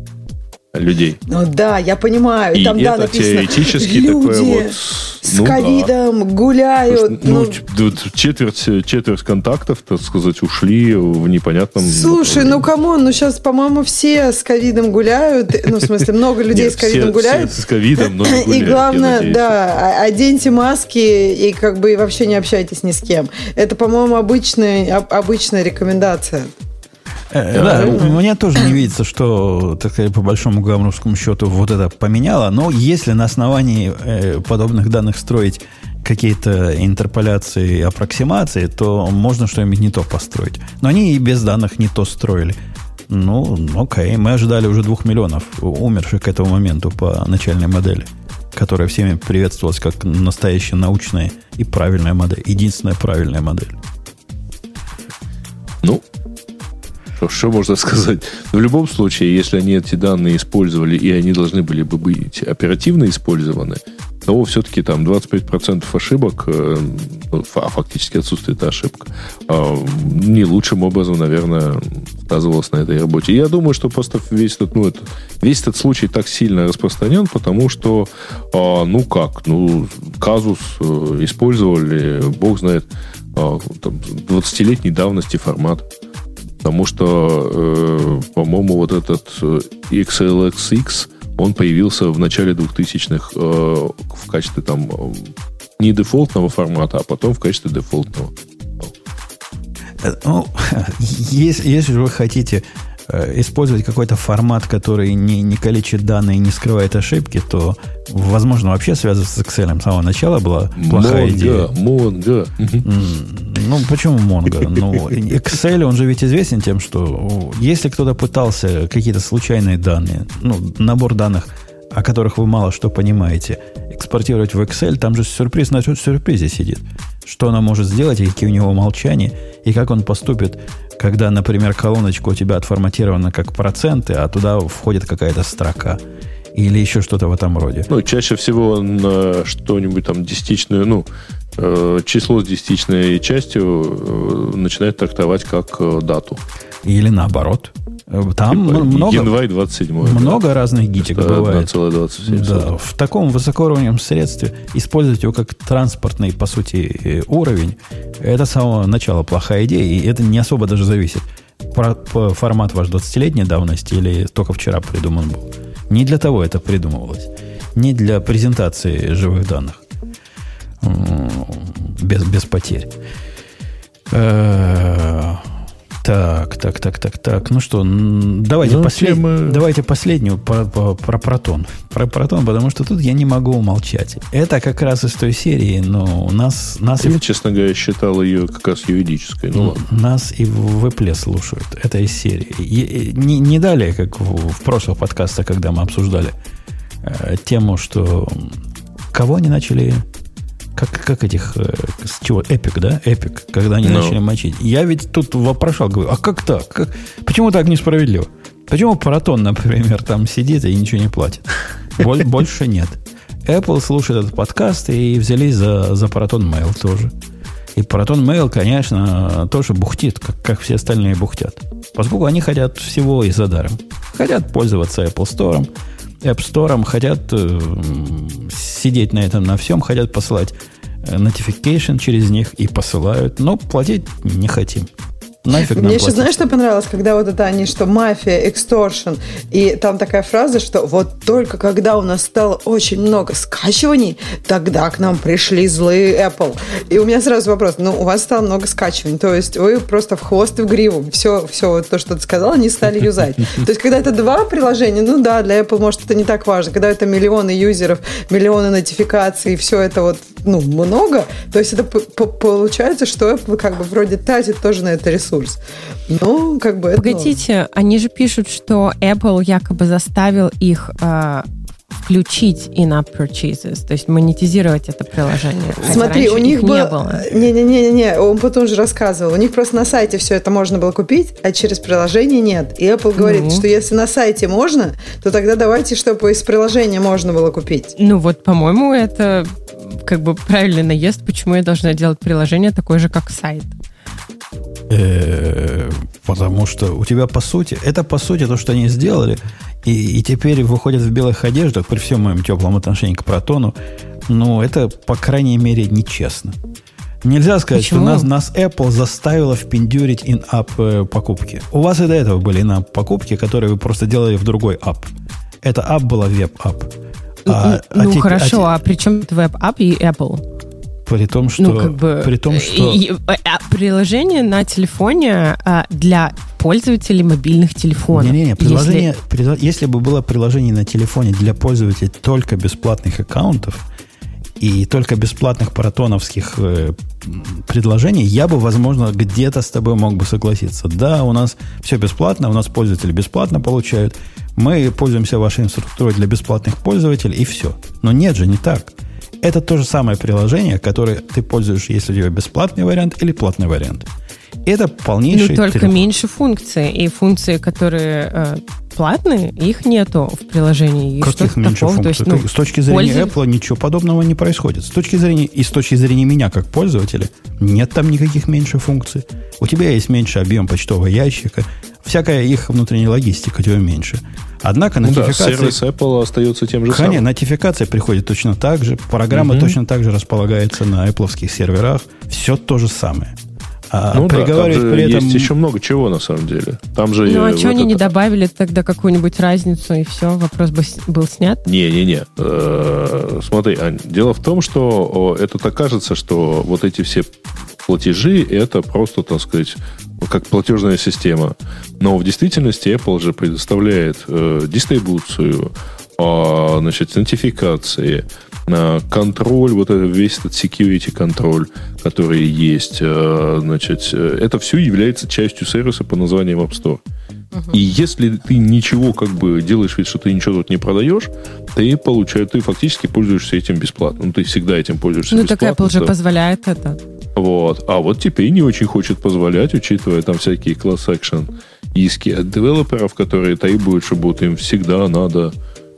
людей. Ну да, я понимаю. И там, это да, написано, теоретически люди такое вот... с ну, ковидом да. гуляют. Ну, ну, четверть, четверть контактов, так сказать, ушли в непонятном... Слушай, ну камон, ну сейчас, по-моему, все с ковидом гуляют. Ну, в смысле, много людей Нет, с ковидом все, гуляют. Все с ковидом, но не гуляют. И главное, да, оденьте маски и как бы вообще не общайтесь ни с кем. Это, по-моему, обычная, обычная рекомендация. Э, да, мне тоже не видится, что, так сказать, по большому гаммурскому счету вот это поменяло, но если на основании э, подобных данных строить какие-то интерполяции и аппроксимации, то можно что-нибудь не то построить. Но они и без данных не то строили. Ну, окей, мы ожидали уже двух миллионов умерших к этому моменту по начальной модели, которая всеми приветствовалась как настоящая научная и правильная модель, единственная правильная модель. Ну, Что, что можно сказать? В любом случае, если они эти данные использовали, и они должны были бы быть оперативно использованы, того, все-таки там двадцать пять процентов ошибок, а фактически отсутствие этой ошибки, не лучшим образом, наверное, сказывалось на этой работе. И я думаю, что просто весь этот, ну, это, весь этот случай так сильно распространен, потому что, ну как, ну, казус использовали, бог знает, там, двадцатилетней давности формат. Потому что, э, по-моему, вот этот икс эл экс икс, он появился в начале двухтысячных э, в качестве там не дефолтного формата, а потом в качестве дефолтного. Ну, если, если же вы хотите э, использовать какой-то формат, который не, не калечит данные и не скрывает ошибки, то, возможно, вообще связываться с Excel с самого начала была плохая Mongo, идея. Mongo. Ну, почему Mongo? Ну, Excel, он же ведь известен тем, что если кто-то пытался какие-то случайные данные, ну, набор данных, о которых вы мало что понимаете, экспортировать в Excel, там же сюрприз на сюрпризе сидит. Что она может сделать, и какие у него молчания, и как он поступит, когда, например, колоночка у тебя отформатирована как проценты, а туда входит какая-то строка. Или еще что-то в этом роде. Ну, чаще всего он э, что-нибудь там десятичную, ну, э, число с десятичной частью э, начинает трактовать как э, дату. Или наоборот. Там типа, много, январь двадцать седьмой. много да. разных гитик бывает. одна целая двадцать семь Да, в таком высокоуровневом средстве использовать его как транспортный, по сути, уровень, это с самого начала плохая идея, и это не особо даже зависит. Про, про формат ваш двадцатилетней давности или только вчера придуман был. Не для того это придумывалось. Не для презентации живых данных. Без, без потерь. Так, так, так, так, так. Ну что, давайте, ну, послед... темы... давайте последнюю про, про, про протон. Про протон, потому что тут я не могу умолчать. Это как раз из той серии, но у нас... нас Я, и... честно говоря, считал ее как раз юридической. Ну, ладно. Нас и в Apple слушают. Это из серии. И, не, не далее, как в, в прошлых подкастах, когда мы обсуждали э, тему, что кого они начали... Как, как этих, с чего, Epic, да? Epic, когда они no. начали мочить. Я ведь тут вопрошал, говорю, а как так? Как, почему так несправедливо? Почему Proton, например, там сидит и ничего не платит? Боль, больше нет. Apple слушает этот подкаст и взялись за, за Proton Mail тоже. И Proton Mail, конечно, тоже бухтит, как, как все остальные бухтят. Поскольку они хотят всего и за даром. Хотят пользоваться Apple Store, App Store, хотят э, сидеть на этом, на всем, хотят посылать notification через них и посылают, но платить не хотим. Нафиг нам Мне еще, платить. знаешь, что понравилось? Когда вот это они, что мафия, эксторшн, и там такая фраза, что вот только когда у нас стало очень много скачиваний, тогда к нам пришли злые Apple. И у меня сразу вопрос, ну, у вас стало много скачиваний, то есть вы просто в хвост и в гриву, все, все вот то, что ты сказал, они стали юзать. То есть, когда это два приложения, ну да, для Apple, может, это не так важно. Когда это миллионы юзеров, миллионы нотификаций, все это вот, ну, много, то есть это получается, что Apple как бы вроде тратит тоже на это ресурс. Ну, как бы это... Погодите, они же пишут, что Apple якобы заставил их э, включить in-app purchases, то есть монетизировать это приложение. Смотри, у них был... не было. Не-не-не, он потом же рассказывал. У них просто на сайте все это можно было купить, а через приложение нет. И Apple говорит, ну. что если на сайте можно, то тогда давайте, чтобы из приложения можно было купить. Ну вот, по-моему, это как бы правильный наезд, почему я должна делать приложение такое же, как сайт. Потому что у тебя, по сути, это, по сути, то, что они сделали, и, и теперь выходят в белых одеждах, при всем моем теплом отношении к Протону, ну, это, по крайней мере, нечестно. Нельзя сказать, Почему? что нас, нас Apple заставила впендюрить in-app покупки. У вас и до этого были in-app покупки, которые вы просто делали в другой app. Это app была веб-app. А, ну, а теперь, хорошо, а, а при чем тут веб-app и Apple? При том, что, ну, как бы, при том, что... И, и, приложение на телефоне а, для пользователей мобильных телефонов. Не-не-не, приложение, если... если бы было приложение на телефоне для пользователей только бесплатных аккаунтов и только бесплатных протоновских э, предложений, я бы, возможно, где-то с тобой мог бы согласиться. Да, у нас все бесплатно, у нас пользователи бесплатно получают, мы пользуемся вашей инфраструктурой для бесплатных пользователей, и все. Но нет же, не так. Это то же самое приложение, которое ты пользуешь, если у тебя бесплатный вариант или платный вариант. Это полнейший Ну, только трюк. меньше функций. И функции, которые э, бесплатные, их нету в приложении. Каких меньше такого? функций? То есть, ну, с точки зрения пользов... Apple ничего подобного не происходит. С точки зрения, и с точки зрения меня как пользователя, нет там никаких меньше функций. У тебя есть меньше объем почтового ящика, всякая их внутренняя логистика у тебя меньше. Однако ну нотификация... Да, сервис Apple остается тем же Конечно, самым. нотификация приходит точно так же, программа угу. точно так же располагается на Apple-овских серверах, все то же самое. А ну да, там же при этом... есть еще много чего на самом деле. Там же ну а вот что они это... не добавили тогда какую-нибудь разницу, и все, вопрос бы был снят? Не-не-не. Смотри, Ань, дело в том, что это так кажется, что вот эти все платежи, это просто, так сказать, как платежная система. Но в действительности Apple же предоставляет э, дистрибуцию, э, значит, нотификации, э, контроль, вот это, весь этот security контроль, который есть. Э, значит, это все является частью сервиса под названием App Store. Uh-huh. И если ты ничего, как бы, делаешь вид, что ты ничего тут не продаешь, ты получаешь, ты фактически пользуешься этим бесплатно. Ну, ты всегда этим пользуешься ну, бесплатно. Ну, так Apple же да. позволяет это. Вот. А вот теперь не очень хочет позволять, учитывая там всякие класс-экшн иски от девелоперов, которые требуют, чтобы вот им всегда надо...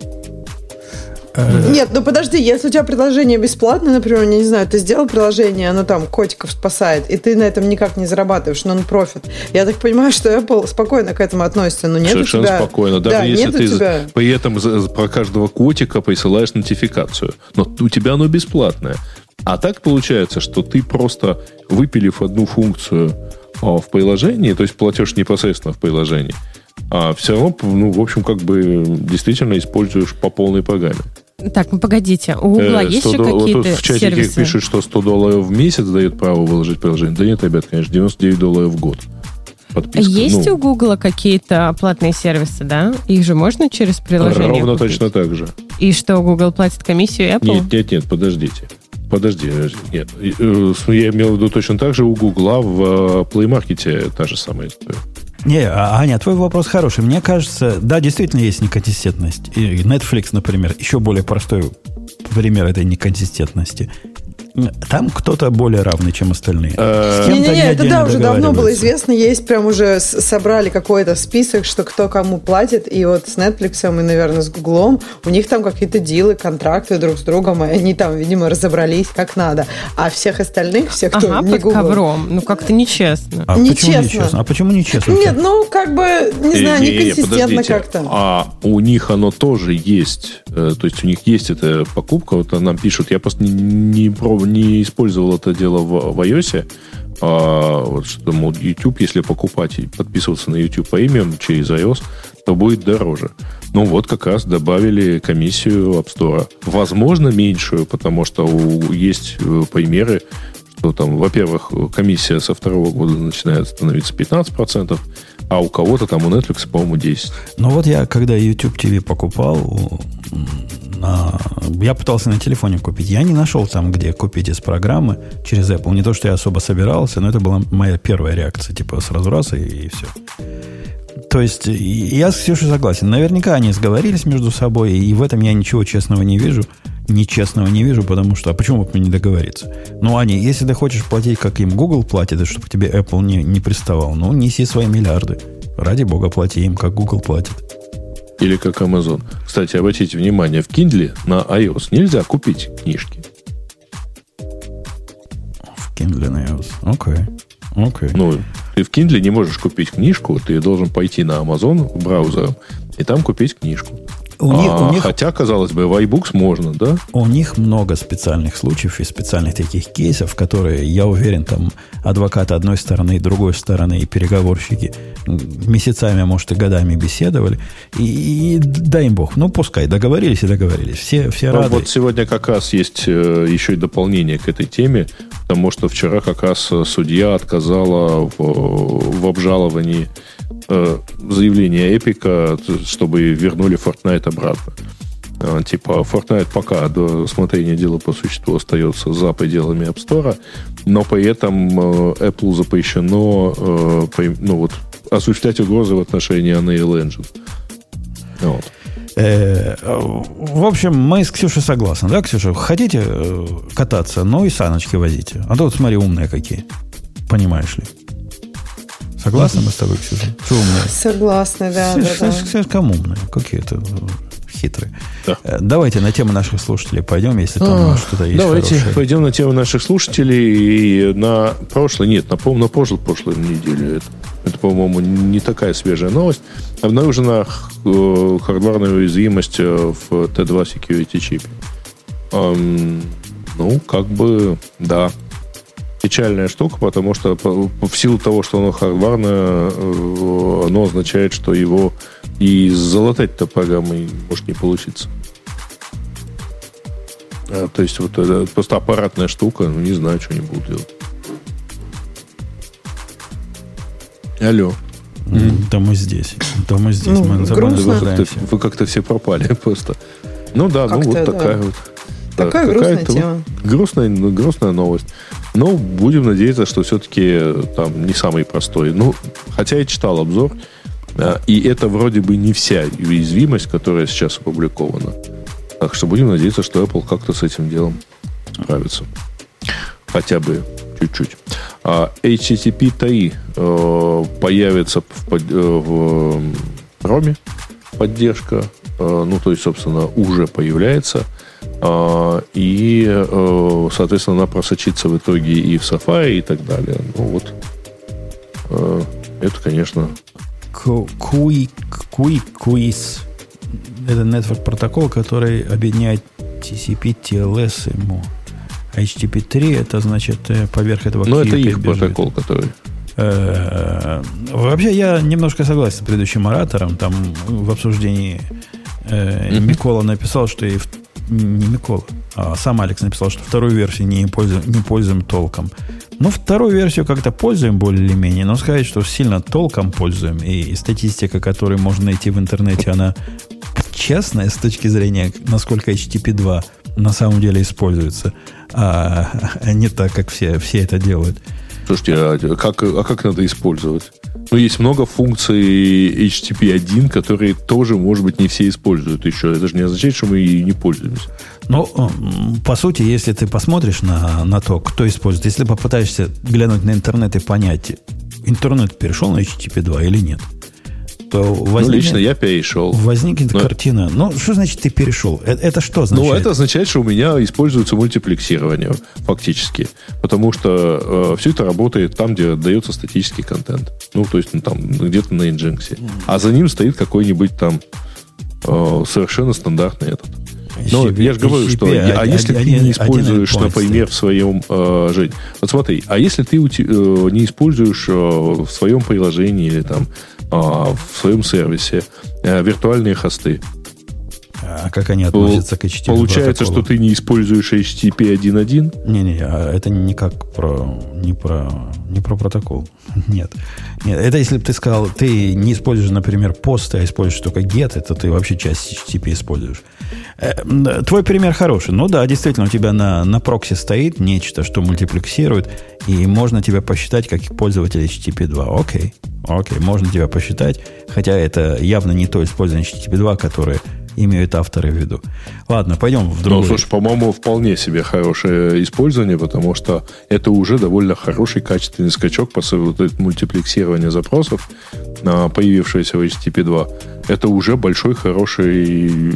Нет, ну подожди, если у тебя приложение бесплатное, например, я не знаю, ты сделал приложение, оно там котиков спасает, и ты на этом никак не зарабатываешь, нон-профит. Я так понимаю, что Apple спокойно к этому относится, но нет совершенно у тебя... спокойно. Даже да, если ты тебя... при этом про каждого котика присылаешь нотификацию. Но у тебя оно бесплатное. А так получается, что ты просто, выпилив одну функцию в приложении, то есть платеж непосредственно в приложении, а все равно, ну, в общем, как бы действительно используешь по полной программе. Так, ну погодите, у Гугла э, есть же какие-то вот тут в чатике сервисы? Пишут, что сто долларов в месяц дает право выложить приложение. Да нет, ребят, конечно, девяносто девять долларов в год. Подписка. Есть ну, у Гугла какие-то платные сервисы, да? Их же можно через приложение ровно купить? Точно так же. И что, Google платит комиссию Apple? Нет, нет, нет, подождите. Подожди, нет. Я имел в виду точно так же у Гугла в Play Market та же самая история. Не, Аня, твой вопрос хороший. Мне кажется, да, действительно есть неконсистентность. И Netflix, например, еще более простой пример этой неконсистентности. Там кто-то более равный, чем остальные. Не-не-не, это да, уже давно было известно. Есть прям уже собрали какой-то список, что кто кому платит. И вот с Netflix и, наверное, с Гуглом у них там какие-то дилы, контракты друг с другом. И они там, видимо, разобрались как надо. А всех остальных, все, кто ага, не под Google... ковром. Ну, как-то нечестно. А нечестно. Почему нечестно? А почему нечестно? Нет, ну, как бы, не э, знаю, не, неконсистентно не, как-то. А у них оно тоже есть. То есть у них есть эта покупка. Вот нам пишут, я просто не, не, не использовал это дело в, в iOS, а, вот, что, мол, YouTube, если покупать и подписываться на YouTube Premium через iOS, то будет дороже. Ну вот как раз добавили комиссию App Store. Возможно, меньшую, потому что у, есть примеры, что там, во-первых, комиссия со второго года начинает становиться пятнадцать процентов, а у кого-то там, у Netflix, по-моему, десять процентов. Ну вот я, когда YouTube ти ви покупал, я пытался на телефоне купить. Я не нашел там, где купить из программы через Apple. Не то, что я особо собирался, но это была моя первая реакция. Типа сразу раз и, и все. То есть я с Ксюшей согласен. Наверняка они сговорились между собой, и в этом я ничего честного не вижу. Нечестного не вижу, потому что... А почему бы мне не договориться? Ну, Аня, если ты хочешь платить, как им Google платит, и чтобы к тебе Apple не, не приставал, ну, неси свои миллиарды. Ради бога, плати им, как Google платит. Или как Amazon. Кстати, обратите внимание, в Kindle на iOS нельзя купить книжки. В Kindle на iOS. Окей. Okay. Окей. Okay. Ну, ты в Kindle не можешь купить книжку, ты должен пойти на Amazon браузером и там купить книжку. У них, а, у них, хотя, казалось бы, в iBooks можно, да? У них много специальных случаев и специальных таких кейсов, которые, я уверен, там адвокаты одной стороны и другой стороны, и переговорщики месяцами, может, и годами беседовали. И, и дай им бог. Ну, пускай. Договорились и договорились. Все, все ну, рады. Вот сегодня как раз есть э, еще и дополнение к этой теме, потому что вчера как раз судья отказала в, в обжаловании э, заявления Эпика, чтобы вернули Fortnite обратно. Э, типа, Fortnite пока до рассмотрения дела по существу остается за пределами App Store, но при этом э, Apple запрещено э, при, ну, вот, осуществлять угрозы в отношении Unreal Engine. Вот. В общем, мы с Ксюшей согласны, да, Ксюша? Хотите кататься, ну и саночки возите. А то вот смотри, умные какие. Понимаешь ли? Согласны мы с тобой, Ксюша? Что умные? Согласна, да. да, да. Слишком умные. Какие-то хитрые. Да. Давайте на тему наших слушателей пойдем, если там а, что-то есть. Давайте хорошее. пойдем на тему наших слушателей. И на прошлой, нет, на, на прошлой, прошлой неделе, это, это, по-моему, не такая свежая новость, обнаружена э, хардварная уязвимость в ти два Security чипе. Эм, ну, как бы, да. Печальная штука, потому что в силу того, что оно хардварное, оно означает, что его и залатать-то программой может не получиться. А, то есть вот это просто аппаратная штука, ну не знаю, что они будут делать. Алло. Да мы здесь. Да мы здесь. Ну, мы грустно. Вы как-то, вы как-то все пропали просто. Ну да, Как-то, ну вот да. такая вот. Такая Да, грустная какая-то тема. Вот грустная, грустная новость. Но будем надеяться, что все-таки там не самый простой. Ну, хотя я читал обзор, да, и это вроде бы не вся уязвимость, которая сейчас опубликована. Так что будем надеяться, что Apple как-то с этим делом справится. Хотя бы чуть-чуть. А эйч ти ти пи три э, появится в, под, э, в Chrome поддержка. Э, ну, то есть, собственно, уже появляется. Uh, и, uh, соответственно, она просочится в итоге и в Safari, и так далее. Ну, вот. Uh, это, конечно... Quick, Quick Quiz. Это network протокол, который объединяет ти си пи, ти эл эс и эм о. А эйч ти ти пи три, это значит поверх этого... Ну, это их бежит. протокол, который... Вообще, я немножко согласен с предыдущим оратором. Там в обсуждении mm-hmm. Микола написал, что и в не Микола, а сам Алекс написал, что вторую версию не пользуем, не пользуем толком. Ну, вторую версию как-то пользуем более-менее, но сказать, что сильно толком пользуем, и статистика, которую можно найти в интернете, она честная с точки зрения, насколько эйч ти ти пи два на самом деле используется, а, а не так, как все, все это делают. Слушайте, а как, а как надо использовать? Ну, есть много функций эйч ти ти пи один, которые тоже, может быть, не все используют еще. Это же не означает, что мы и не пользуемся. Ну, по сути, если ты посмотришь на, на то, кто использует, если попытаешься глянуть на интернет и понять, интернет перешел на эйч ти ти пи два или нет, то возникнет, ну, лично я перешел. Возникнет но... картина. Ну, что значит ты перешел? Это, это что означает? Ну, это означает, что у меня используется мультиплексирование, фактически. Потому что э, все это работает там, где дается статический контент. Ну, то есть, ну, там, где-то на Nginx. А за ним стоит какой-нибудь там э, совершенно стандартный этот. Но эйч ти ти пи, я же говорю, что... А, а если один, ты не используешь, например, в своем... Э, Жень, вот смотри, а если ты э, не используешь э, в своем приложении или там в своем сервисе виртуальные хосты. А как они относятся к эйч ти ти пи Получается, протоколу? что ты не используешь эйч ти ти пи один точка один? Не-не, это никак про, не, про, не про протокол. Нет. Нет. Это если бы ты сказал, ты не используешь, например, посты, а используешь только get, это ты вообще часть эйч ти ти пи используешь. Твой пример хороший. Ну да, действительно, у тебя на, на прокси стоит нечто, что мультиплексирует, и можно тебя посчитать как пользователь эйч ти ти пи два. Окей. Окей, можно тебя посчитать, хотя это явно не то использование эйч ти ти пи два, которое имеют авторы в виду. Ладно, пойдем в другой. Ну, слушай, по-моему, вполне себе хорошее использование, потому что это уже довольно хороший качественный скачок по вот мультиплексированию запросов, появившегося в эйч ти ти пи два. Это уже большой, хороший,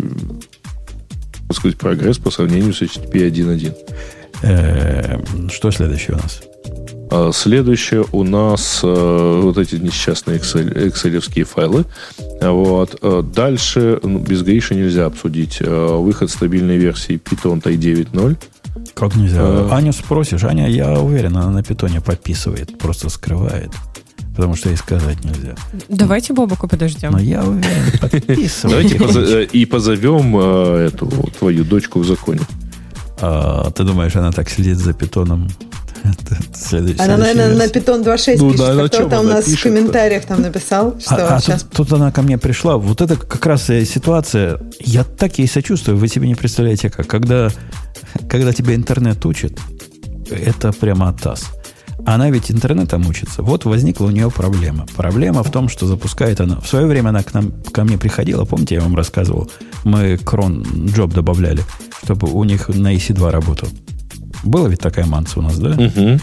так сказать, прогресс по сравнению с эйч ти ти пи один точка один. Что следующее у нас? Следующее у нас э, вот эти несчастные Excel, экселевские файлы. Вот. Дальше ну, без Гриши нельзя обсудить э, выход стабильной версии Python три девять ноль. Как нельзя? Э, Аню спросишь. Аня, я уверен, она на питоне подписывает, просто скрывает. Потому что ей сказать нельзя. Давайте Бобуку подождем. Но я уверен, подписывает. Давайте и позовем э, эту твою дочку в законе. А, ты думаешь, она так следит за питоном? Следующий, она, наверное, на Python два шесть ну, пишет. да, Кто-то у нас пишет, в комментариях там написал, что а, а сейчас... тут, тут она ко мне пришла. Вот это как раз ситуация. Я так ей сочувствую, вы себе не представляете как. Когда, когда тебя интернет учит, это прямо оттас. Она ведь интернетом учится. Вот возникла у нее проблема. Проблема в том, что запускает она... В свое время она к нам, ко мне приходила. Помните, я вам рассказывал? Мы крон джоб добавляли, чтобы у них на и си два работал. Была ведь такая манса у нас, да? Угу.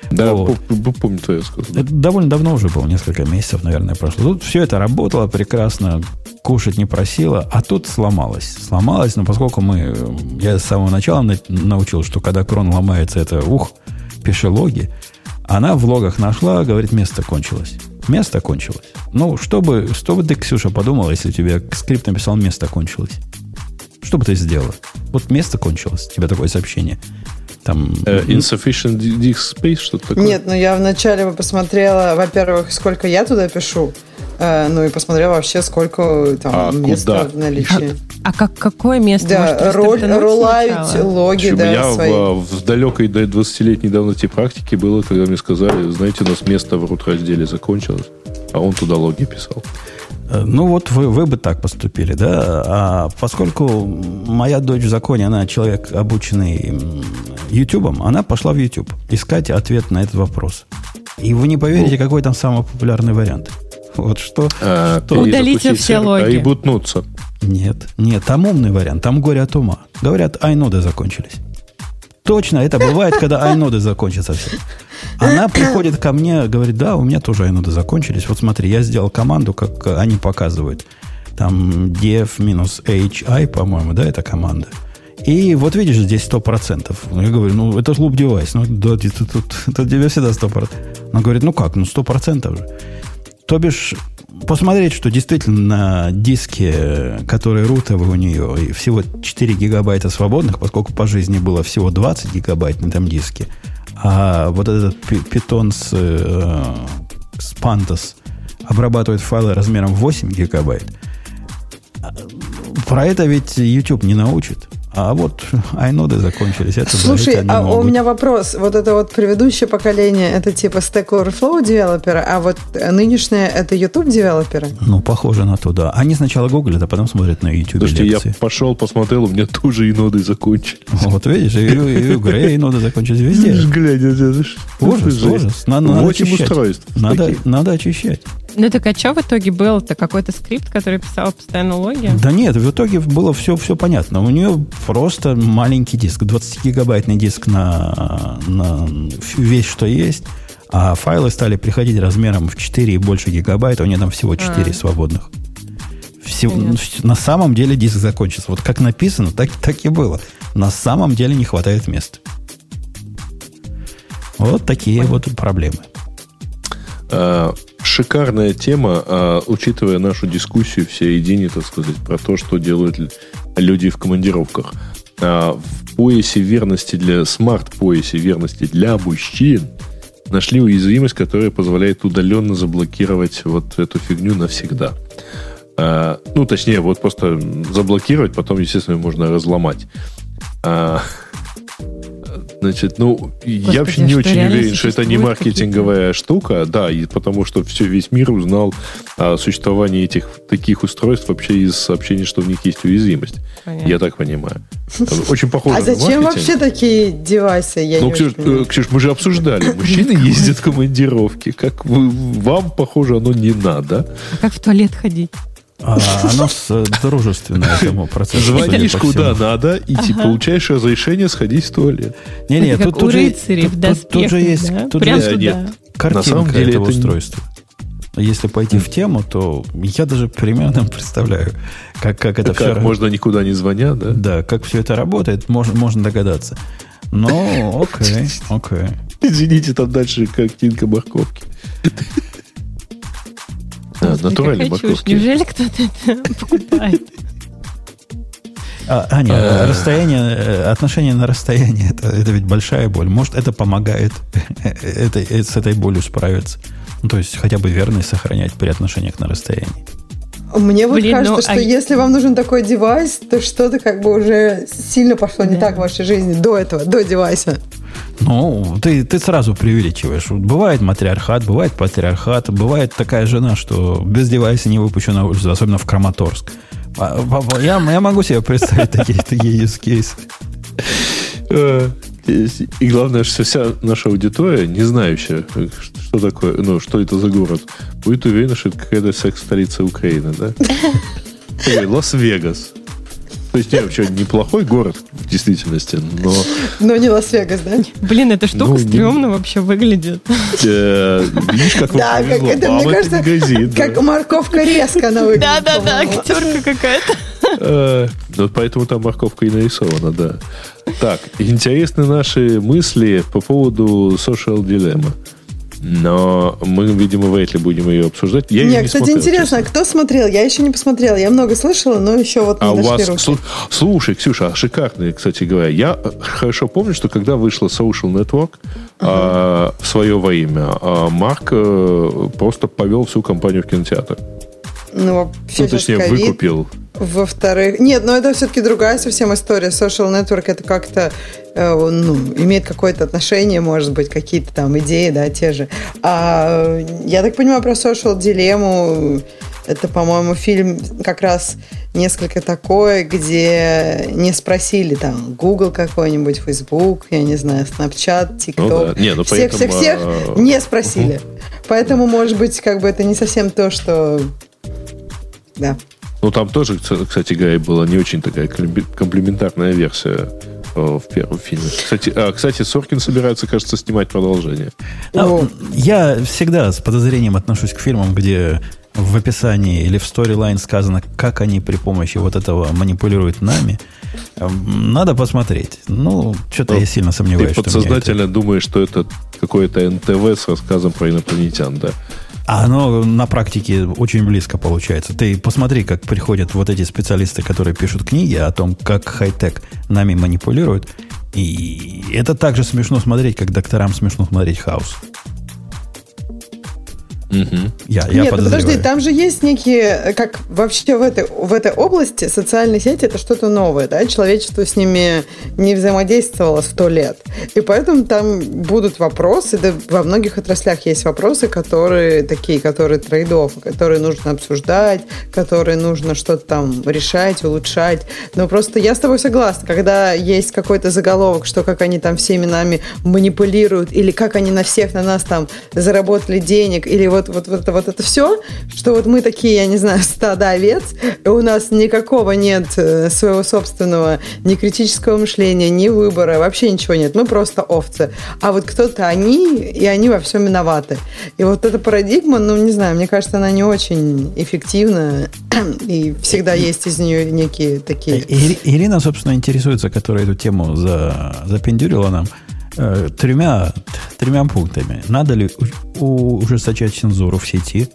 Да, вот. помню твой рассказ. Это довольно давно уже было, несколько месяцев, наверное, прошло. Тут все это работало прекрасно, кушать не просило, а тут сломалось. Сломалось, но поскольку мы... Я с самого начала на, научил, что когда крон ломается, это ух, пиши логи. Она в логах нашла, говорит, место кончилось. Место кончилось. Ну, что бы, что бы ты, Ксюша, подумала, если тебе скрипт написал «место кончилось»? Что бы ты сделала? Вот место кончилось, у тебя такое сообщение. Там... Uh, insufficient disk space, что-то такое? Нет, ну я вначале бы посмотрела, во-первых, сколько я туда пишу, э, ну и посмотрела вообще, сколько там а места куда? в наличии. А, а как, какое место? Да, роль, роллавить логи, Причем да, я свои. в, в далекой двадцатилетней давности практике было, когда мне сказали, знаете, у нас место в root-разделе закончилось, а он туда логи писал. Ну, вот вы, вы бы так поступили, да? А поскольку моя дочь в законе, она человек, обученный Ютубом, она пошла в YouTube искать ответ на этот вопрос. И вы не поверите, какой там самый популярный вариант. Вот что... А, что? Удалите все логи. А и бутнуться. Нет, нет, там умный вариант, там горе от ума. Говорят, айноды закончились. Точно, это бывает, когда айноды закончатся все. Она приходит ко мне, говорит, да, у меня тоже айноды закончились. Вот смотри, я сделал команду, как они показывают. Там def-hi, по-моему, да, это команда. И вот видишь, здесь сто процентов. Я говорю, ну, это же луп-девайс. Ну, да, тут, тут, тут, тут тебе всегда сто процентов. Она говорит, ну как, ну, сто процентов же. То бишь, посмотреть, что действительно на диске, который рутовый у нее, всего четыре гигабайта свободных, поскольку по жизни было всего двадцать гигабайт на этом диске, а вот этот Python с, э, с Pandas обрабатывает файлы размером восемь гигабайт. Про это ведь YouTube не научит. А вот айноды закончились. Это, Слушай, да, а у меня вопрос. Вот это вот предыдущее поколение, это типа Stack Overflow девелоперы, а вот нынешнее это YouTube девелоперы? Ну, похоже на то, да. Они сначала гуглят, а потом смотрят на YouTube Слушайте, лекции. я пошел, посмотрел, у меня тоже иноды закончились. Вот видишь, и, и у Грея иноды закончились везде. Глядя, Ужас, ужас. Надо, надо очищать. Надо, надо очищать. Ну так а что в итоге был? Это какой-то скрипт, который писал постоянно логи? Да нет, в итоге было все, все понятно. У нее просто маленький диск, двадцатигигабайтный диск на, на весь, что есть, а файлы стали приходить размером в четыре и больше гигабайта, у нее там всего четыре а. свободных. Всего, на самом деле диск закончится. Вот как написано, так, так и было. На самом деле не хватает места. Вот такие Понятно. Вот проблемы. А, шикарная тема, а, учитывая нашу дискуссию в середине, так сказать, про то, что делают люди в командировках. А, в поясе верности для смарт-поясе верности для мужчин нашли уязвимость, которая позволяет удаленно заблокировать вот эту фигню навсегда. А, ну, точнее, вот просто заблокировать, потом, естественно, можно разломать. А, Значит, ну, Господи, я вообще не очень уверен, что это не маркетинговая штука, да, и потому что все, весь мир узнал о существовании этих таких устройств вообще из сообщений, что в них есть уязвимость. Понятно. Я так понимаю. Очень похоже а на зачем маркетинг. Вообще такие девайсы? Я ну, Ксюш, Ксюш, мы же обсуждали. Мужчины ездят в командировки. Как вы, вам, похоже, оно не надо. А как в туалет ходить? А, оно дружественно этому процессу. Звонишь куда надо, и ага. получаешь разрешение сходить в туалет. Не, не, тут, тут, же, тут, доспехах, тут же есть да? тут Прям же туда. Нет, картинка на самом деле этого это устройства. Не... Если пойти в тему, то я даже примерно представляю, как, как это как все... можно никуда не звоня, да? Да, как все это работает, можно, можно догадаться. Но окей, окей. Извините, там дальше картинка морковки. Да, натуральные морковки. Неужели кто-то это покупает? А, а нет, а, расстояние, отношение на расстояние, это, это ведь большая боль. Может, это помогает это, это, с этой болью справиться. Ну, то есть, хотя бы верность сохранять при отношениях на расстоянии. Мне вот Блин, кажется, ну, что а... если вам нужен такой девайс, то что-то как бы уже сильно пошло да. не так в вашей жизни до этого, до девайса. Ну, ты, ты сразу преувеличиваешь. Бывает матриархат, бывает патриархат, бывает такая жена, что без девайса не выпущу на улицу, особенно в Краматорск. Я, я могу себе представить такие, такие use cases. И главное, что вся наша аудитория, не знающая, что такое, ну, что это за город, будет уверена, что это какая-то секс-столица Украины, да? Лас-Вегас. То есть, вообще неплохой город, действительности, но... Но не Лас-Вегас, да? Блин, эта штука ну, стрёмно не... вообще выглядит. Видишь, как да, как это, мне кажется, грозит, как да. морковка резко она выглядит. Да-да-да, актерка какая-то. Вот поэтому там морковка и нарисована, да. Так, интересны наши мысли по поводу Social Dilemma. Но мы, видимо, вряд ли будем ее обсуждать. Я Нет, кстати, смотрел, интересно, честно. Кто смотрел? Я еще не посмотрела. Я много слышала, но еще вот не а дошли у вас, руки. Слушай, Ксюша, шикарные, кстати говоря. Я хорошо помню, что когда вышла Social Network uh-huh. а, в свое во имя, а Марк а, просто повел всю компанию в кинотеатр. Ну, вообще, ну точнее, COVID. выкупил. Во-вторых... Нет, но это все-таки другая совсем история. Social Network это как-то э, ну, имеет какое-то отношение, может быть, какие-то там идеи, да, те же. А я так понимаю, про Social Dilemma это, по-моему, фильм как раз несколько такой, где не спросили там Google какой-нибудь, Facebook, я не знаю, Snapchat, TikTok. Ну, да. не, ну, Всех-всех-всех а... не спросили. Угу. Поэтому, может быть, как бы это не совсем то, что... Да. Ну, там тоже, кстати говоря, была не очень такая комплементарная версия в первом фильме. Кстати, а, кстати, Соркин собирается, кажется, снимать продолжение. А, я всегда с подозрением отношусь к фильмам, где в описании или в сторилайн сказано, как они при помощи вот этого манипулируют нами. Надо посмотреть. Ну, что-то ну, я сильно сомневаюсь. Ты подсознательно это... думаешь, что это какое-то эн тэ вэ с рассказом про инопланетян, да? А оно на практике очень близко получается. Ты посмотри, как приходят вот эти специалисты, которые пишут книги о том, как хай-тек нами манипулирует. И это также смешно смотреть, как докторам смешно смотреть «Хаус». Угу. Я, я Нет, ну подожди, там же есть некие, как вообще в этой, в этой области социальные сети это что-то новое, да, человечество с ними не взаимодействовало сто лет, и поэтому там будут вопросы, да, во многих отраслях есть вопросы, которые такие, которые трейд-офф, которые нужно обсуждать, которые нужно что-то там решать, улучшать, но просто я с тобой согласна, когда есть какой-то заголовок, что как они там всеми нами манипулируют, или как они на всех, на нас там заработали денег, или вот Вот, вот, это, вот это все, что вот мы такие, я не знаю, стадо овец, и у нас никакого нет своего собственного ни критического мышления, ни выбора, вообще ничего нет, мы просто овцы. А вот кто-то они, и они во всем виноваты. И вот эта парадигма, ну, не знаю, мне кажется, она не очень эффективна, и всегда есть из нее некие такие... Ирина, собственно, интересуется, которая эту тему за, запендюрила нам, Тремя, тремя пунктами. Надо ли у, ужесточать цензуру в сети?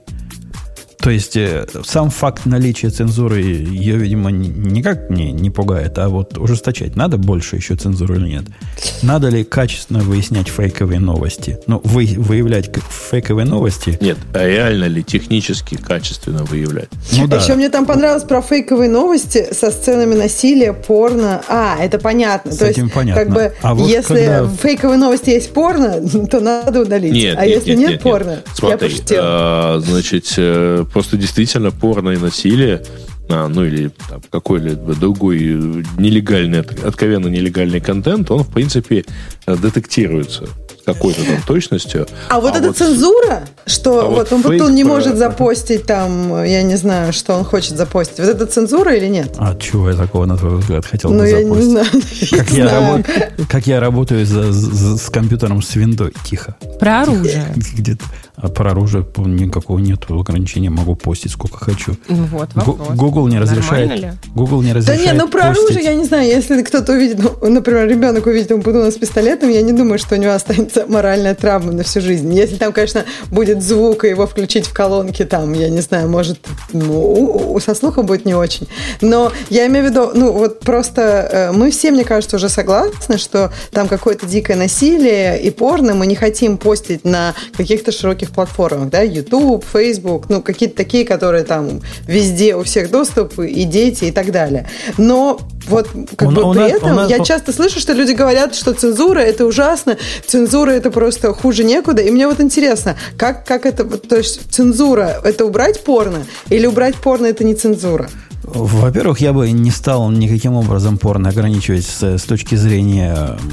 То есть, сам факт наличия цензуры ее, видимо, никак не, не пугает, а вот ужесточать надо больше еще цензуры или нет? Надо ли качественно выяснять фейковые новости? Ну, вы, выявлять фейковые новости? Нет, а реально ли технически качественно выявлять? Ну, да. Еще мне там понравилось про фейковые новости со сценами насилия, порно. А, это понятно. С То этим есть, понятно. как бы, а вот если когда... в фейковой новости есть порно, то надо удалить. Нет, а нет, если нет, нет, нет порно, нет. я Смотри, пошутила. А, значит, просто действительно порно и насилие, а, ну или там, какой-либо другой нелегальный, откровенно нелегальный контент, он, в принципе, детектируется с какой-то там точностью. А, а вот эта вот, цензура, что а вот он потом не может запостить там, я не знаю, что он хочет запостить. Вот это цензура или нет? А чего я такого, на твой взгляд, хотел ну, бы я запостить? Не знаю. Как, я работ... как я работаю за, за, с компьютером с виндой. Тихо. Про оружие. Где-то. А про оружие никакого нет ограничения, могу постить сколько хочу. Вот вопрос. Google не разрешает. Google не разрешает. Да нет, ну про постить. оружие я не знаю, если кто-то увидит, ну, например, ребенок увидит Умпутуна с пистолетом, я не думаю, что у него останется моральная травма на всю жизнь. Если там, конечно, будет звук, и его включить в колонки, там, я не знаю, может, ну, со слухом будет не очень. Но я имею в виду, ну, вот просто мы все, мне кажется, уже согласны, что там какое-то дикое насилие и порно мы не хотим постить на каких-то широких платформах, да, YouTube, Facebook, ну, какие-то такие, которые там везде у всех доступ, и дети, и так далее. Но вот как он, бы он, при он, этом он, я он, часто слышу, что люди говорят, что цензура это ужасно, цензура это просто хуже некуда, и мне вот интересно, как, как это, то есть цензура это убрать порно, или убрать порно это не цензура? Во-первых, я бы не стал никаким образом порно ограничивать с, с точки зрения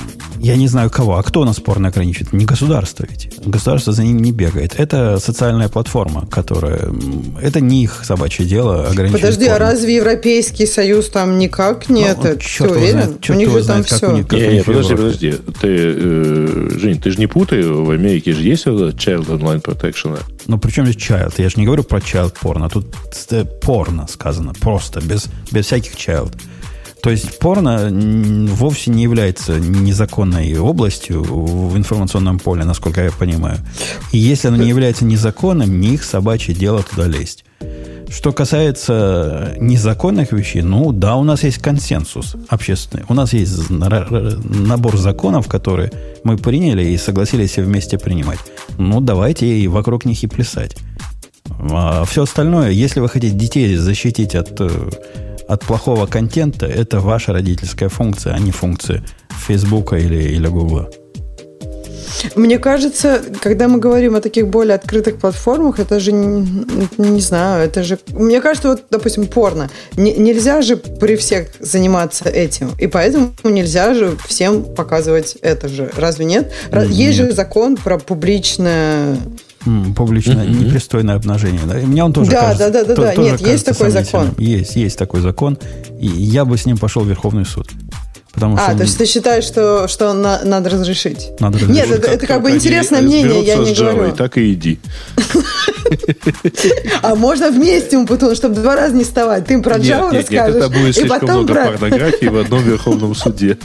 Я не знаю кого, а кто у нас порно ограничивает? Не государство ведь. Государство за ним не бегает. Это социальная платформа, которая... Это не их собачье дело ограничивать Подожди, порно. а разве Европейский Союз там никак не Ну, это? черт Ты его уверен? знает, черт у них его же там знает, как все. у них- как Не, у не, них подожди, Европа. подожди. Ты, э, Жень, ты же не путай, в Америке же есть вот этот Child Online Protection. Ну, при чем здесь child? Я же не говорю про child порно. Тут э, порно сказано. Просто, без, без всяких child. То есть порно м, вовсе не является незаконной областью в информационном поле, насколько я понимаю. И если оно не является незаконным, не их собачье дело туда лезть. Что касается незаконных вещей, ну да, у нас есть консенсус общественный. У нас есть набор законов, которые мы приняли и согласились все вместе принимать. Ну, давайте и вокруг них и плясать. А все остальное, если вы хотите детей защитить от, от плохого контента, это ваша родительская функция, а не функция Фейсбука или, или Гугла. Мне кажется, когда мы говорим о таких более открытых платформах, это же, не, не знаю, это же... Мне кажется, вот, допустим, порно. Не, нельзя же при всех заниматься этим. И поэтому нельзя же всем показывать это же. Разве нет? Нет. Есть же закон про публичное... Публичное Mm-hmm. непристойное обнажение. Да? И мне он тоже Да, кажется, да, да, да, то- да. тоже Нет, есть кажется такой закон. сомнительным. Есть, есть такой закон. И я бы с ним пошел в Верховный суд. Потому что А, он- то есть ты считаешь, что, что на- надо разрешить? Надо разрешить. Нет, это, это как бы они интересное мнение, я разберутся не с Java, говорю. так и иди. А можно вместе, Умпутун, чтобы два раза не вставать. Ты им про Java Нет, нет, нет, расскажешь, это будет и слишком потом много про... порнографии в одном Верховном суде.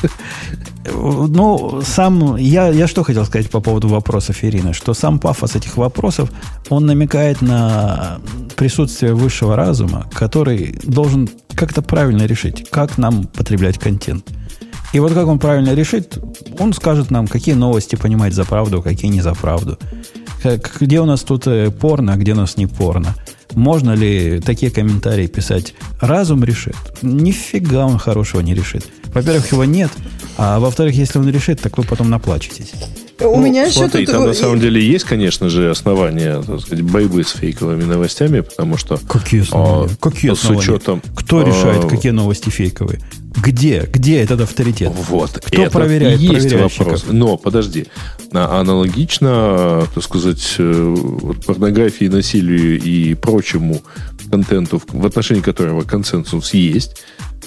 Ну, сам, я, я что хотел сказать по поводу вопросов Ирины, что сам пафос этих вопросов, он намекает на присутствие высшего разума, который должен как-то правильно решить, как нам потреблять контент. И вот как он правильно решит, он скажет нам, какие новости понимать за правду, какие не за правду. Как, где у нас тут э, порно, а где у нас не порно. Можно ли такие комментарии писать? Разум решит. Нифига он хорошего не решит. Во-первых, его нет. А во-вторых, если он решит, так вы потом наплачетесь. У Ну, меня еще смотри, тут... там на самом деле есть, конечно же, основания, так сказать, борьбы с фейковыми новостями, потому что... Какие основания? а, Какие с основания? учетом... Кто а, решает, какие новости фейковые? Где? Где этот авторитет? Вот. Кто это проверяет и есть проверяющих? вопрос. Но, подожди. А- Аналогично, так сказать, э, вот порнографии, насилию и прочему контенту, в в отношении которого консенсус есть,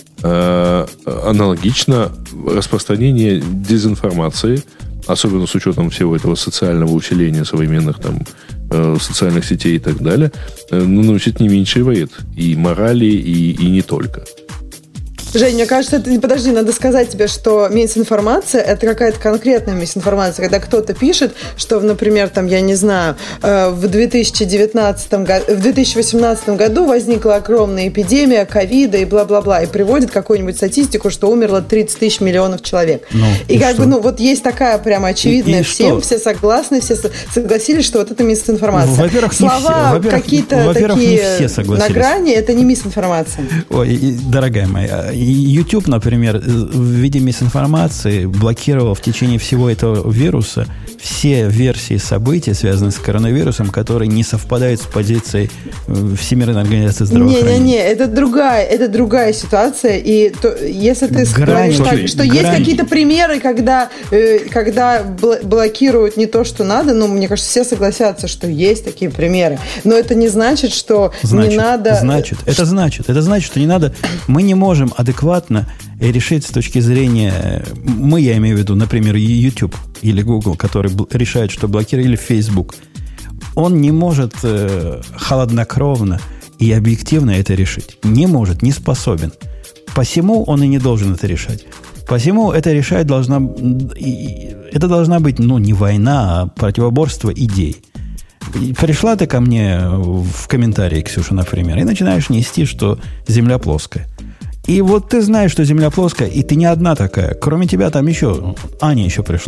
э, аналогично распространение дезинформации, особенно с учетом всего этого социального усиления современных там, э, социальных сетей и так далее, э, ну, наносит не меньший вред и морали, и, и не только. Жень, мне кажется, это, подожди, надо сказать тебе, что мисинформация – это какая-то конкретная мисинформация, когда кто-то пишет, что, например, там, я не знаю, в две тысячи девятнадцатом году, в две тысячи восемнадцатом году возникла огромная эпидемия ковида и бла-бла-бла, и приводит какую-нибудь статистику, что умерло тридцать тысяч миллионов человек. Ну, и, и как что? бы, ну, вот есть такая прямо очевидная, И- и всем, что? все согласны, все со- согласились, что вот это мисинформация. Во-первых, не Слова все- во-первых, какие-то во-первых, не такие все согласились. на грани – это не мисинформация. Ой, и- дорогая моя, и YouTube, например, в виде мисинформации блокировал в течение всего этого вируса все версии событий, связанные с коронавирусом, которые не совпадают с позицией э, Всемирной организации здравоохранения. Не-не-не, это другая, это другая ситуация. И то, если ты Грань, говоришь так, слушай, что грань. есть какие-то примеры, когда, э, когда бл- блокируют не то, что надо, ну, мне кажется, все согласятся, что есть такие примеры. Но это не значит, что Значит, не надо... Значит, это значит, это значит, что не надо, мы не можем адекватно решить с точки зрения, мы, я имею в виду, например, YouTube или Google, который бл- решает, что блокирует, или Facebook, он не может э, холоднокровно и объективно это решить. Не может, не способен. Посему он и не должен это решать. Посему это решать должна... и- и- Это должна быть, ну, не война, а противоборство идей. И пришла ты ко мне в комментарии, Ксюша, например, и начинаешь нести, что Земля плоская. И вот ты знаешь, что Земля плоская, и ты не одна такая. Кроме тебя там еще... Аня еще пришла.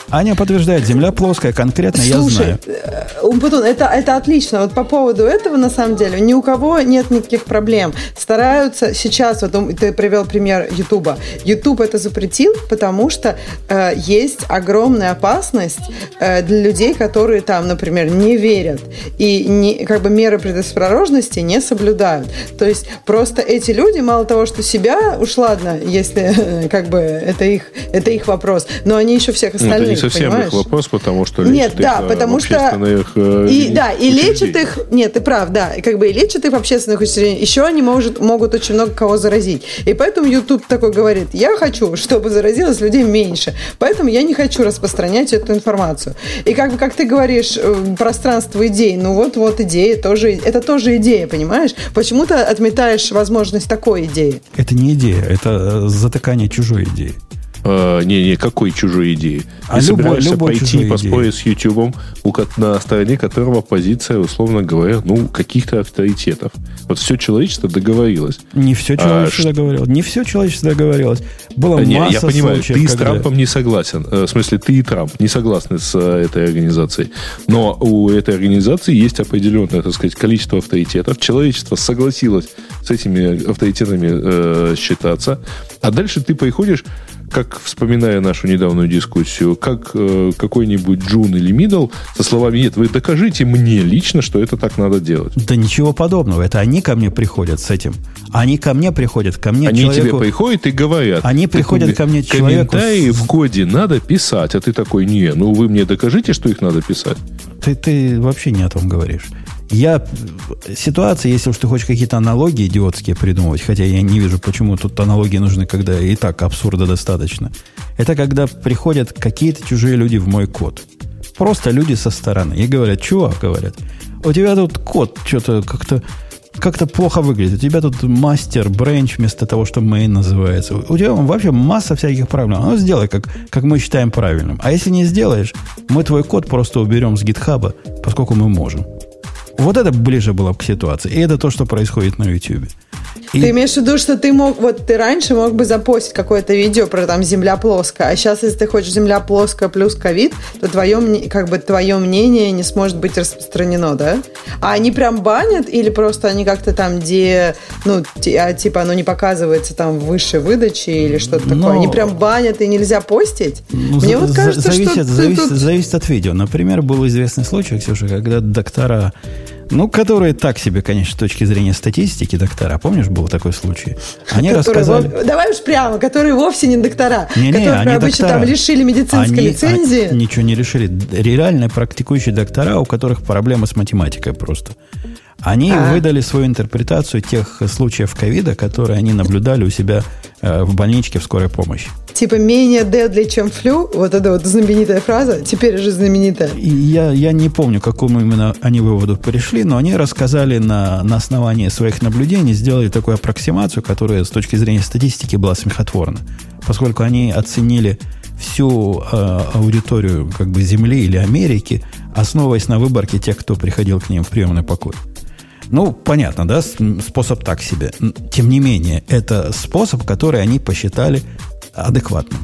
Аня подтверждает, земля плоская, конкретно. Слушай, я знаю. Умпутун, это, это отлично. Вот по поводу этого, на самом деле, ни у кого нет никаких проблем. Стараются сейчас, вот ты привел пример Ютуба. Ютуб это запретил, потому что э, есть огромная опасность э, для людей, которые там, например, не верят и не, как бы меры предосторожности не соблюдают. То есть просто эти люди, мало того, что себя, уж ладно, если как бы это их, это их вопрос, но они еще всех остальных, это не совсем понимаешь? Их вопрос, потому что нет, лечат да, их потому в что общественных и, да, и лечат учреждениях. их, нет, ты прав, да, и как бы и лечат их в общественных учреждениях, еще они может, могут очень много кого заразить. И поэтому YouTube такой говорит, я хочу, чтобы заразилось людей меньше, поэтому я не хочу распространять эту информацию. И как бы, как ты говоришь, пространство идей, ну вот, вот идея тоже, это тоже идея, понимаешь? Почему ты отметаешь возможность такой идеи? Это не идея, это затыкание чужой идеи. А, не, не, какой чужой идеи? А Ты любой, собираешься любой пойти поспорить идеи. с Ютубом, на стороне которого позиция, условно говоря, ну, каких-то авторитетов. Вот все человечество договорилось. Не все человечество а, договорилось. Не все человечество договорилось. Было не, масса я понимаю, случаев, ты с когда... Трампом не согласен. В смысле, ты и Трамп не согласны с этой организацией. Но у этой организации есть определенное, так сказать, количество авторитетов. Человечество согласилось с этими авторитетами э, считаться. А дальше ты приходишь, как, вспоминая нашу недавнюю дискуссию, как э, какой-нибудь Джун или Мидл со словами «Нет, вы докажите мне лично, что это так надо делать». Да ничего подобного. Это они ко мне приходят с этим. Они ко мне приходят, ко мне Они человеку... тебе приходят и говорят. Они приходят ко мне человеку... Комментарии в коде надо писать, а ты такой: не, ну вы мне докажите, что их надо писать. Ты, ты вообще не о том говоришь. Я... Ситуация, если уж ты хочешь какие-то аналогии идиотские придумывать, хотя я не вижу, почему тут аналогии нужны, когда и так абсурда достаточно. Это когда приходят какие-то чужие люди в мой код. Просто люди со стороны. И говорят, чувак, говорят, у тебя тут код что-то как-то как-то плохо выглядит. У тебя тут мастер, бренч вместо того, что main называется. У тебя вообще масса всяких проблем. Ну, сделай, как, как мы считаем правильным. А если не сделаешь, мы твой код просто уберем с гитхаба, поскольку мы можем. Вот это ближе было к ситуации. И это то, что происходит на YouTube. И... Ты имеешь в виду, что ты мог, вот ты раньше мог бы запостить какое-то видео про там земля плоская, а сейчас, если ты хочешь земля плоская плюс ковид, то твое, как бы, твое мнение не сможет быть распространено, да? А они прям банят или просто они как-то там, где, ну, типа оно не показывается там в высшей выдаче или что-то Но... такое? Они прям банят и нельзя постить? Ну, Мне за- вот кажется, зависит, что зависит, тут... зависит от видео. Например, был известный случай, Ксюша, когда доктора, ну, которые так себе, конечно, с точки зрения статистики доктора, помнишь, был такой случай? Они Которые рассказали... вов- Давай уж прямо, которые вовсе не доктора, Не-не, которые они обычно доктора. там лишили медицинской Они- лицензии. они ничего не решили. Реально практикующие доктора, у которых проблемы с математикой просто. Они А. выдали свою интерпретацию тех случаев ковида, которые они наблюдали у себя э, в больничке в скорой помощи. Типа менее deadly, чем флю. Вот эта вот знаменитая фраза. Теперь уже знаменитая. И я, я не помню, к какому именно они выводу пришли, но они рассказали на, на основании своих наблюдений, сделали такую аппроксимацию, которая с точки зрения статистики была смехотворна. Поскольку они оценили всю э, аудиторию как бы Земли или Америки, основываясь на выборке тех, кто приходил к ним в приемный покой. Ну, понятно, да, способ так себе. Тем не менее, это способ, который они посчитали адекватным.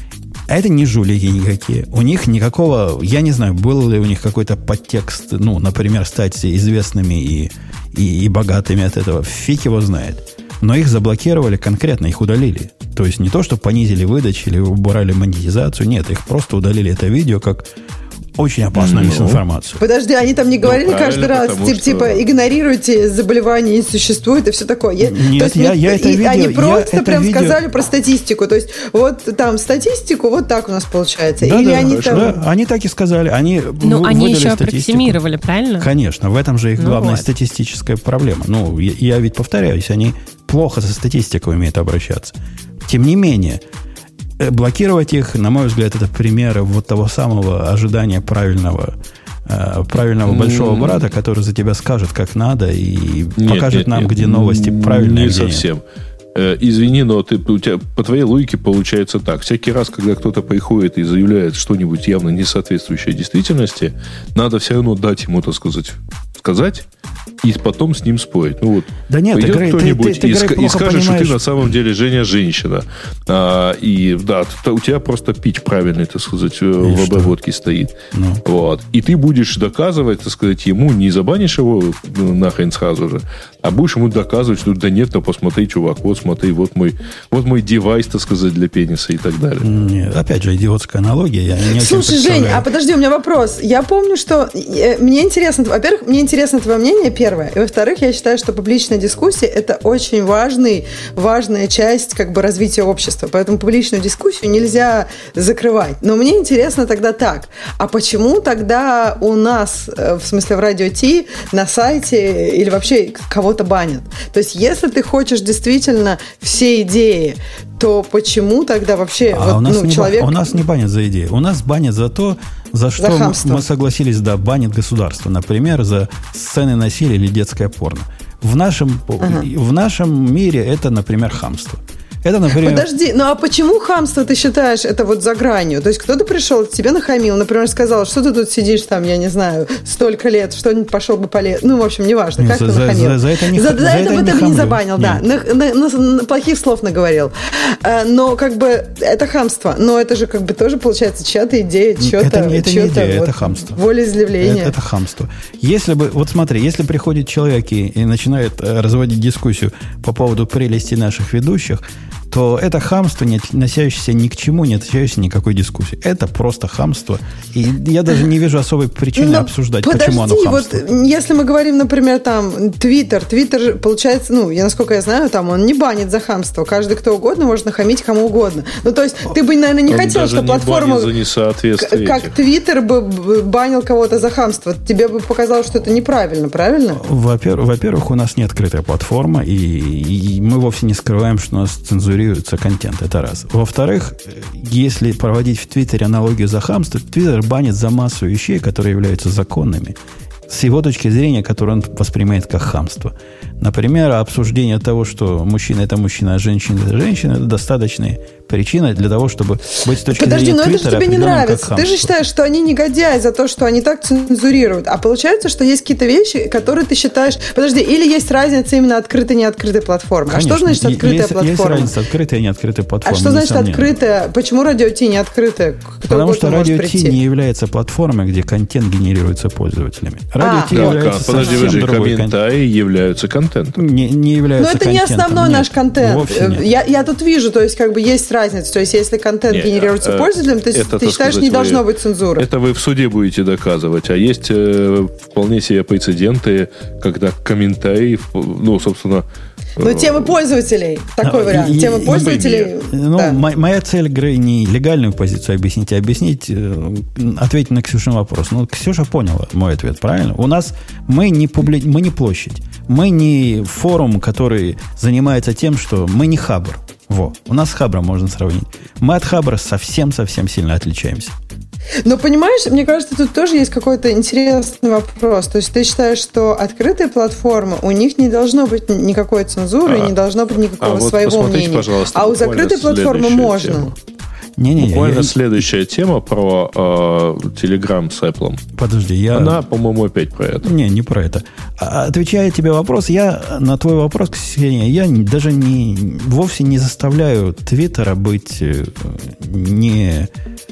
А это не жулики никакие. У них никакого, я не знаю, был ли у них какой-то подтекст, ну, например, стать известными и, и, и богатыми от этого. Фиг его знает. Но их заблокировали конкретно, их удалили. То есть не то, что понизили выдачу или убрали монетизацию. Нет, их просто удалили это видео как очень опасную Ну. мисинформацию. Подожди, они там не говорили Ну, каждый правильно, раз, потому типа, что- типа, игнорируйте, заболевание не существует и все такое. Я- Нет, то есть я- мне- я это и видео- Они я просто это прям видео- сказали про статистику. То есть вот там статистику, вот так у нас получается. Да, Или да, они хорошо. там... Да, они так и сказали. Они Ну, вы- они выдали еще статистику. аппроксимировали, правильно? Конечно, в этом же их Ну главная вот. статистическая проблема. Ну, я, я ведь повторяюсь, они плохо со статистикой умеют обращаться. Тем не менее, э, блокировать их, на мой взгляд, это примеры вот того самого ожидания правильного, э, правильного большого М. брата, который за тебя скажет, как надо, и Нет, покажет нет, нам, нет. где новости правильные, Не где нет. совсем. Э, Извини, но ты, у тебя, по твоей логике получается так. Всякий раз, когда кто-то приходит и заявляет что-нибудь явно не соответствующее действительности, надо все равно дать ему, так сказать, сказать, и потом с ним спорить. Ну вот, да нет, пойдет Грей, кто-нибудь ты, ты, ты, и, Грей, и скажет, понимаешь. что ты на самом деле, Женя, женщина. А, и да, у тебя просто пич правильный, так сказать, и в что? Обработке стоит. Ну. Вот. И ты будешь доказывать, так сказать, ему, не забанишь его нахрен сразу же, а будешь ему доказывать, что да нет, ну посмотри, чувак, вот смотри, вот мой, вот мой девайс, так сказать, для пениса и так далее. Нет, опять же, идиотская аналогия. Я не Слушай, Жень, а подожди, у меня вопрос. Я помню, что мне интересно, во-первых, мне интересно твое мнение, первое. И во-вторых, я считаю, что публичная дискуссия – это очень важный, важная часть как бы развития общества. Поэтому публичную дискуссию нельзя закрывать. Но мне интересно тогда так. А почему тогда у нас, в смысле в Радио Ти, на сайте или вообще кого-то банят? То есть, если ты хочешь действительно все идеи, то почему тогда вообще а вот, у, нас ну, не человек... ба- у нас не банят за идеи. У нас банят за то, за что за мы, мы согласились, да, банит государство. Например, за сцены насилия или детское порно. В нашем, ага. в нашем мире это, например, хамство. Это, например... Подожди, ну а почему хамство ты считаешь это вот за гранью? То есть кто-то пришел, тебе нахамил, например, сказал, что ты тут сидишь там, я не знаю, столько лет, что-нибудь пошел бы полез. Ну, в общем, неважно, как за, ты нахамил. За, за это, не, за, за, за это бы ты бы не забанил, Нет. да. На, на, на, на, плохих слов наговорил. Но как бы это хамство. Но это же как бы тоже получается чья-то идея, чьё-то... Это, это не идея, вот это хамство. Волеизъявление. Это, это хамство. Если бы, вот смотри, если приходит человек и, и начинает разводить дискуссию по поводу прелести наших ведущих, то это хамство, не относящееся ни к чему, не относящееся никакой дискуссии. Это просто хамство. И я даже не вижу особой причины Но обсуждать, подожди, почему оно хамство. Вот если мы говорим, например, там, Твиттер. Твиттер, получается, ну, я, насколько я знаю, там он не банит за хамство. Каждый, кто угодно, может нахамить кому угодно. Ну, то есть, ты бы, наверное, не он хотел, что платформа, за несоответствие как Твиттер бы банил кого-то за хамство. Тебе бы показалось, что это неправильно, правильно? Во-первых, во-первых, у нас не открытая платформа, и, и мы вовсе не скрываем, что у нас цензурируется контент. Это раз. Во-вторых, если проводить в Твиттере аналогию за хамство, Твиттер банит за массу вещей, которые являются законными, с его точки зрения, которую он воспринимает как хамство. Например, обсуждение того, что мужчина – это мужчина, а женщина – это женщина, это достаточная причина для того, чтобы быть с точки Подожди, зрения но Твиттера это же тебе не нравится. Ты же считаешь, что они негодяи за то, что они так цензурируют. А получается, что есть какие-то вещи, которые ты считаешь... Подожди, или есть разница именно открытой и неоткрытой платформы? Конечно, а что значит открытая есть, платформа? Есть разница открытая и неоткрытая платформа. А что значит несомненно. открытая? Почему Радио Ти не открытая? Кто Потому что Радио Ти прийти? не является платформой, где контент генерируется пользователями. Радио А, Ти да, является подожди, совсем вы же другой комментарии контент. являются контентом. Не, не являются Но это не контентом. основной Нет, наш контент. вовсе нет. Я, я тут вижу, то есть как бы есть разница. То есть если контент Нет, генерируется э, пользователем, то это, ты считаешь, сказать, не вы, должно быть цензуры. Это вы в суде будете доказывать. А есть э, вполне себе прецеденты, когда комментарии, ну, собственно... Но тема пользователей, такой А, вариант. и- Тема и- пользователей... Ну, да. мо- моя цель, Грей, не легальную позицию объяснить, а объяснить, э, ответить на Ксюшин вопрос. Ну, Ксюша поняла мой ответ, правильно? У нас мы не, публи... мы не площадь, мы не форум, который занимается тем, что мы не Хабр. Во. У нас с Хабром можно сравнить. Мы от Хабра совсем-совсем сильно отличаемся. Но понимаешь, мне кажется, тут тоже есть какой-то интересный вопрос. То есть ты считаешь, что открытые платформы, у них не должно быть никакой цензуры, А, и не должно быть никакого а вот своего посмотрите, мнения. пожалуйста, А у буквально закрытой платформы следующую можно. тему. Не-не-не. Буквально я- следующая тема про э, Telegram с Apple. Подожди, я... Она, по-моему, опять про это. Не, не про это. А, Отвечая тебе вопрос, я на твой вопрос, Ксения, я не- даже не, вовсе не заставляю Твиттера быть э, не...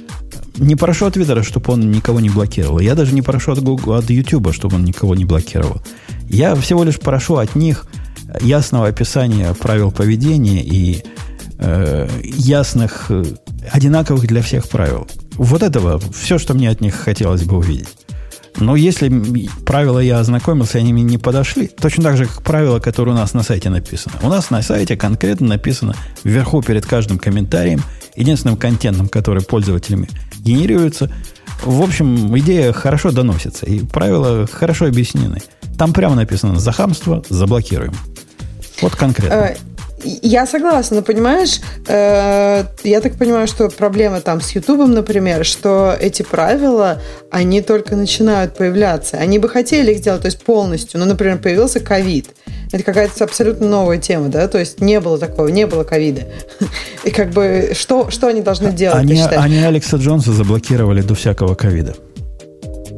Не прошу от Твиттера, чтобы он никого не блокировал. Я даже не прошу от, Google, от Ютуба, чтобы он никого не блокировал. Я всего лишь прошу от них ясного описания правил поведения и э, ясных, э, одинаковых для всех правил. Вот этого все, что мне от них хотелось бы увидеть. Но если правила я ознакомился, они мне не подошли, точно так же, как правила, которые у нас на сайте написаны. У нас на сайте конкретно написано вверху перед каждым комментарием, единственным контентом, который пользователями генерируется. В общем, идея хорошо доносится, и правила хорошо объяснены. Там прямо написано «За хамство заблокируем». Вот конкретно. Я согласна, но понимаешь, э, я так понимаю, что проблема там с Ютубом, например, что эти правила, они только начинают появляться. Они бы хотели их сделать, то есть полностью. Ну, например, появился ковид. Это какая-то абсолютно новая тема, да? То есть не было такого, не было ковида. И как бы что, что они должны делать, Они, ты считаешь? они Алекса Джонса заблокировали до всякого ковида.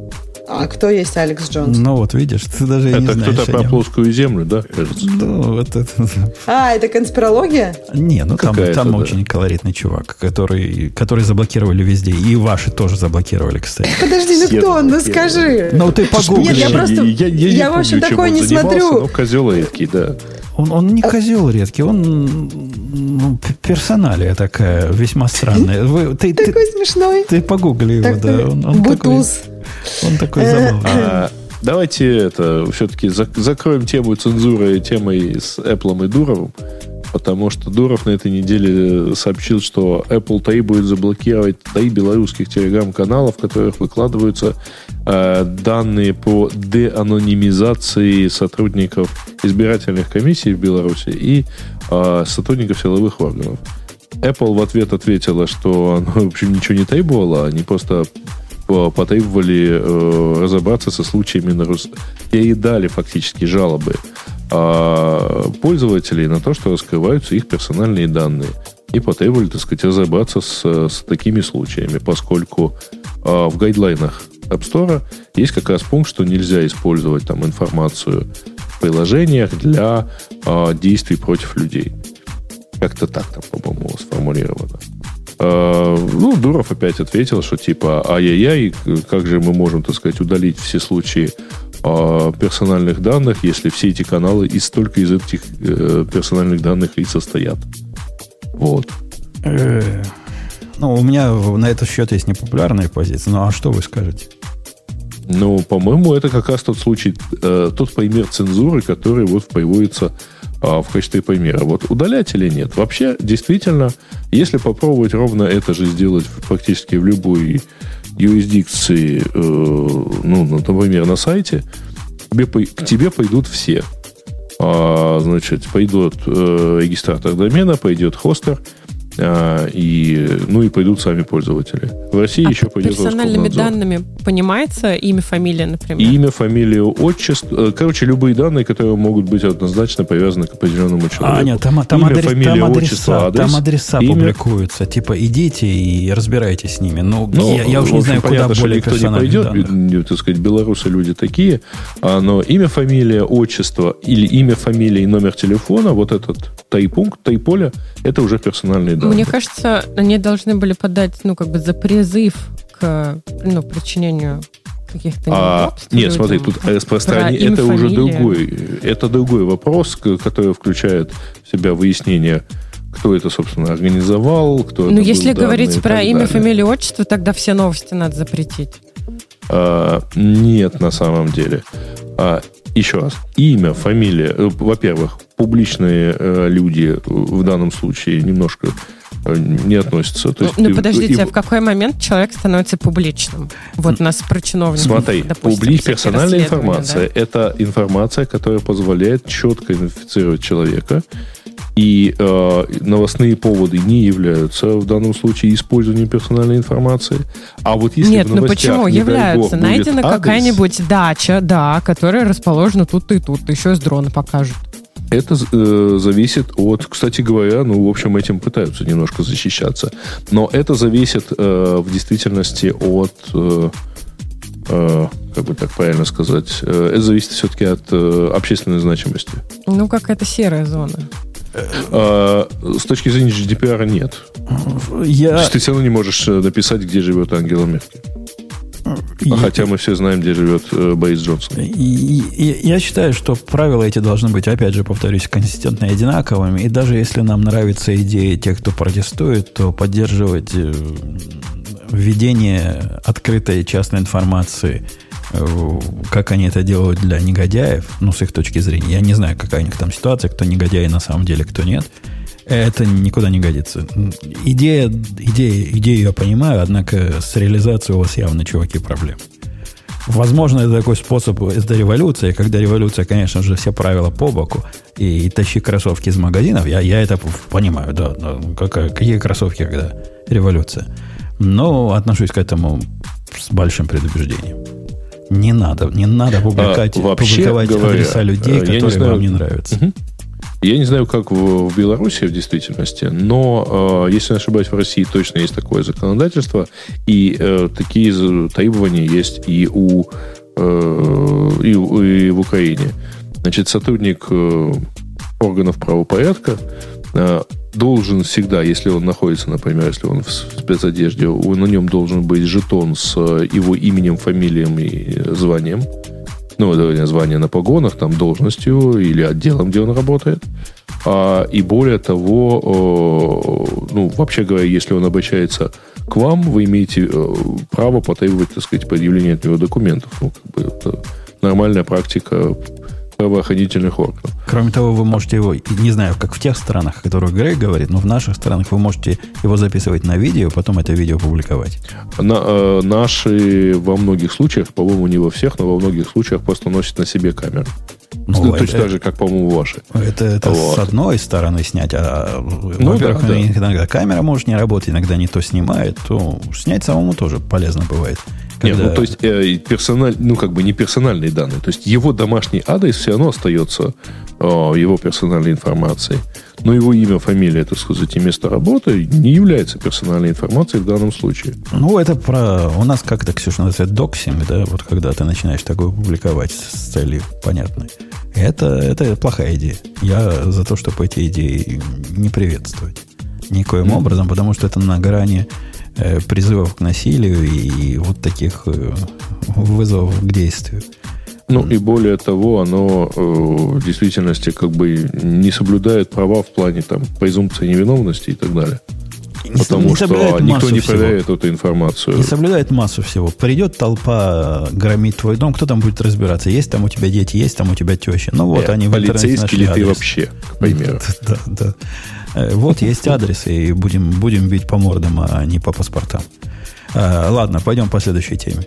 А кто есть Алекс Джонс? Ну вот, видишь, ты даже это не знаешь. Это кто-то про плоскую землю, да, кажется? Ну, вот это... А, это конспирология? Не, ну там, там да. очень колоритный чувак, который, который заблокировали везде. И ваши тоже заблокировали, кстати. Подожди, ну кто он? Ну скажи. Ну ты погугли. Нет, я просто... Я, я, я я в общем, такое не занимался, смотрю. Но козел редкий, да. Он, он не козел редкий, он ну, персоналия такая, весьма странная. Вы, ты, такой ты, смешной. Ты погугли его, так, да. Он, он Бутуз. Такой, он такой забавный. А, давайте это все-таки закроем тему цензуры темой с Apple и Дуровым, потому что Дуров на этой неделе сообщил, что Apple таи будет заблокировать таи белорусских телеграм-каналов, в которых выкладываются э, данные по деанонимизации сотрудников избирательных комиссий в Беларуси и э, сотрудников силовых органов. Apple в ответ ответила, что она, в общем, ничего не требовала, они просто потребовали э, разобраться со случаями нарус... передали фактически жалобы э, пользователей на то, что раскрываются их персональные данные. И потребовали, так сказать, разобраться с, с такими случаями, поскольку э, в гайдлайнах App Store есть как раз пункт, что нельзя использовать там информацию в приложениях для э, действий против людей. Как-то так там, по-моему, сформулировано. Uh, ну, Дуров опять ответил, что типа, ай-яй-яй, как же мы можем, так сказать, удалить все случаи uh, персональных данных, если все эти каналы из только из этих uh, персональных данных и состоят. Вот. Ну, у меня на этот счет есть непопулярная позиция. Ну, а что вы скажете? Ну, по-моему, это как раз тот случай, uh, тот пример цензуры, который вот приводится в качестве примера. Вот удалять или нет? Вообще, действительно, если попробовать ровно это же сделать практически в любой юрисдикции, э, ну, например, на сайте, тебе, к тебе пойдут все. А, значит, пойдет э, регистратор домена, пойдет хостер, а, и, ну и пойдут сами пользователи. В России а еще пойдет персональными данными понимается имя, фамилия, например? Имя, фамилия, отчество. Короче, любые данные, которые могут быть однозначно привязаны к определенному человеку. А, нет, там, там, имя, адрес, фамилия, там адреса, отчество, адрес, там адреса имя. публикуются. Типа, идите и разбирайтесь с ними. Ну, ну я, я уже не знаю, понятно, куда более никто не пойдет, данных. Так сказать, белорусы люди такие. Но имя, фамилия, отчество или имя, фамилия и номер телефона, вот этот тайпункт, тайполе, это уже персональные данные. Мне кажется, они должны были подать, ну, как бы за призыв к, ну, причинению каких-то неудобств. А, нет, смотри, тут распространение, это уже другой, это другой вопрос, который включает в себя выяснение, кто это, собственно, организовал, кто ну, это был. Ну, если говорить про имя, далее. фамилию, отчество, тогда все новости надо запретить. А, нет, на самом деле. А, еще раз. Имя, фамилия, во-первых, публичные э, люди в данном случае немножко не относятся. То ну, есть ну ты, подождите, и, а в какой момент человек становится публичным? Вот нас про чиновников, смотри, допустим, публи... персональная информация, да? Это информация, которая позволяет четко идентифицировать человека, и э, новостные поводы не являются в данном случае использованием персональной информации. А вот если Нет, в новостях, ну почему? не Являются. дай бог, Найдена адрес, какая-нибудь дача, да, которая расположена тут и тут, еще с дрона покажут. Это э, зависит от, кстати говоря, ну, в общем, этим пытаются немножко защищаться. Но это зависит э, в действительности от, э, э, как бы так правильно сказать, э, это зависит все-таки от э, общественной значимости. Ну, какая-то серая зона. Э, с точки зрения джи ди пи ар нет. Я... То есть ты все равно не можешь написать, где живет Ангела Меркель. Я... Хотя мы все знаем, где живет э, Борис Джонсон. И, и, я считаю, что правила эти должны быть, опять же, повторюсь, консистентно и одинаковыми. И даже если нам нравится идея тех, кто протестует, то поддерживать э, введение открытой частной информации, э, как они это делают для негодяев, ну, с их точки зрения. Я не знаю, какая у них там ситуация, кто негодяи на самом деле, кто нет. Это никуда не годится. Идея, идея, идею я понимаю, однако с реализацией у вас явно, чуваки, проблемы. Возможно, это такой способ, это революция, когда революция, конечно же, все правила по боку, и, и тащи кроссовки из магазинов, я, я это понимаю, да, да какая, какие кроссовки, когда революция. Но отношусь к этому с большим предубеждением. Не надо, не надо публиковать, а, публиковать говоря, адреса людей, которые не знаю, вам не нравятся. Угу. Я не знаю, как в, в Беларуси в действительности, но, э, если не ошибаюсь, в России точно есть такое законодательство, и э, такие требования есть и, у, э, и, и в Украине. Значит, сотрудник э, органов правопорядка э, должен всегда, если он находится, например, если он в спецодежде, на нем должен быть жетон с его именем, фамилией и званием. Ну, звание на погонах, там, должностью или отделом, где он работает. А, и более того, о, ну, вообще говоря, если он обращается к вам, вы имеете о, право потребовать, так сказать, предъявления от него документов. Ну, как бы это нормальная практика правоохранительных органов. Кроме того, вы можете его, не знаю, как в тех странах, о которых Грей говорит, но в наших странах вы можете его записывать на видео, потом это видео публиковать. На, э, наши во многих случаях, по-моему, не во всех, но во многих случаях просто носят на себе камеру. Ну, ну, точно это, так же, как, по-моему, ваши. Это, это вот. С одной стороны снять. А, ну, во-первых, да, да. иногда камера может не работать, иногда не то снимает, то снять самому тоже полезно бывает. Когда... Нет, ну, то есть, э, персональ... ну, как бы не персональные данные. То есть, его домашний адрес все равно остается э, его персональной информацией. Но его имя, фамилия, так сказать, и место работы не является персональной информацией в данном случае. Ну, это про... У нас как-то, Ксюша, называется доксинг, да? Вот когда ты начинаешь такое публиковать с целью понятной. Это, это плохая идея. Я за то, чтобы эти идеи не приветствовать никоим mm-hmm. образом, потому что это на грани э, призывов к насилию и, и вот таких э, вызовов к действию. Ну, и более того, оно э, в действительности как бы не соблюдает права в плане там презумпции невиновности и так далее. Не Потому что никто не проверяет всего. Эту информацию. Не соблюдает массу всего. Придет толпа громить твой дом, кто там будет разбираться? Есть там у тебя дети, есть там у тебя теща. Ну вот, э, они в интернете нашли адрес. Полицейский ли ты вообще, к примеру. Да, да. Вот есть адрес, и будем, будем бить по мордам, а не по паспортам. А, ладно, пойдем по следующей теме.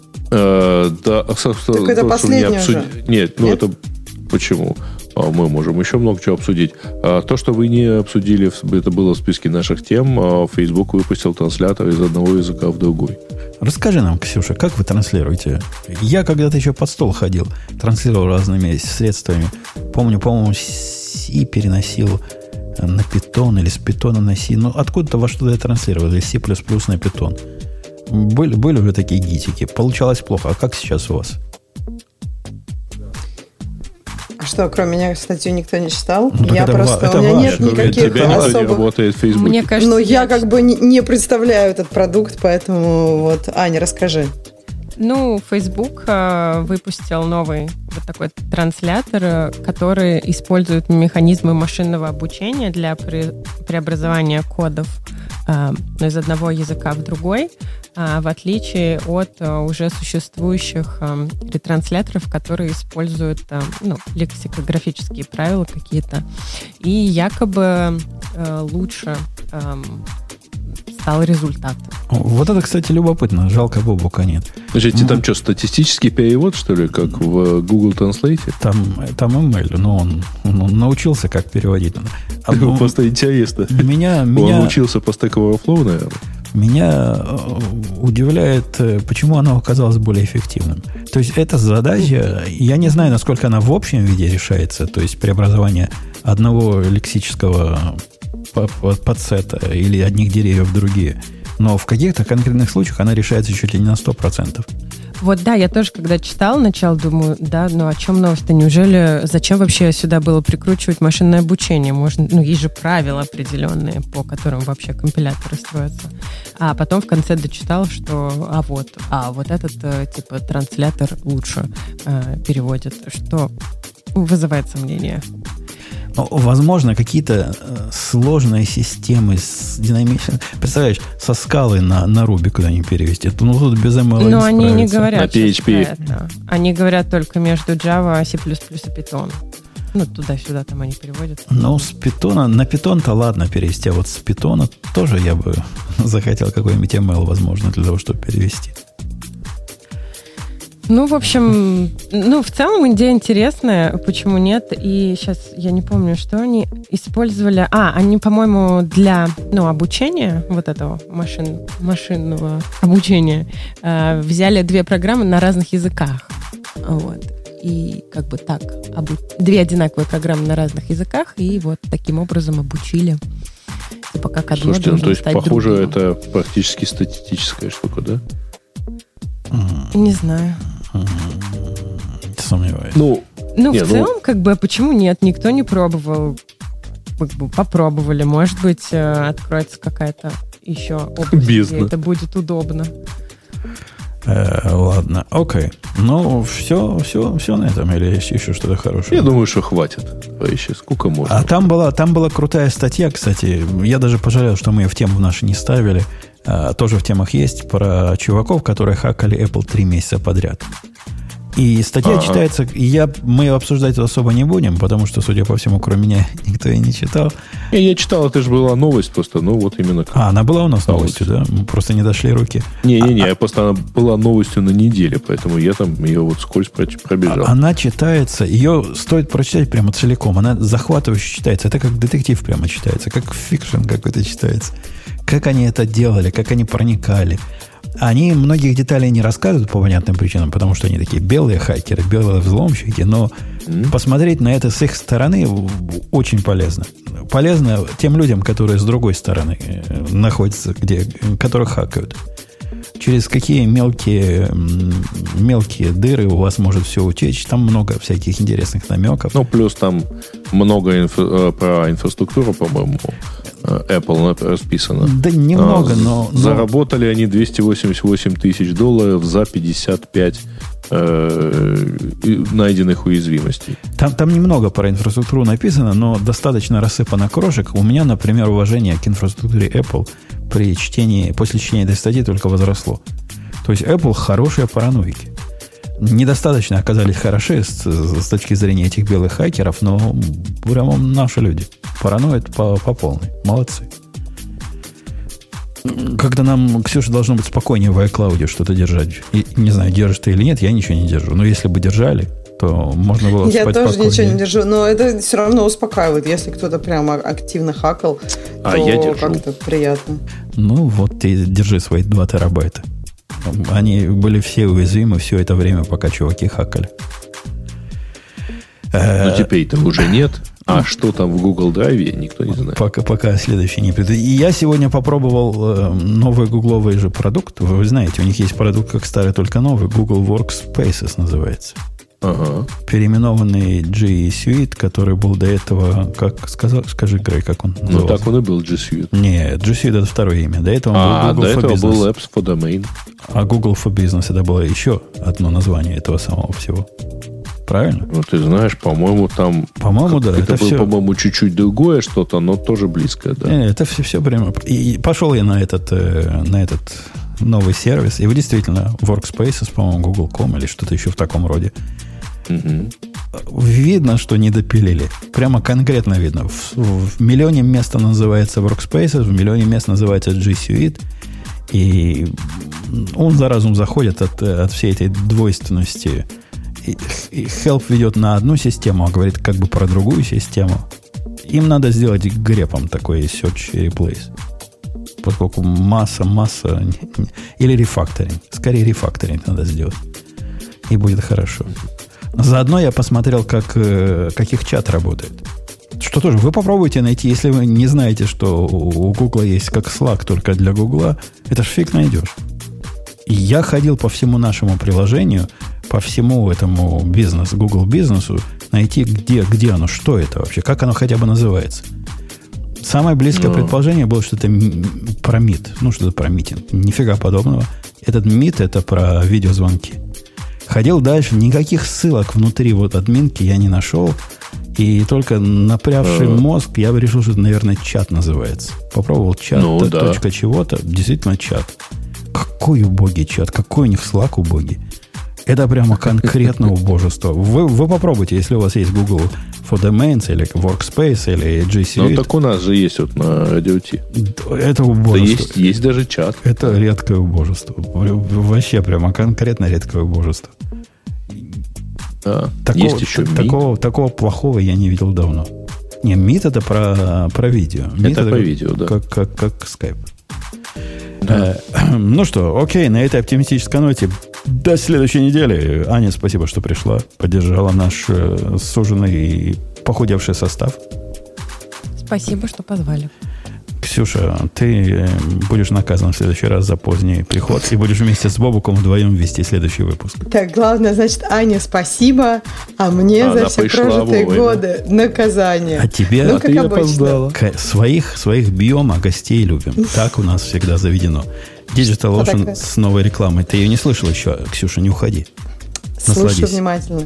А, да, собственно, так это последнее обсуд... уже. Нет, ну Нет? это почему? Мы можем еще много чего обсудить. То, что вы не обсудили, это было в списке наших тем. Facebook выпустил транслятор из одного языка в другой. Расскажи нам, Ксюша, как вы транслируете? Я когда-то еще под стол ходил, транслировал разными средствами. Помню, по-моему, C переносил на Python или с Python на C. Ну, откуда-то во что-то я транслировал. Или C++ на Python. Были, были уже такие гитики. Получалось плохо. А как сейчас у вас? А что, кроме меня, статью никто не читал? Ну, я это просто... это у меня ваш, нет никаких тебя особых... не работает в Facebook. Мне кажется, Но я я как бы не, не представляю этот продукт, поэтому вот, Аня, расскажи. Ну, Facebook э, выпустил новый вот такой транслятор, который использует механизмы машинного обучения для пре- преобразования кодов э, из одного языка в другой, э, в отличие от э, уже существующих э, ретрансляторов, которые используют э, ну, лексикографические правила какие-то. И якобы э, лучше э, стал результат. Вот это, кстати, любопытно. Жалко, Бобука нет. Слушайте, там что, статистический перевод, что ли, как в Google Translate? Там, там эмейл, но он, он научился, как переводить. А, ну, просто интересно. Меня, меня, он научился по Stack Overflow, наверное. Меня удивляет, почему она оказалась более эффективным. То есть, эта задача, я не знаю, насколько она в общем виде решается, то есть, преобразование одного лексического подсета или одних деревьев в другие. Но в каких-то конкретных случаях она решается чуть ли не на сто процентов. Вот да, я тоже, когда читала, начал думаю, да, ну о чем новость-то? Неужели, зачем вообще сюда было прикручивать машинное обучение? Можно, ну, есть же правила определенные, по которым вообще компиляторы строятся. А потом в конце дочитал, что, а вот, а вот этот, типа, транслятор лучше э, переводит, что вызывает сомнения. Возможно, какие-то сложные системы с динамичными... Представляешь, со скалы на, на Ruby куда-нибудь перевести. Ну, тут без эм эл не Но они не говорят на пи эйч пи. Это. Они говорят только между Java, C++ и Python. Ну, туда-сюда там они переводят. Ну, с Python... На Python-то ладно перевести, а вот с Python тоже я бы захотел какой-нибудь эм эл, возможно, для того, чтобы перевести. Ну, в общем, ну, в целом идея интересная, почему нет, и сейчас я не помню, что они использовали. А, они, по-моему, для, ну, обучения вот этого машин, машинного обучения э, взяли две программы на разных языках. Вот. и как бы так, обу... две одинаковые программы на разных языках, и вот таким образом обучили. Типа как одно Слушайте, ну, то есть, похоже, другим. это практически статистическая штука, да? Не знаю. Сомневаюсь. Ну, Ну, не, в ну... целом, как бы, а почему нет? Никто не пробовал. Как бы попробовали. Может быть, откроется какая-то еще область, Бездна. где это будет удобно. Э, ладно, окей. Ну, все, все, все на этом. Или есть еще что-то хорошее? Я думаю, что хватит. Вообще, сколько можно. А там была, там была крутая статья, кстати. Я даже пожалел, что мы ее в тему в наши не ставили. А, тоже в темах есть про чуваков, которые хакали Apple три месяца подряд. И статья ага. читается, и я, мы ее обсуждать особо не будем, потому что, судя по всему, кроме меня, никто ее не читал. Я, я читал, это же была новость просто, ну вот именно. А, она была у нас новостью, да? Мы просто не дошли руки. Не-не-не, а, просто она была новостью на неделе, поэтому я там ее вот скользь пробежал. Она читается, ее стоит прочитать прямо целиком. Она захватывающе читается. Это как детектив прямо читается, как фикшн какой-то читается. Как они это делали, как они проникали. Они многих деталей не рассказывают по понятным причинам, потому что они такие белые хакеры, белые взломщики, но mm-hmm. посмотреть на это с их стороны очень полезно. Полезно тем людям, которые с другой стороны находятся, где, которых хакают. Через какие мелкие, мелкие дыры у вас может все утечь. Там много всяких интересных намеков. Ну, плюс там много инфра- про инфраструктуру, по-моему, Apple расписано. Да немного, а, но... Заработали но... они двести восемьдесят восемь тысяч долларов за пятьдесят пять э, найденных уязвимостей. Там, там немного про инфраструктуру написано, но достаточно рассыпано крошек. У меня, например, уважение к инфраструктуре Apple при чтении, после чтения этой статьи только возросло. То есть Apple хорошие параноики. Недостаточно оказались хороши с, с точки зрения этих белых хакеров, но прямо наши люди параноят по, по полной. Молодцы. Когда нам, Ксюша, должно быть спокойнее в iCloud что-то держать. И, не знаю, держишь ты или нет, я ничего не держу. Но если бы держали, то можно было я спать тоже спокойнее. Ничего не держу, но это все равно успокаивает. Если кто-то прямо активно хакал, а то я держу. как-то приятно. Ну, вот ты держи свои два терабайта. Они были все уязвимы все это время, пока чуваки хакали. Но теперь-то уже нет. А что там в Google Drive, никто не знает. Пока, пока следующий не придет. И я сегодня попробовал э, новый гугловый же продукт. Вы знаете, у них есть продукт как старый, только новый. Google Workspaces называется. Ага. Переименованный G Suite, который был до этого, как сказал, скажи, Грей, как он назывался? Ну, так он и был G Suite. Нет, G Suite это второе имя. До этого он а, был Google до for этого Business. был Apps for Domain. А Google for Business это было еще одно название этого самого всего. Правильно? Ну, ты знаешь, по-моему, там... По-моему, да. Это, это было, все... по-моему, чуть-чуть другое что-то, но тоже близкое, да. Не, это все, все прямо... И пошел я на этот, на этот новый сервис, и вы действительно Workspaces, по-моему, Google точка ком или что-то еще в таком роде. Угу. Видно, что не допилили. Прямо конкретно видно. В, в миллионе мест называется Workspaces, в миллионе мест называется G Suite. И он за разум заходит от, от всей этой двойственности. И, и Help ведет на одну систему, а говорит как бы про другую систему. Им надо сделать грепом такой search и replace. Поскольку масса, масса... Или рефакторинг. Скорее рефакторинг надо сделать. И будет хорошо. Заодно я посмотрел, как, как их чат работает. Что тоже, вы попробуйте найти, если вы не знаете, что у Гугла есть как Slack только для Гугла, это ж фиг найдешь. И я ходил по всему нашему приложению, по всему этому бизнесу, Google бизнесу, найти, где, где оно, что это вообще, как оно хотя бы называется. Самое близкое Но. предположение было, что это про мит. Ну, что-то про митинг. Нифига подобного. Этот мит, это про видеозвонки. Ходил дальше, никаких ссылок внутри вот админки я не нашел. И только напрягший uh-huh. мозг, я бы решил, что это, наверное, чат называется. Попробовал чат, ну, т- да. точка чего-то, действительно чат. Какой убогий чат, какой у них Slack убогий. Это прямо конкретно убожество. Вы, вы попробуйте, если у вас есть Google for Domains, или Workspace, или G Suite. Ну, так у нас же есть вот на Радио Ти. Это убожество. Да есть, есть даже чат. Это редкое убожество. Вообще прямо конкретно редкое убожество. Да. Такого, есть еще т- такого, такого плохого я не видел давно. Не, Meet это про, про видео. Meet это, это про как, видео, да. Как, как, как Skype. Да. Э, ну что, окей, на этой оптимистической ноте До следующей недели. Аня, спасибо, что пришла. Поддержала наш э, суженный и похудевший состав. Спасибо, что позвали. Ксюша, ты будешь наказан в следующий раз за поздний приход и будешь вместе с Бобуком вдвоем вести следующий выпуск. Так, главное, значит, Аня, спасибо, а мне Она за все прожитые вовремя. годы наказание. А тебе ну, а как ты обычно. опоздала. К- Своих, своих биома гостей любим. Так у нас всегда заведено. Digital Что Ocean такое? с новой рекламой. Ты ее не слышал еще, Ксюша, не уходи. Слушаю Насладись. внимательно.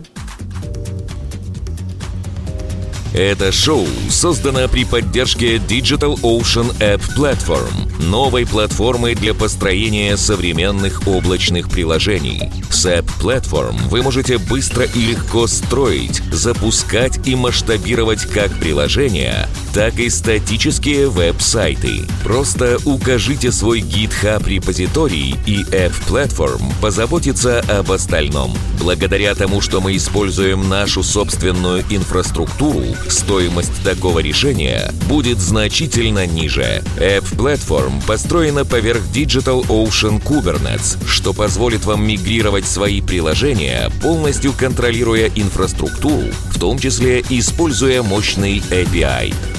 Это шоу создано при поддержке Digital Ocean App Platform, новой платформы для построения современных облачных приложений. С App Platform вы можете быстро и легко строить, запускать и масштабировать как приложения, так и статические веб-сайты. Просто укажите свой GitHub-репозиторий, и App Platform позаботится об остальном. Благодаря тому, что мы используем нашу собственную инфраструктуру, стоимость такого решения будет значительно ниже. App Platform построена поверх Digital Ocean Kubernetes, что позволит вам мигрировать свои приложения, полностью контролируя инфраструктуру, в том числе используя мощный эй пи ай.